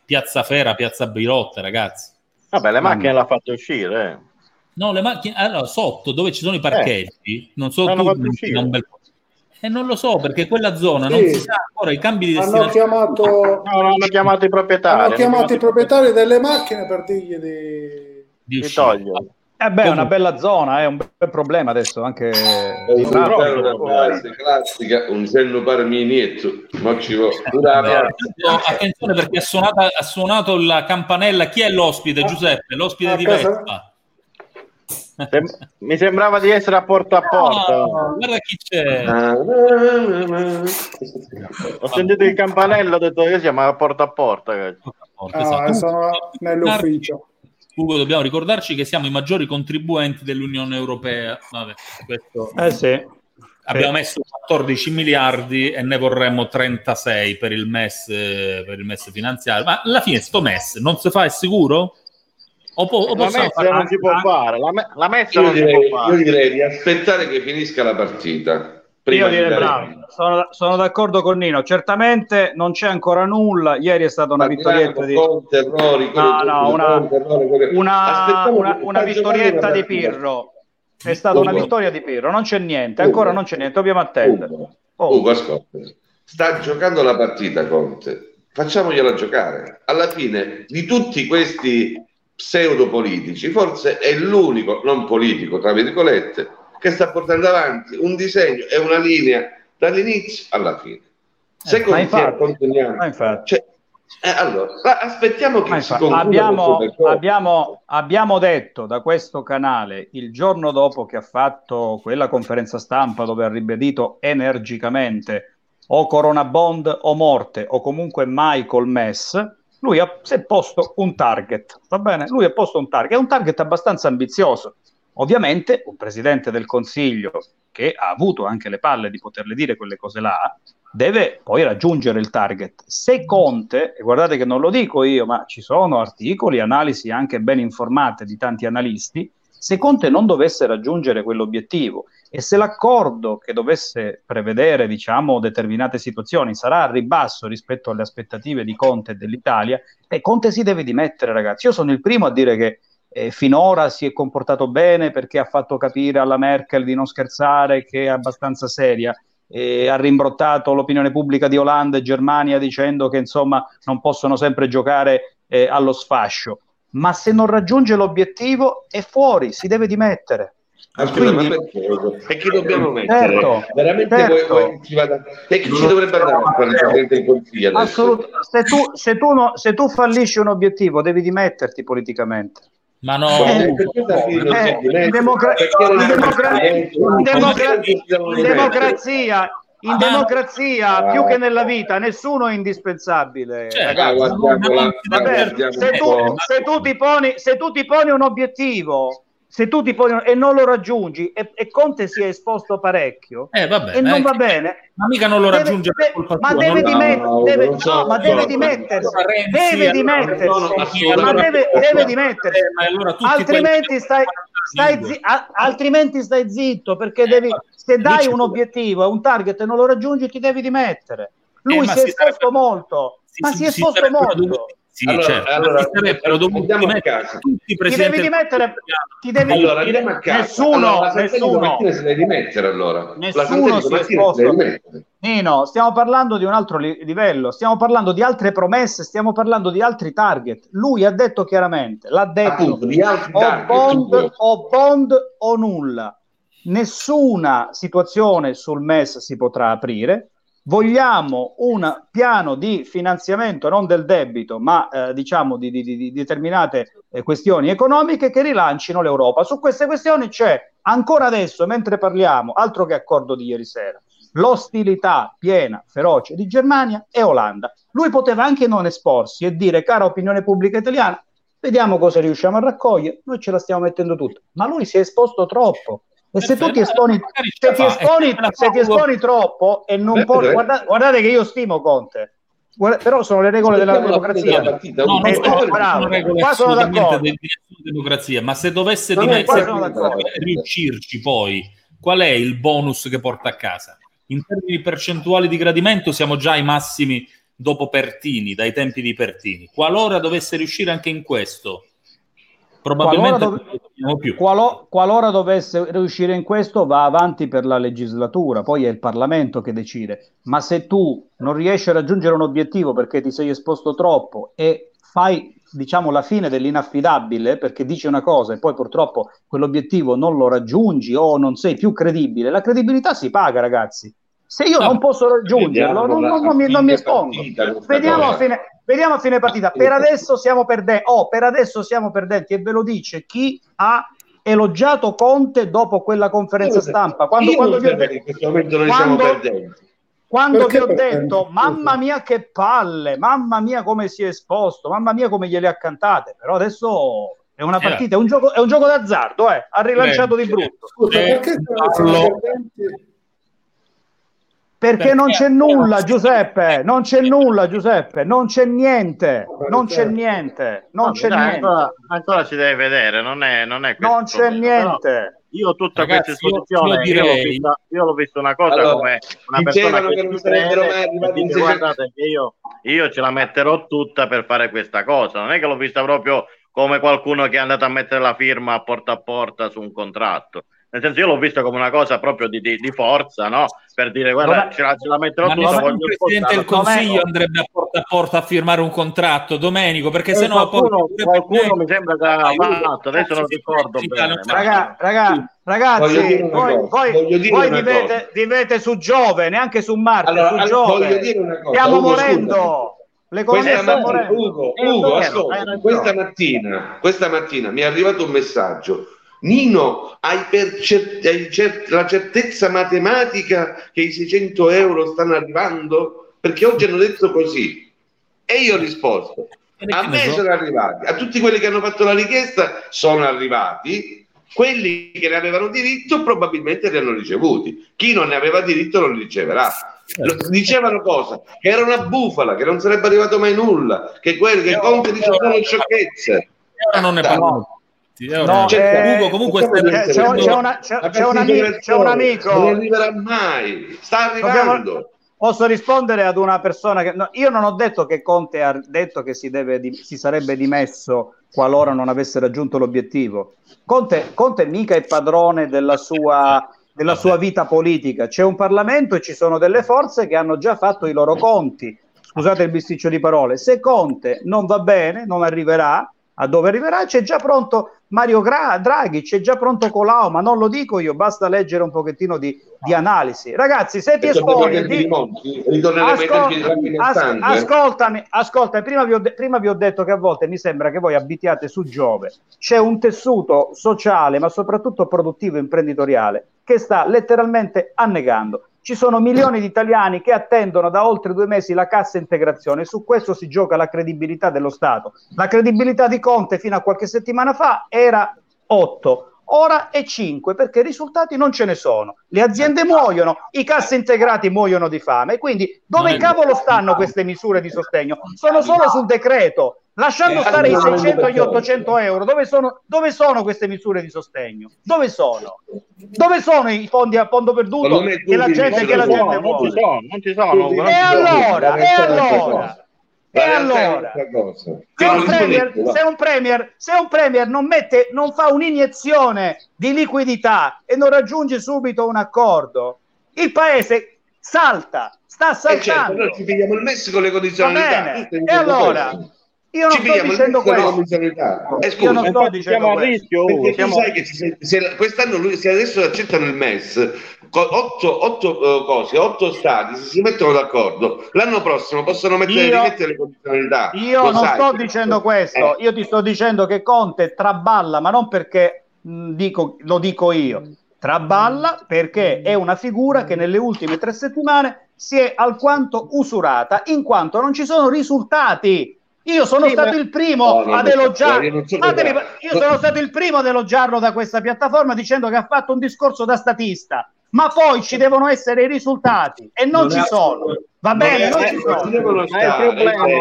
D: Piazza Fera, Piazza Birotte, ragazzi.
H: Vabbè, le macchine l'ha fatte uscire. Eh.
D: No, le macchine, allora, sotto, dove ci sono i parcheggi, eh, non so tu, un bel... E non lo so, perché quella zona sì. non si sa ancora i cambi di destinazione.
F: Hanno chiamato,
H: no, hanno chiamato i proprietari.
F: Hanno chiamato, hanno chiamato i proprietari delle macchine per dirgli di,
D: di,
H: di togliere.
E: Eh beh, è una bella zona, è un bel problema adesso anche
I: è di una base classica, un senno parminietto, ma ci vuole.
D: Attenzione perché ha suonato, ha suonato la campanella. Chi è l'ospite, Giuseppe? L'ospite di Vespa.
H: Mi sembrava di essere a porta a porta.
D: Oh, guarda chi c'è.
H: Ho sentito il campanello, ho detto che siamo a porta a porta.
F: porta, esatto. Sono nell'ufficio.
D: Ugo, dobbiamo ricordarci che siamo i maggiori contribuenti dell'Unione Europea. Vabbè, questo...
E: Eh sì.
D: Abbiamo messo quattordici miliardi e ne vorremmo trentasei per il M E S, per il M E S finanziario. Ma alla fine sto M E S non si fa, è sicuro? O po- o
H: la messa
D: fare...
H: non si può fare. La, me- la messa
I: io
H: non
I: direi,
H: si può fare.
I: Io direi di aspettare che finisca la partita.
E: Io direi bravo, sono, sono d'accordo con Nino, certamente non c'è ancora nulla, ieri è stata una vittorietta di
I: Conte, errori,
E: no, no, una,
I: Conte, errori,
E: una, una, una vittorietta di Pirro, è stata Ugo. Una vittoria di Pirro, non c'è niente, ancora Ugo. Non c'è niente, dobbiamo attendere.
I: Ugo, oh. Ugo, ascolta, sta giocando la partita Conte, facciamogliela giocare, alla fine di tutti questi pseudopolitici, forse è l'unico non politico, tra virgolette, che sta portando avanti un disegno e una linea dall'inizio alla fine. Se
E: eh, infatti,
I: continuiamo,
E: infatti.
I: Cioè, eh, allora, aspettiamo che si
E: concluda abbiamo, abbiamo, abbiamo detto da questo canale il giorno dopo che ha fatto quella conferenza stampa dove ha ribadito energicamente o Corona Bond o morte o comunque mai col M E S, lui ha, si è posto un target, va bene? Lui ha posto un target, è un target abbastanza ambizioso. Ovviamente un presidente del Consiglio che ha avuto anche le palle di poterle dire quelle cose là, deve poi raggiungere il target. Se Conte, e guardate che non lo dico io, ma ci sono articoli, analisi anche ben informate di tanti analisti, se Conte non dovesse raggiungere quell'obiettivo e se l'accordo che dovesse prevedere, diciamo, determinate situazioni sarà a ribasso rispetto alle aspettative di Conte e dell'Italia, eh, Conte si deve dimettere, ragazzi. Io sono il primo a dire che Eh, finora si è comportato bene perché ha fatto capire alla Merkel di non scherzare, che è abbastanza seria, eh, ha rimbrottato l'opinione pubblica di Olanda e Germania dicendo che insomma non possono sempre giocare eh, allo sfascio, ma se non raggiunge l'obiettivo è fuori, si deve dimettere.
I: Ascolta, quindi... ma perché? E chi dobbiamo mettere?
E: Certo,
I: veramente
E: certo.
I: Vuoi, vuoi ci vada... E chi ci dovrebbe andare a fare il Presidente del Consiglio adesso?
E: Assolut- se, tu, se, tu no, se tu fallisci un obiettivo devi dimetterti politicamente.
D: Ma no,
E: eh, eh, in, democra- in, democra- in, democra- in democrazia, in democrazia più che nella vita nessuno è indispensabile.
D: Cioè,
E: ragazzi. Vabbè, se, tu, se, tu ti poni, se tu ti poni un obiettivo, se tu ti poni e non lo raggiungi, e, e Conte si è esposto parecchio,
D: eh, vabbè,
E: e non
D: eh,
E: va bene,
D: ma mica non lo raggiunge
E: deve,
D: per colpa
E: ma
D: tua,
E: deve,
D: no,
E: dimet-
I: no,
E: deve,
I: no,
E: no, ma deve dimettersi, deve dimettersi, ma deve, deve dimettersi,
D: allora
E: altrimenti stai, stai zi- a- altrimenti stai zitto, perché devi, se dai un obiettivo e un target e non lo raggiungi ti devi dimettere. Lui
D: eh,
E: si è esposto
D: sarebbe...
E: molto,
D: si,
E: ma
D: si,
E: si è
D: si
E: esposto molto.
D: Dovuto... Sì,
I: allora,
D: certo,
I: allora,
D: ti sarebbero dovuti mettere tutti i presidenti.
E: Ti devi dimettere, ti devi
I: allora,
E: ti
I: a casa.
E: nessuno,
I: allora,
E: nessuno
I: si deve dimettere allora.
E: Nessuno si è esposto. Nino, stiamo parlando di un altro li- livello, stiamo parlando di altre promesse, stiamo parlando di altri target. Lui ha detto chiaramente, l'ha detto,
I: appunto, di altri
E: o
I: target,
E: bond o bond o nulla. Nessuna situazione sul M E S si potrà aprire. Vogliamo un piano di finanziamento non del debito, ma eh, diciamo di, di, di determinate eh, questioni economiche che rilancino l'Europa. Su queste questioni c'è ancora adesso, mentre parliamo, altro che accordo di ieri sera, l'ostilità piena, feroce di Germania e Olanda. Lui poteva anche non esporsi e dire: cara opinione pubblica italiana, vediamo cosa riusciamo a raccogliere, noi ce la stiamo mettendo tutta. Ma lui si è esposto troppo. E se tu ti esponi, se ti esponi, se ti esponi troppo e non puoi, guarda, guardate che io stimo Conte, guarda, però sono le regole della democrazia.
D: No, non
E: eh,
D: sono,
E: oh, bravo,
D: sono regole
E: qua sono d'accordo.
D: di democrazia, ma se dovesse
E: no,
D: dimettere, riuscirci poi, qual è il bonus che porta a casa? In termini percentuali di gradimento siamo già ai massimi dopo Pertini, dai tempi di Pertini. Qualora dovesse riuscire anche in questo, probabilmente
E: qualora, dov- più. Qualo- qualora dovesse riuscire in questo, va avanti per la legislatura, poi è il Parlamento che decide. Ma se tu non riesci a raggiungere un obiettivo perché ti sei esposto troppo e fai, diciamo, la fine dell'inaffidabile, perché dici una cosa e poi purtroppo quell'obiettivo non lo raggiungi o non sei più credibile, la credibilità si paga, ragazzi. Se io non posso raggiungerlo, non, non, non, mi, non mi espongo. Vediamo a, fine, vediamo a fine partita. Per adesso siamo perdenti. Oh, per adesso siamo perdenti, e ve lo dice chi ha elogiato Conte dopo quella conferenza stampa. Quando, quando vi ho detto, in questo momento noi siamo perdenti. Quando vi ho detto, mamma mia che palle, mamma mia come si è esposto, mamma mia come gliele ha cantate, però adesso è una partita, è un gioco, è un gioco d'azzardo, eh. Ha rilanciato di brutto.
F: Scusa, perché siamo perdenti?
E: Perché non c'è nulla, Giuseppe, non c'è nulla, Giuseppe, non c'è niente, non c'è niente, non c'è
H: dai,
E: niente.
H: Ancora, ancora si deve vedere, non è, non è questo
E: non c'è
H: problema.
E: niente.
H: Però io tutta
D: Ragazzi,
H: questa esposizione,
D: io, io,
H: io,
D: direi...
H: l'ho vista, io l'ho vista una cosa
I: allora,
H: come una persona che,
I: che non
H: ci
I: sarebbero
H: crede
I: mai
H: e
I: arrivati
H: dice,
I: in
H: guardate che io, io ce la metterò tutta per fare questa cosa, non è che l'ho vista proprio come qualcuno che è andato a mettere la firma a porta a porta su un contratto. Nel senso, io l'ho visto come una cosa proprio di, di, di forza, no? Per dire, guarda, ce la, ce la metterò
D: ma
H: tutta.
D: Ma il Presidente del Consiglio andrebbe a porta a porta a firmare un contratto, Domenico, perché
H: eh,
D: se no
H: qualcuno,
D: poi...
H: qualcuno mi sembra che ha fatto, adesso non ricordo bene.
E: Raga, raga, ragazzi, voi, voi, voi vivete, vivete su Giove, neanche su Marte,
I: allora,
E: su Giove.
I: Voglio dire una cosa,
E: stiamo
I: Ugo,
E: morendo.
I: Scusami.
E: L'economia sta
I: mattina,
E: morendo.
I: Ugo, Ugo ascolta, questa mattina, questa mattina mi è arrivato un messaggio. Nino, hai, per cer- hai cer- la certezza matematica che i seicento euro stanno arrivando? Perché oggi hanno detto così. E io ho risposto, a me sono arrivati, a tutti quelli che hanno fatto la richiesta sono arrivati, quelli che ne avevano diritto probabilmente li hanno ricevuti, chi non ne aveva diritto non li riceverà. Dicevano cosa? Che era una bufala, che non sarebbe arrivato mai nulla, che quelli che Conte dice sono sciocchezze.
D: Ora non ne parliamo.
E: No, c'è, Ugo, comunque c'è, c'è, c'è, una, c'è, c'è, un amico, c'è un amico
I: non arriverà mai, sta arrivando. Dobbiamo,
E: posso rispondere ad una persona che no, io non ho detto che Conte ha detto che si, deve, si sarebbe dimesso qualora non avesse raggiunto l'obiettivo. Conte, Conte mica è padrone della sua, della sua vita politica, c'è un Parlamento e ci sono delle forze che hanno già fatto i loro conti, scusate il bisticcio di parole. Se Conte non va bene, non arriverà a dove arriverà, c'è già pronto Mario Gra- Draghi, c'è già pronto Colau, ma non lo dico io, basta leggere un pochettino di, di analisi. Ragazzi, se ti esponi... Di... Ascol- as- ascoltami, ascoltami prima, vi ho de- prima vi ho detto che a volte mi sembra che voi abitiate su Giove. C'è un tessuto sociale, ma soprattutto produttivo e imprenditoriale, che sta letteralmente annegando. Ci sono milioni di italiani che attendono da oltre due mesi la cassa integrazione, su questo si gioca la credibilità dello Stato. La credibilità di Conte fino a qualche settimana fa era otto, ora è cinque, perché risultati non ce ne sono. Le aziende muoiono, i cassi integrati muoiono di fame, quindi dove cavolo stanno queste misure di sostegno? Sono solo sul decreto. Lasciando stare i seicento e gli ottocento euro, dove sono, dove sono queste misure di sostegno? Dove sono? Dove sono i fondi a fondo perduto che la gente, che la gente vuole?
H: Non ci sono, non ci sono.
E: E allora, e allora, e allora, se un premier, se un premier, se un premier non mette, non fa un'iniezione di liquidità e non raggiunge subito un accordo, il paese salta, sta saltando.
I: Eh certo, noi ci pigliamo il Messico con le condizionalità.
E: E allora? Io non sto dicendo questo.
I: Eh, scusa,
E: io non sto dicendo
H: siamo a rischio.
I: Perché
H: siamo...
I: tu sai che se, se quest'anno lui, se adesso accettano il M E S, otto, otto uh, cose, otto stati, se si mettono d'accordo, l'anno prossimo possono mettere,
E: io,
I: rimettere le condizionalità.
E: Io
I: Lo
E: non
I: sai,
E: sto dicendo questo, eh. Io ti sto dicendo che Conte traballa, ma non perché mh, dico, lo dico io. Traballa perché è una figura che nelle ultime tre settimane si è alquanto usurata, in quanto non ci sono risultati. Io sono sì, stato ma... il primo no, ad elogiarlo. Io, so Fatemi... io sono stato il primo ad elogiarlo da questa piattaforma dicendo che ha fatto un discorso da statista, ma poi ci devono essere i risultati e non, non ci sono. Va non bene, non ci sono. Ci devono stare,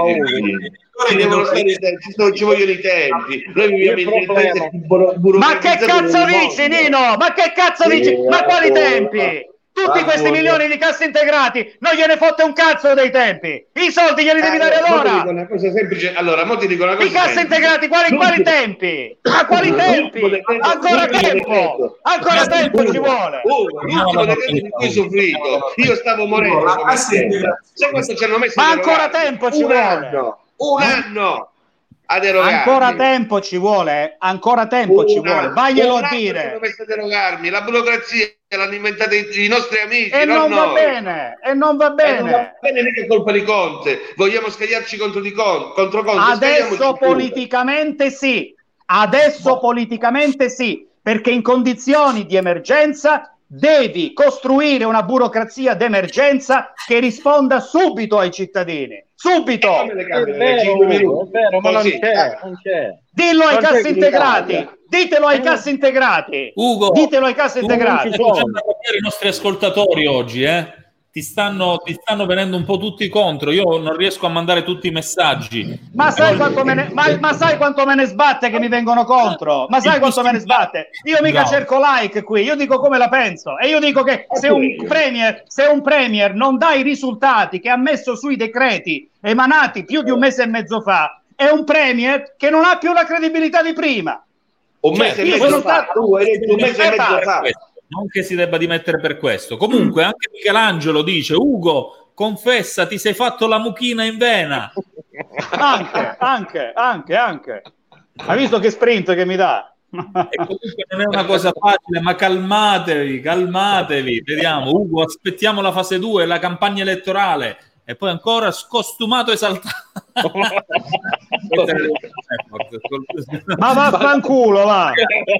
I: ci vogliono i tempi. Noi viviamo in
E: Ma che cazzo dici, Nino? Ma che cazzo dici? Ma quali tempi? Tutti questi milioni di cassi integrati non gliene fotte un cazzo dei tempi. I soldi glieli devi dare allora.
I: Una cosa semplice. Allora, mo ti dico una cosa.
E: I cassi integrati, quali, quali tempi? A quali tempi? Ancora tempo. Ancora tempo ci vuole.
I: L'ultimo decreto di cui ho soffrito. Io stavo morendo. Sai quanto ci hanno messo?
E: Ma ancora tempo ci vuole.
I: Un anno.
E: Ancora tempo ci vuole, ancora tempo
I: una,
E: ci vuole, vaglielo a
I: dire. Dovete derogarmi, la burocrazia l'hanno inventata i, i nostri amici.
E: E non,
I: non
E: va
I: noi.
E: bene, e non va bene. E non va
I: bene mica colpa di Conte. Vogliamo scagliarci contro di Conte, contro Conte.
E: Adesso politicamente sì, adesso no. politicamente sì, perché in condizioni di emergenza devi costruire una burocrazia d'emergenza che risponda subito ai cittadini. Subito!
H: È vero, è vero, ma non c'è, non c'è.
E: Dillo ai cassi integrati, ditelo ai cassi integrati.
D: Ugo,
E: ditelo ai cassi integrati.
D: I nostri ascoltatori oggi, eh? Ti stanno, ti stanno venendo un po' tutti contro. Io non riesco a mandare tutti i messaggi.
E: Ma sai quanto me ne, ma, ma sai quanto me ne sbatte che mi vengono contro? Ma sai quanto me ne sbatte? Io mica no. cerco like qui, io dico come la penso. E io dico che se un premier, se un premier non dà i risultati che ha messo sui decreti emanati più di un mese e mezzo fa, è un premier che non ha più la credibilità di prima.
I: Un mese cioè, e mezzo fa, stato... tu hai detto un mese e mezzo fa.
D: Non che si debba dimettere per questo. Comunque anche Michelangelo dice: Ugo, confessa, ti sei fatto la mucchina in vena.
E: Anche, anche, anche, anche. Hai visto che sprint che mi dà?
D: E comunque non è una cosa facile, ma calmatevi, calmatevi. Vediamo, Ugo, aspettiamo la fase due, la campagna elettorale. E poi ancora scostumato esaltato.
E: Ma vaffanculo, va.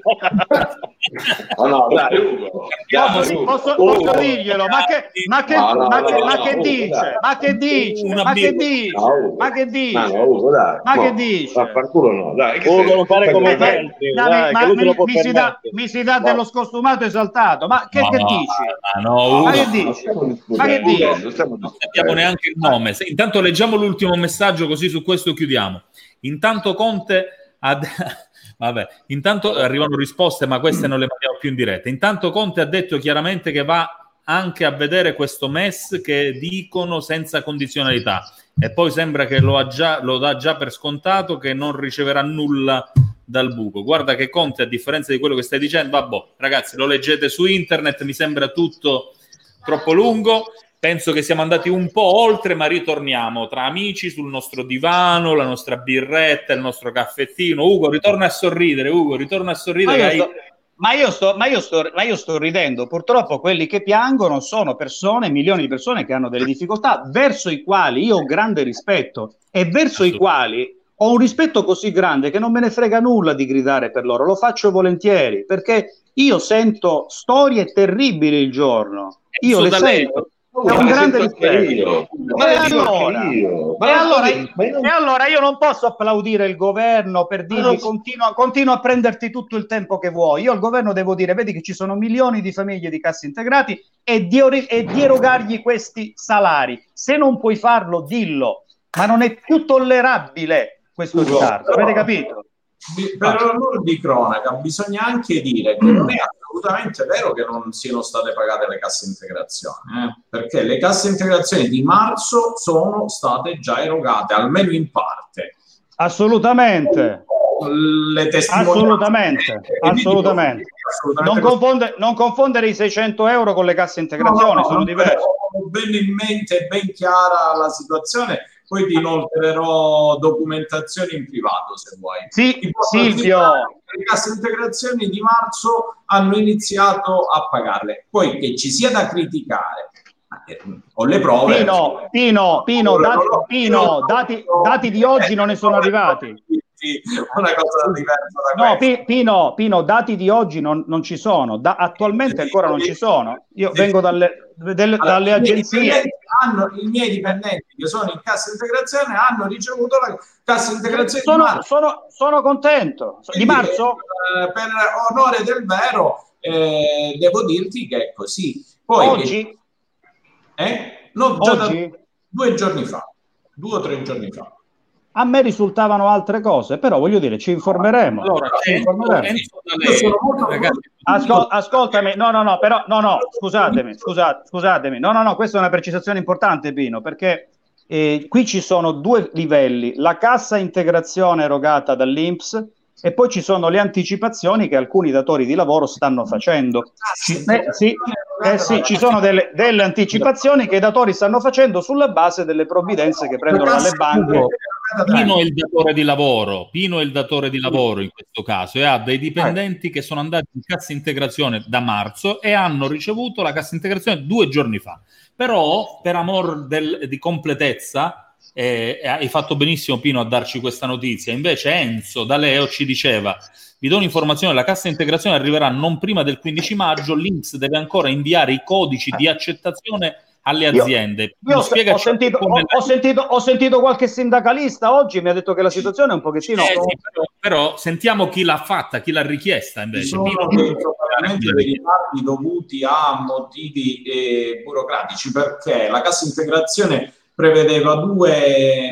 I: Oh no, dai, Ugo.
E: Dai, Ugo. Posso, posso Ugo. dirglielo? Ma che, ma che, no, no, ma che, no, ma che no, dice? Ma che dice? Ma che dice? Ma che dice?
I: Ma, Ugo, dai.
E: ma che dice?
I: Vaffanculo no, dai.
H: Ugo non fare come me.
E: Mi si dà, mi si dà dello scostumato esaltato. Ma che, che dici?
D: No,
E: ma che dici? Ma che dici?
D: Non sappiamo neanche il nome. Intanto leggiamo l'ultimo messaggio, così su questo chiudiamo. Intanto Conte ha... Vabbè, intanto arrivano risposte, ma queste non le mandiamo più in diretta. Intanto Conte ha detto chiaramente che va anche a vedere questo M E S che dicono senza condizionalità, e poi sembra che lo, ha già, lo dà già per scontato che non riceverà nulla dal buco. Guarda che Conte, a differenza di quello che stai dicendo, vabbè, ragazzi, lo leggete su internet, mi sembra tutto troppo lungo. Penso che siamo andati un po' oltre, ma ritorniamo tra amici sul nostro divano, la nostra birretta, il nostro caffettino. Ugo, ritorna a sorridere, Ugo, ritorna a sorridere.
E: Ma io, sto, ma, io sto, ma, io sto, ma io sto ridendo. Purtroppo quelli che piangono sono persone, milioni di persone che hanno delle difficoltà, verso i quali io ho grande rispetto e verso i quali ho un rispetto così grande che non me ne frega nulla di gridare per loro. Lo faccio volentieri, perché io sento storie terribili il giorno. Io le sento. È un grande rispetto. E allora, io. E, allora, io, e allora io non posso applaudire il governo per dirgli no. continua, continua a prenderti tutto il tempo che vuoi. Io al governo devo dire: vedi che ci sono milioni di famiglie di cassi integrati e di, e di erogargli questi salari. Se non puoi farlo, dillo, ma non è più tollerabile questo ritardo. Avete capito?
B: Per l'onore di cronaca bisogna anche dire che non è assolutamente vero che non siano state pagate le casse integrazioni, eh? Perché le casse integrazioni di marzo sono state già erogate, almeno in parte.
E: Assolutamente.
B: Le testimonianze
E: assolutamente, assolutamente. assolutamente. Non, confonde, non confondere i seicento euro con le casse integrazioni, no, no, sono diverse.
B: Ho ben in mente, ben chiara la situazione. Poi ti inoltrerò documentazioni in privato se vuoi.
E: Sì, Silvio.
B: Le casse integrazioni di marzo hanno iniziato a pagarle. Poi che ci sia da criticare, ho le prove.
E: Pino, Pino, Pino, dati, Pino, dati, dati di oggi non ne sono arrivati.
B: Una cosa diversa da
E: no, P- Pino, Pino, dati di oggi non, non ci sono, da, attualmente ancora non ci sono. Io vengo dalle, delle, allora, dalle agenzie.
B: Hanno, I miei dipendenti che sono in cassa integrazione hanno ricevuto la cassa integrazione
E: sono,
B: di marzo.
E: Sono, sono contento. Di marzo?
B: Eh, per onore del vero, eh, devo dirti che è così. Poi,
E: oggi?
B: Eh? No, già
E: oggi?
B: Da due giorni fa, due o tre giorni fa.
E: A me risultavano altre cose, però voglio dire, ci informeremo.
D: Allora,
E: ci informeremo. Ascol- ascoltami, no, no, no, però, no, no, scusatemi, scusate, scusatemi, no, no, no, questa è una precisazione importante, Pino, perché eh, qui ci sono due livelli, la cassa integrazione erogata dall'I N P S e poi ci sono le anticipazioni che alcuni datori di lavoro stanno facendo. Ci, eh, sì, eh, sì, ci sono delle, delle anticipazioni che i datori stanno facendo sulla base delle provvidenze che prendono dalle banche.
D: Pino è il datore di lavoro, Pino è il datore di lavoro in questo caso e ha dei dipendenti che sono andati in cassa integrazione da marzo e hanno ricevuto la cassa integrazione due giorni fa. Però, per amor del, di completezza, eh, hai fatto benissimo Pino a darci questa notizia. Invece Enzo da Leo ci diceva: vi do un'informazione, la cassa integrazione arriverà non prima del quindici maggio, l'I N P S deve ancora inviare i codici di accettazione alle aziende.
E: Io, io ho, sentito, ho, ho, sentito, ho sentito qualche sindacalista oggi, mi ha detto che la situazione è un pochettino...
D: Eh, sì, però, però sentiamo chi l'ha fatta, chi l'ha richiesta invece.
B: Ci sono dei, probabilmente dei ritardi dovuti a motivi eh, burocratici, perché la cassa integrazione prevedeva due,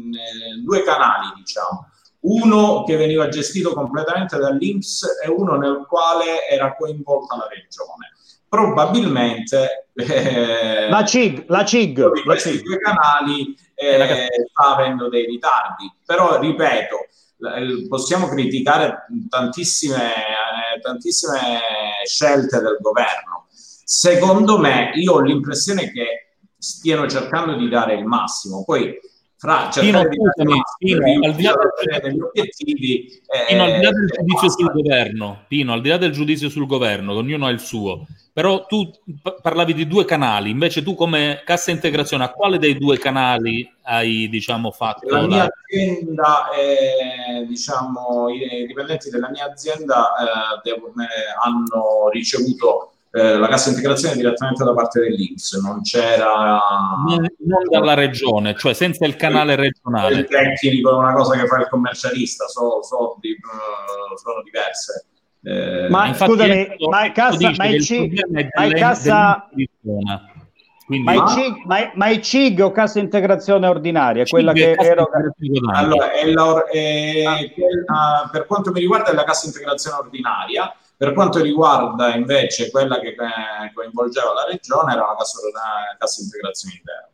B: mh, due canali, diciamo. Uno che veniva gestito completamente dall'I N P S e uno nel quale era coinvolta la regione. Probabilmente eh,
E: la C I G, la C I G
B: di questi due canali eh, sta avendo dei ritardi, però ripeto, l- possiamo criticare tantissime, eh, tantissime scelte del governo. Secondo me, io ho l'impressione che stiano cercando di dare il massimo, poi fra cercare di dare il massimo,
D: al di là
B: degli obiettivi, eh,
D: Pino, al di là del giudizio sul governo, Pino, al di là del giudizio sul governo, ognuno ha il suo. Però tu p- parlavi di due canali, invece tu come cassa integrazione a quale dei due canali hai, diciamo, fatto?
B: La
D: la...
B: mia azienda, eh, diciamo, i dipendenti della mia azienda eh, devo, eh, hanno ricevuto eh, la cassa integrazione direttamente da parte dell'I N P S, non c'era...
D: Non, non dalla regione, cioè senza il canale regionale.
B: Il tecnico è una cosa che fa il commercialista, so, so, di, uh, sono diverse.
E: Eh, ma scusami, ma è cassa, ma il C, ma è cassa,
D: quindi,
E: ma, il C, ma, ma il C I G o cassa integrazione ordinaria, quella che eroga.
B: Allora, è la, è, ah. per quanto mi riguarda è la cassa integrazione ordinaria, per quanto riguarda invece quella che eh, coinvolgeva la regione era la cassa, la cassa integrazione in deroga.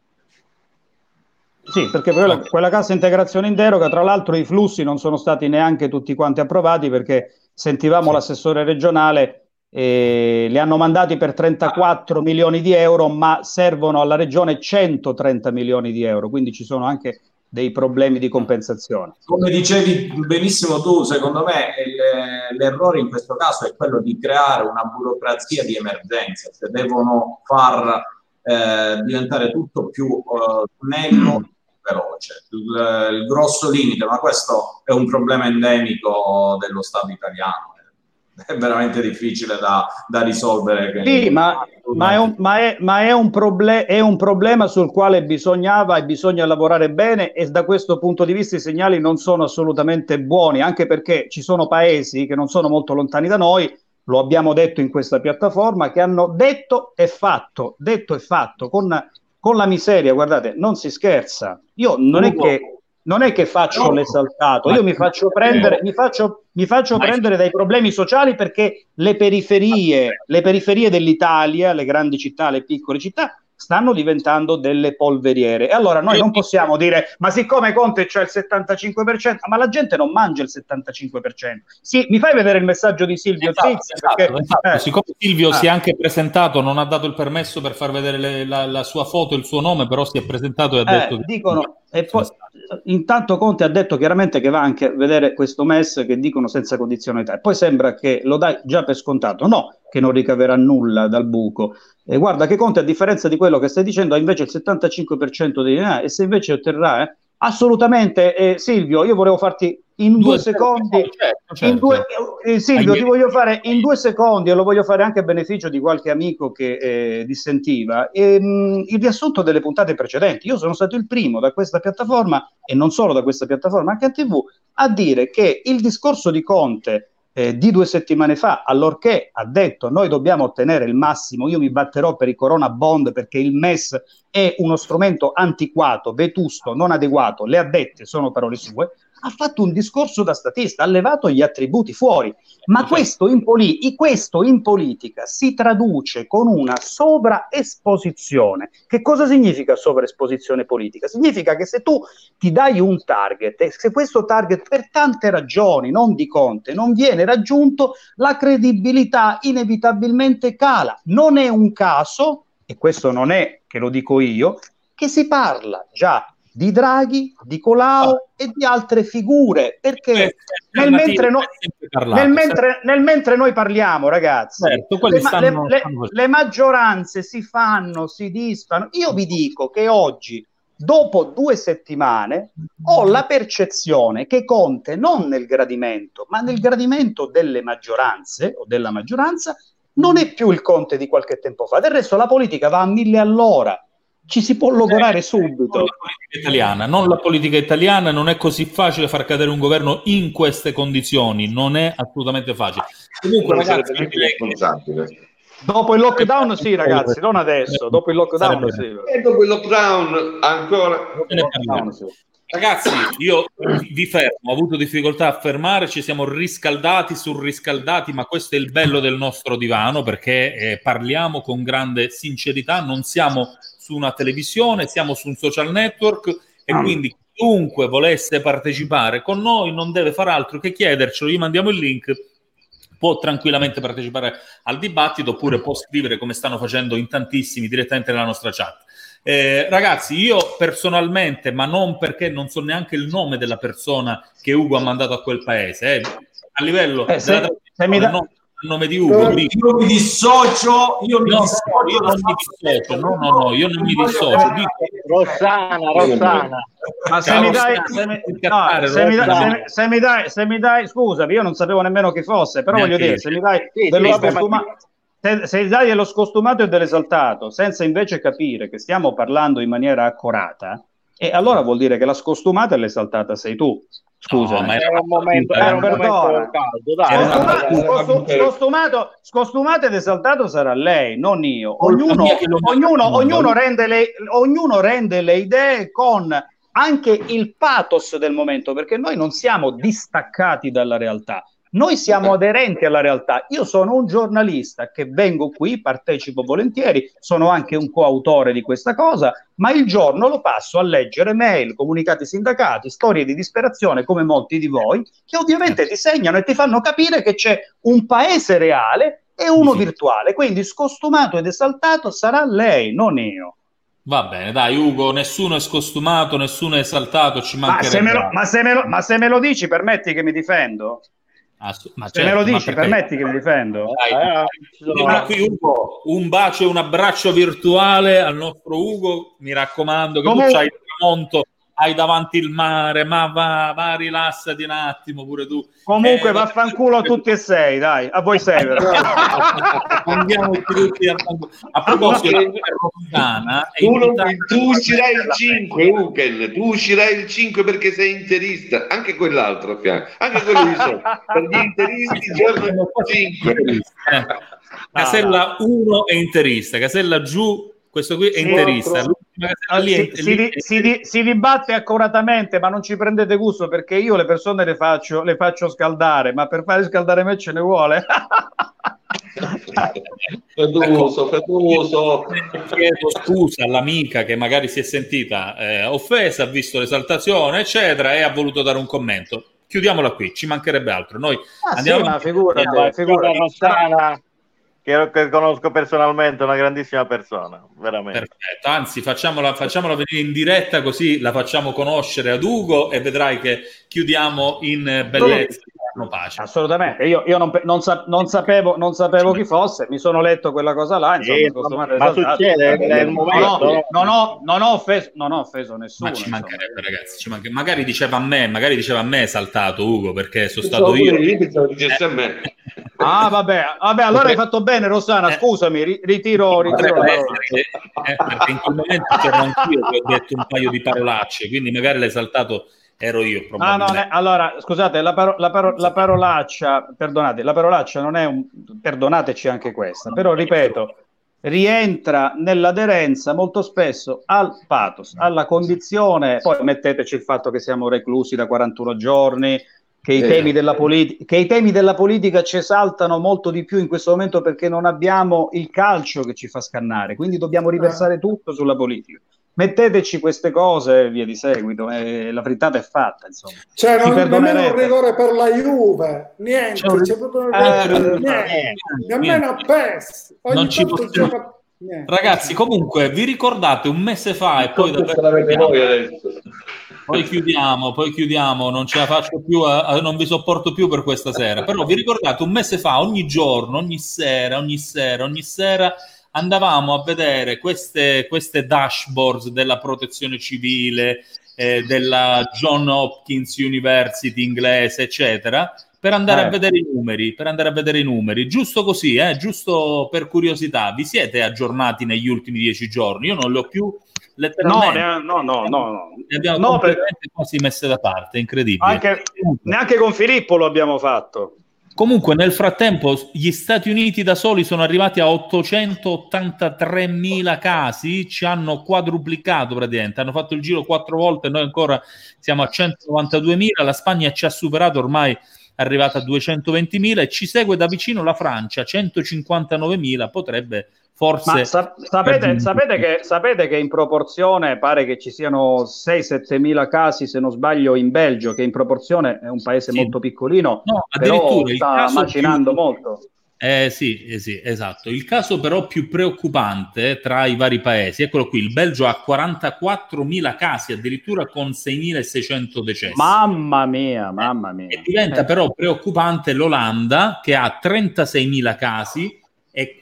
E: Sì, perché quella, quella cassa integrazione in deroga, tra l'altro i flussi non sono stati neanche tutti quanti approvati, perché sentivamo sì. l'assessore regionale, eh, li hanno mandati per trentaquattro milioni di euro, ma servono alla regione centotrenta milioni di euro, quindi ci sono anche dei problemi di compensazione.
B: Come dicevi benissimo tu, secondo me il, l'errore in questo caso è quello di creare una burocrazia di emergenza, cioè devono far eh, diventare tutto più uh, snello, veloce. Il, il grosso limite, ma questo è un problema endemico dello Stato italiano, è veramente difficile da, da risolvere.
E: Sì, ma, ma, è un, ma, è, ma è, un proble- è un problema sul quale bisognava e bisogna lavorare bene, e da questo punto di vista i segnali non sono assolutamente buoni, anche perché ci sono paesi che non sono molto lontani da noi, lo abbiamo detto in questa piattaforma, che hanno detto e fatto, detto e fatto, con, con la miseria, guardate, non si scherza. Io non è che non è che faccio l'esaltato, io mi faccio prendere, mi faccio, mi faccio prendere dai problemi sociali, perché le periferie, le periferie dell'Italia, le grandi città, le piccole città, stanno diventando delle polveriere. E allora noi non possiamo dire, ma siccome Conte c'è il settantacinque per cento, ma la gente non mangia il settantacinque per cento. Sì, mi fai vedere il messaggio di Silvio
D: esatto,
E: Ziz?
D: Esatto,
E: perché,
D: esatto.
E: Eh,
D: Siccome Silvio
E: ah.
D: si è anche presentato, non ha dato il permesso per far vedere le, la, la sua foto e il suo nome, però si è presentato e ha
E: eh,
D: detto che...
E: dicono, e poi intanto Conte ha detto chiaramente che va anche a vedere questo M E S che dicono senza condizionalità, e poi sembra che lo dai già per scontato, no, che non ricaverà nulla dal buco. E guarda che Conte, a differenza di quello che stai dicendo, ha invece il settantacinque per cento dei denari, e se invece otterrà, eh, assolutamente, eh, Silvio, io volevo farti in due, due secondi, certo, certo. In due, eh, Silvio, ti voglio fare in due secondi, e lo voglio fare anche a beneficio di qualche amico che eh, dissentiva, e, mh, il riassunto delle puntate precedenti. Io sono stato il primo da questa piattaforma, e non solo da questa piattaforma, anche a tivù, a dire che il discorso di Conte
L: eh, di due settimane fa, allorché ha detto noi dobbiamo ottenere il massimo, io mi batterò per i Corona Bond perché il M E S è uno strumento antiquato, vetusto, non adeguato, le ha dette, sono parole sue, ha fatto un discorso da statista, ha levato gli attributi fuori, ma questo in, poli- questo in politica si traduce con una sovraesposizione. Che cosa significa sovraesposizione politica? Significa che se tu ti dai un target e se questo target per tante ragioni, non di Conte, non viene raggiunto, la credibilità inevitabilmente cala. Non è un caso, e questo non è che lo dico io, che si parla già di Draghi, di Colau e di altre figure, perché nel mentre, no, nel, mentre, nel mentre noi parliamo, ragazzi, certo, le, stanno, le, le, le maggioranze si fanno, si disfano. Io vi dico che oggi, dopo due settimane, ho la percezione che Conte, non nel gradimento, ma nel gradimento delle maggioranze o della maggioranza, non è più il Conte di qualche tempo fa. Del resto la politica va a mille all'ora. Ci si può logorare subito.
D: Non la politica italiana, non la politica italiana, non è così facile far cadere un governo in queste condizioni, non è assolutamente facile. Comunque, ragazzi,
L: dopo il lockdown sì, ragazzi, non adesso, dopo il lockdown sì.
I: E dopo il lockdown ancora.
D: Ragazzi, io vi fermo, ho avuto difficoltà a fermare, ci siamo riscaldati, surriscaldati, ma questo è il bello del nostro divano, perché eh, parliamo con grande sincerità, non siamo su una televisione, siamo su un social network e mm. quindi chiunque volesse partecipare con noi non deve far altro che chiedercelo, gli mandiamo il link, può tranquillamente partecipare al dibattito oppure può scrivere come stanno facendo in tantissimi direttamente nella nostra chat. Eh, ragazzi, io personalmente, ma non perché non so neanche il nome della persona che Ugo ha mandato a quel paese, eh, a livello
L: eh, se, se mi da...
D: no, a nome di Ugo,
B: io, io mi dissocio, io mi
D: no,
B: dissocio,
D: io non mi dissocio, no, no, no, io non mi dissocio. Dico...
E: Rossana, Rossana.
L: Ma se mi dai, se mi, no, se, mi dai, se, mi, se mi dai, se mi dai, scusami, io non sapevo nemmeno chi fosse, però neanche voglio dire, se mi dai sì, dello sì, scostumato, se, se dai dello scostumato e dell'esaltato, senza invece capire che stiamo parlando in maniera accorata, e allora vuol dire che la scostumata e l'esaltata sei tu. Scusa,
E: no, ma era un momento, era un momento caldo, dai.
L: Scostumato, scostumato, scostumato ed esaltato sarà lei, non io. Ognuno, ognuno, ognuno, rende le, ognuno rende le idee con anche il pathos del momento, perché noi non siamo distaccati dalla realtà. Noi siamo aderenti alla realtà. Io sono un giornalista che vengo qui, partecipo volentieri, sono anche un coautore di questa cosa, ma il giorno lo passo a leggere mail, comunicati sindacati, storie di disperazione come molti di voi, che ovviamente ti segnano e ti fanno capire che c'è un paese reale e uno sì. virtuale. Quindi scostumato ed esaltato sarà lei, non io.
D: Va bene, dai Ugo, nessuno è scostumato, nessuno è esaltato, ci mancherebbe.
L: Ma se me lo, ma se me lo, ma se me lo dici, permetti che mi difendo?
D: Ah, ma
L: se certo, me lo dici, permetti che mi difendo.
D: Dai, eh, ma qui Ugo, un bacio e un abbraccio virtuale al nostro Ugo, mi raccomando, che Comun- tu c'hai il tramonto, hai davanti il mare, ma va, va, rilassati un attimo pure tu.
L: Comunque
D: eh,
L: vaffanculo a tutti e sei, dai, a voi sei.
D: Andiamo tutti a, a proposito di Rossana,
I: tu, non, tu uscirai il cinque, Uken, tu uscirai il cinque perché sei interista, anche quell'altro a fianco, anche quello di sopra. Per gli interisti giorno cinque.
D: Eh. Casella uno è interista, Casella giù, questo qui è interista.
L: Si,
D: è,
L: si, si, si, si dibatte accuratamente, ma non ci prendete gusto perché io le persone le faccio, le faccio scaldare, ma per fare scaldare me ce ne vuole.
I: Feduso, feduso.
D: Chiedo scusa all'amica che magari si è sentita eh, offesa, ha visto l'esaltazione, eccetera, e ha voluto dare un commento. Chiudiamola qui, ci mancherebbe altro. Noi
L: ah,
D: andiamo
L: sì, ma figura, figura, figura
H: Rossana, che, che conosco personalmente, una grandissima persona, veramente.
D: Perfetto, anzi facciamola, facciamola venire in diretta così la facciamo conoscere ad Ugo e vedrai che chiudiamo in bellezza. Pace.
L: Assolutamente, io, io non, non, sa, non, sapevo, non sapevo chi fosse, mi sono letto quella cosa là, insomma,
H: eh, ma, ma succede nel momento.
L: No, non, ho, non, ho offeso, non ho offeso nessuno.
D: Ma ci mancherebbe, ragazzi, ci mancherebbe. Magari diceva a me, magari diceva a me esaltato Ugo, perché sono stato io.
I: io dicesse a me.
L: Ah, vabbè, vabbè, allora hai fatto bene, Rossana, scusami, ri, ritiro, ritiro
D: che, eh, perché in quel momento c'ero anch'io che ho detto un paio di parolacce, quindi magari l'esaltato ero io
L: Ah,
D: probabilmente.
L: no, ne- allora, scusate, la, paro- la, paro- la parolaccia, perdonate, la parolaccia non è un, perdonateci anche questa, però ripeto, rientra nell'aderenza molto spesso al pathos, alla condizione, poi metteteci il fatto che siamo reclusi da quarantuno giorni, che i, temi della politi- che i temi della politica ci esaltano molto di più in questo momento perché non abbiamo il calcio che ci fa scannare, quindi dobbiamo riversare tutto sulla politica. Metteteci queste cose e via di seguito, e la frittata è fatta, insomma.
F: Cioè,
L: Ci
F: non, nemmeno un
L: perdonerete.
F: rigore per la Juve, niente,
D: C'è un-
F: c'è proprio un rigore
D: Eh,
F: per
D: no,
F: niente,
D: niente,
F: nemmeno a
D: niente.
F: P E S. Ogni
D: Non ci
F: tanto
D: possiamo-
F: gioca- niente.
D: Ragazzi, comunque, vi ricordate un mese fa e poi
I: Questa
D: davvero
I: l'avete voi adesso.
D: poi chiudiamo, poi chiudiamo, non ce la faccio più, a- a- non vi sopporto più per questa sera. Però vi ricordate un mese fa, ogni giorno, ogni sera, ogni sera, ogni sera andavamo a vedere queste, queste dashboards della protezione civile, eh, della John Hopkins University inglese, eccetera, per andare
L: Eh.
D: a vedere i numeri, per andare a vedere i numeri, giusto così, eh, giusto per curiosità. Vi siete aggiornati negli ultimi dieci giorni? Io non li ho più
L: No,
D: letteralmente.
L: ne- no, no, no, no.
D: Le abbiamo
L: No, per-
D: completamente quasi messe da parte, incredibile.
L: Anche, neanche con Filippo lo abbiamo fatto.
D: Comunque, nel frattempo, gli Stati Uniti da soli sono arrivati a ottocentottantatremila casi, ci hanno quadruplicato praticamente, hanno fatto il giro quattro volte, noi ancora siamo a centonovantaduemila, la Spagna ci ha superato, ormai è arrivata a duecentoventimila, e ci segue da vicino la Francia, centocinquantanovemila, potrebbe forse...
L: Ma sa- sapete, sapete, che, sapete che in proporzione pare che ci siano sei sette mila casi, se non sbaglio, in Belgio, che in proporzione è un paese
D: Sì.
L: molto piccolino,
D: No,
L: però
D: addirittura il
L: sta
D: caso
L: macinando
D: più-
L: molto.
D: Eh sì, eh sì, esatto. Il caso però più preoccupante tra i vari paesi, eccolo qui, il Belgio ha quarantaquattromila casi, addirittura con seimilaseicento decessi.
L: Mamma mia, mamma mia.
D: E diventa
L: Eh.
D: però preoccupante l'Olanda, che ha trentaseimila casi e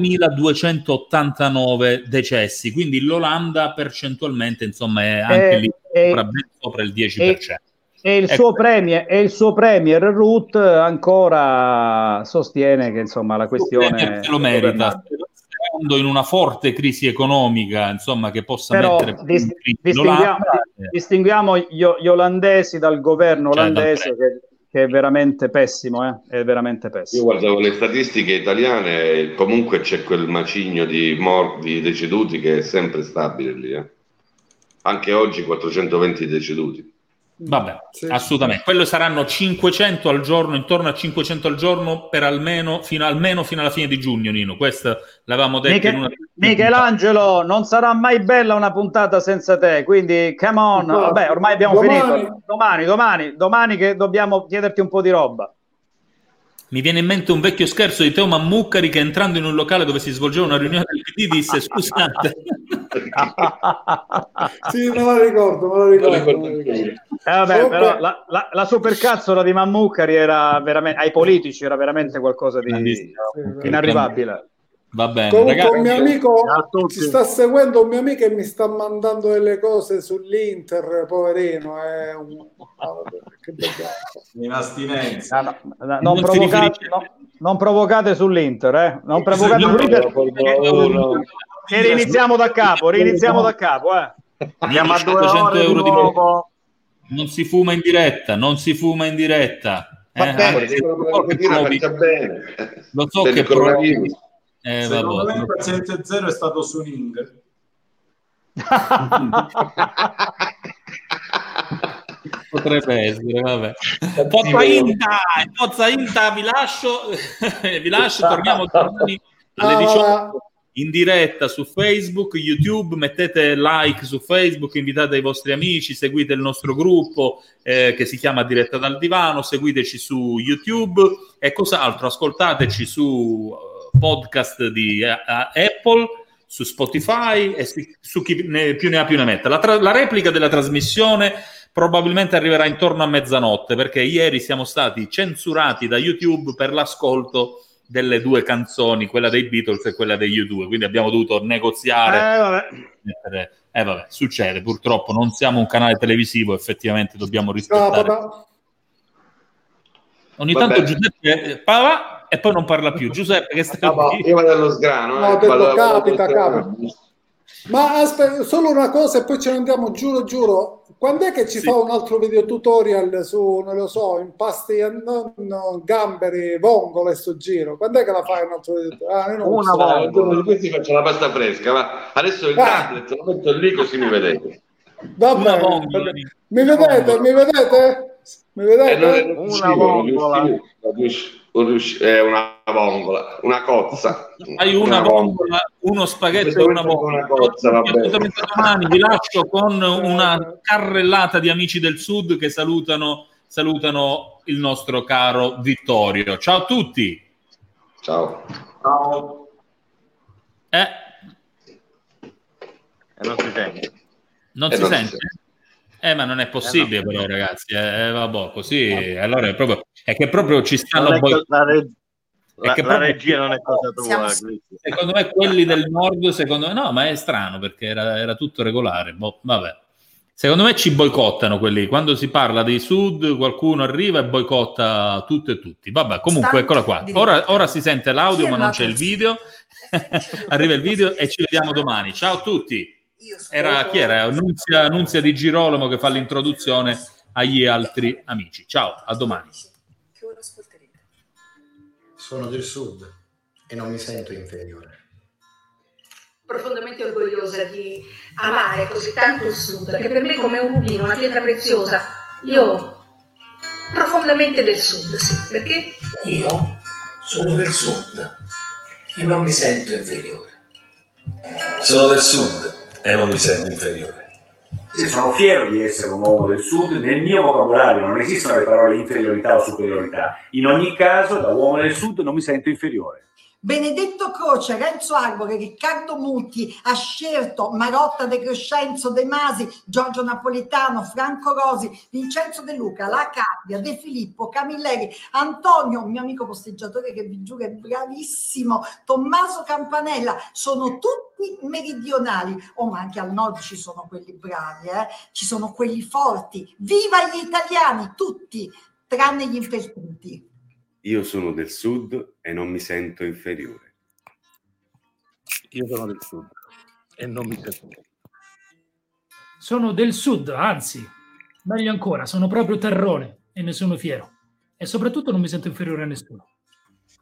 D: quattromiladuecentottantanove decessi, quindi l'Olanda percentualmente, insomma, è anche
L: E-
D: lì
L: e-
D: sopra, ben sopra il dieci per cento.
L: E il,
D: Ecco.
L: suo premier, e il suo premier Ruth ancora sostiene che insomma la questione
D: Premier se lo
L: è
D: merita,
L: governabile.
D: sperando in una forte crisi economica, insomma, che possa
L: Però
D: mettere
L: dis-
D: in crisi
L: distinguiamo,
D: l'Olanda.
L: distinguiamo gli, gli olandesi dal governo
D: Cioè, dal
L: olandese che, che è veramente pessimo, eh? È veramente
I: Io
L: pessimo.
I: guardavo le statistiche italiane, comunque c'è quel macigno di morti, deceduti che è sempre stabile lì. eh. Anche oggi quattrocentoventi deceduti.
D: Vabbè,
F: Sì.
D: assolutamente. Quello saranno cinquecento al giorno, intorno a cinquecento al giorno per almeno fino, almeno fino alla fine di giugno, Nino. Questo l'avevamo detto
L: Miche-
D: in una...
L: Michelangelo, non sarà mai bella una puntata senza te, quindi come on.
F: Infatti,
L: Vabbè, ormai abbiamo
F: domani-
L: finito. Domani, domani, domani che dobbiamo chiederti un po' di roba.
D: Mi viene in mente un vecchio scherzo di Teo Mammucari che entrando in un locale dove si svolgeva una riunione del P D disse scusate,
F: Sì, me la ricordo, me la ricordo. me la ricordo.
L: Eh, vabbè,
F: Comunque-
L: però la, la, la supercazzola di Mammucari era veramente, ai politici era veramente qualcosa di
D: Grandissimo.
L: inarrivabile.
D: va bene
F: Comunque
D: ragazzi.
F: un mio amico
J: Ciao a tutti.
F: ci sta seguendo, un mio amico, e mi sta mandando delle cose sull'Inter, poverino. È un... ah, vabbè, che bellezza.
B: In astinenza.
L: No, no, no, non,
D: Non si
L: provocate,
D: riferisce-
L: no, non provocate sull'Inter, eh? Non provocate
D: No,
L: sull'Inter.
I: no, no.
L: E riniziamo da capo, riniziamo da capo, eh.
J: Andiamo a due
D: settecento
J: ore di
D: euro di
J: nuovo.
D: Non si fuma in diretta, non si fuma in diretta.
I: Va
D: Eh,
I: bene,
D: anche se
I: dicono
D: lo
I: che
D: so che
I: la
D: provi-
I: faccia bene.
D: lo so
I: Per
D: che
I: il coronavirus.
D: Eh,
B: Secondo
D: vabbè.
B: me il paziente zero è stato su Ning.
D: Potrebbe essere, vabbè. Forza Inta, Forza Inta, vi lascio, vi lascio, torniamo domani alle
F: Ah,
D: diciotto in diretta su Facebook, YouTube, mettete like su Facebook, invitate i vostri amici, seguite il nostro gruppo eh, che si chiama Diretta dal Divano, seguiteci su YouTube e cos'altro, ascoltateci su eh, podcast di eh, Apple, su Spotify e su, su chi ne, più ne ha più ne metta. La, tra- la replica della trasmissione probabilmente arriverà intorno a mezzanotte, perché ieri siamo stati censurati da YouTube per l'ascolto delle due canzoni, quella dei Beatles e quella degli U due, quindi abbiamo dovuto negoziare.
L: Eh, vabbè.
D: mettere- Eh vabbè, succede, purtroppo non siamo un canale televisivo, effettivamente dobbiamo rispettare.
F: Capita.
D: Ogni
I: Vabbè.
D: tanto Giuseppe eh, parla e poi non parla più. Giuseppe che sta
I: Ah, boh,
D: qui.
I: io vado allo sgrano.
F: No, ho
I: eh,
F: detto
I: vado- vado
F: capita,
I: allo sgrano.
F: capita. Ma aspetta, solo una cosa e poi ce ne andiamo, giuro, giuro. Quando è che ci
D: Sì.
F: fa un altro video tutorial su, non lo so, impasti, non, no, gamberi, vongole, sto giro? Quando è che la fai un altro video tutorial? Ah, io non lo
I: Una
F: so.
I: volta, il giorno di questi faccio la pasta fresca, ma adesso il
F: Ah.
I: tablet lo metto lì così mi vedete.
F: Va
D: Una
F: bene,
D: vongola
F: va bene.
D: di-
F: Mi
D: una
F: vedete?
D: vongola.
F: Mi vedete? Mi
I: E non,
F: vedete?
I: non
H: Una
I: riuscivo, non
H: vongola.
I: riuscivo, non riuscivo, non riuscivo- è una vongola, una cozza.
D: Hai una vongola, uno spaghetto e una vongola.
I: Una cozza, va bene.
D: Assolutamente domani vi lascio con una carrellata di amici del Sud che salutano, salutano il nostro caro Vittorio. Ciao a tutti.
I: Ciao.
B: Ciao.
D: Eh,
H: E non si sente.
D: non
I: Eh,
D: si
I: non si
D: sente?
I: sente.
D: Eh, ma non è possibile,
H: Eh, no.
D: però, ragazzi. Eh, vabbè, così allora è proprio è che proprio ci
H: Non
D: stanno
H: è
D: poi.
H: co- la, reg- la-
D: che
H: la
D: proprio-
H: regia non è cosa tua,
M: Siamo-
H: Glizzy.
D: Secondo me quelli del nord, secondo me no, ma è strano perché era, era tutto regolare. Boh, vabbè. Secondo me ci boicottano quelli. Quando si parla dei sud, qualcuno arriva e boicotta tutto e tutti. Vabbè, comunque,
M: Stanno
D: eccola qua.
M: di-
D: Ora, ora si sente l'audio,
M: Chi è
D: ma non
M: andato?
D: c'è il video. Arriva il video e ci vediamo domani. Ciao a tutti.
M: Io sono-
D: Era chi era? Nunzia, Nunzia di Girolamo che fa l'introduzione agli altri amici. Ciao, a domani.
M: Che ora ascolterete?
K: Sono del sud e non mi sento inferiore.
N: Profondamente orgogliosa di amare così tanto il sud, che per me è come un rubino, una pietra preziosa. Io profondamente del sud, sì, perché
K: Io sono del sud e non mi sento inferiore.
O: Sono del sud e non mi sento inferiore.
P: Sì, sono fiero di essere un uomo del sud. Nel mio vocabolario non esistono le parole inferiorità o superiorità. In ogni caso, da uomo del sud non mi sento inferiore.
Q: Benedetto Croce, Renzo Arbore, Riccardo Muti, Ascerto, Marotta De Crescenzo, De Masi, Giorgio Napolitano, Franco Rosi, Vincenzo De Luca, La Cardia, De Filippo, Camilleri, Antonio, mio amico posteggiatore che vi giuro è bravissimo, Tommaso Campanella, sono tutti meridionali, oh ma anche al nord ci sono quelli bravi, eh? Ci sono quelli forti, viva gli italiani, tutti, tranne gli impertiti.
R: Io sono del sud e non mi sento inferiore.
J: Io sono del sud e non mi sento.
S: Sono del sud, anzi, meglio ancora, sono proprio terrone e ne sono fiero. E soprattutto non mi sento inferiore a nessuno.